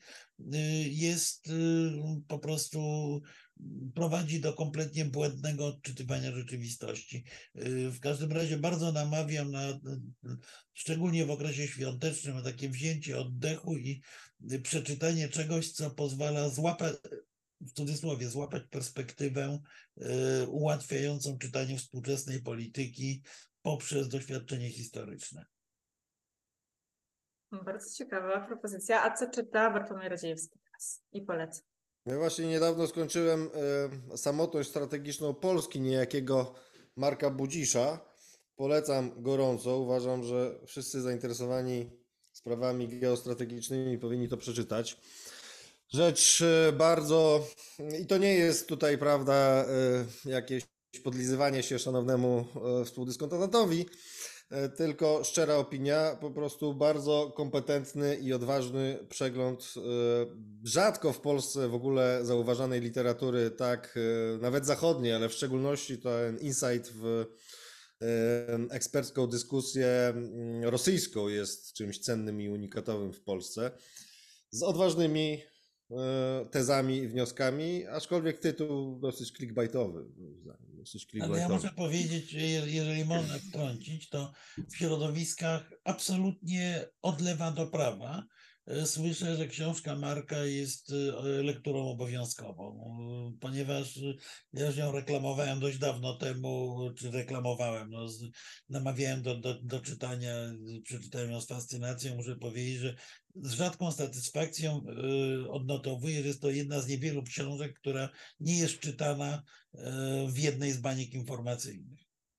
jest po prostu, prowadzi do kompletnie błędnego odczytywania rzeczywistości. W każdym razie bardzo namawiam na, szczególnie w okresie świątecznym, na takie wzięcie oddechu i przeczytanie czegoś, co pozwala złapać, w cudzysłowie, złapać perspektywę ułatwiającą czytanie współczesnej polityki poprzez doświadczenie historyczne. Bardzo ciekawa propozycja. A co czyta Bartłomiej Radziejewski teraz? I polecam. Ja właśnie niedawno skończyłem e, Samotność strategiczną Polski niejakiego Marka Budzisza. Polecam gorąco. Uważam, że wszyscy zainteresowani sprawami geostrategicznymi powinni to przeczytać. Rzecz e, bardzo... I to nie jest tutaj, prawda, e, jakieś podlizywanie się szanownemu e, współdyskutantowi, tylko szczera opinia, po prostu bardzo kompetentny i odważny przegląd rzadko w Polsce w ogóle zauważanej literatury, tak nawet zachodniej, ale w szczególności ten insight w ekspercką dyskusję rosyjską jest czymś cennym i unikatowym w Polsce, z odważnymi tezami i wnioskami, aczkolwiek tytuł dosyć clickbaitowy. Dosyć Ale ja muszę powiedzieć, że jeżeli można wtrącić, to w środowiskach absolutnie od lewa do prawa słyszę, że książka Marka jest lekturą obowiązkową, ponieważ ja już ją reklamowałem dość dawno temu, czy reklamowałem, no, namawiałem do, do, do czytania, przeczytałem ją z fascynacją, muszę powiedzieć, że z rzadką satysfakcją odnotowuję, że jest to jedna z niewielu książek, która nie jest czytana w jednej z baniek informacyjnych.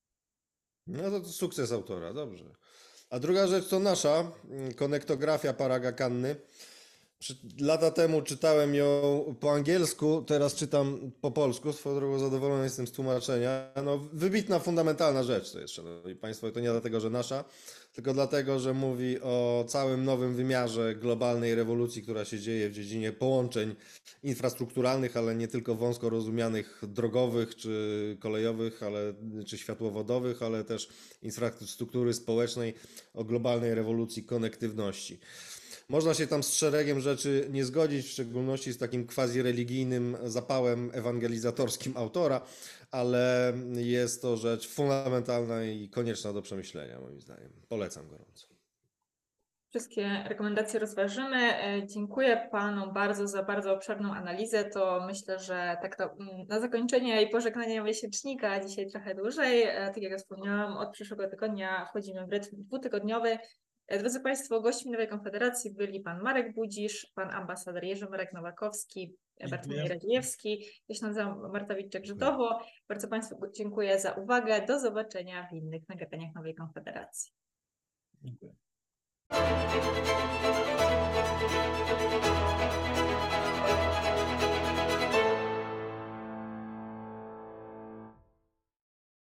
No to, to sukces autora, dobrze. A druga rzecz to nasza konektografia Paraga Kanny. Lata temu czytałem ją po angielsku, teraz czytam po polsku. Swoją drogą zadowolony jestem z tłumaczenia. No, wybitna, fundamentalna rzecz to jest, szanowni państwo. I to nie dlatego, że nasza, tylko dlatego, że mówi o całym nowym wymiarze globalnej rewolucji, która się dzieje w dziedzinie połączeń infrastrukturalnych, ale nie tylko wąsko rozumianych drogowych czy kolejowych, ale, czy światłowodowych, ale też infrastruktury społecznej, o globalnej rewolucji konektywności. Można się tam z szeregiem rzeczy nie zgodzić, w szczególności z takim quasi-religijnym zapałem ewangelizatorskim autora, ale jest to rzecz fundamentalna i konieczna do przemyślenia, moim zdaniem. Polecam gorąco. Wszystkie rekomendacje rozważymy. Dziękuję panom bardzo za bardzo obszerną analizę. To myślę, że tak to na zakończenie i pożegnanie miesięcznika, dzisiaj trochę dłużej. Tak jak wspomniałam, od przyszłego tygodnia wchodzimy w rytm dwutygodniowy. Drodzy Państwo, gośćmi Nowej Konfederacji byli pan Marek Budzisz, pan ambasador Jerzy Marek-Nowakowski, Bartłomiej Radziejewski. Ja się nazywam Marta Witczek-Żydowo. Bardzo Państwu dziękuję za uwagę. Do zobaczenia w innych nagraniach Nowej Konfederacji. Dziękuję. Dziękuję.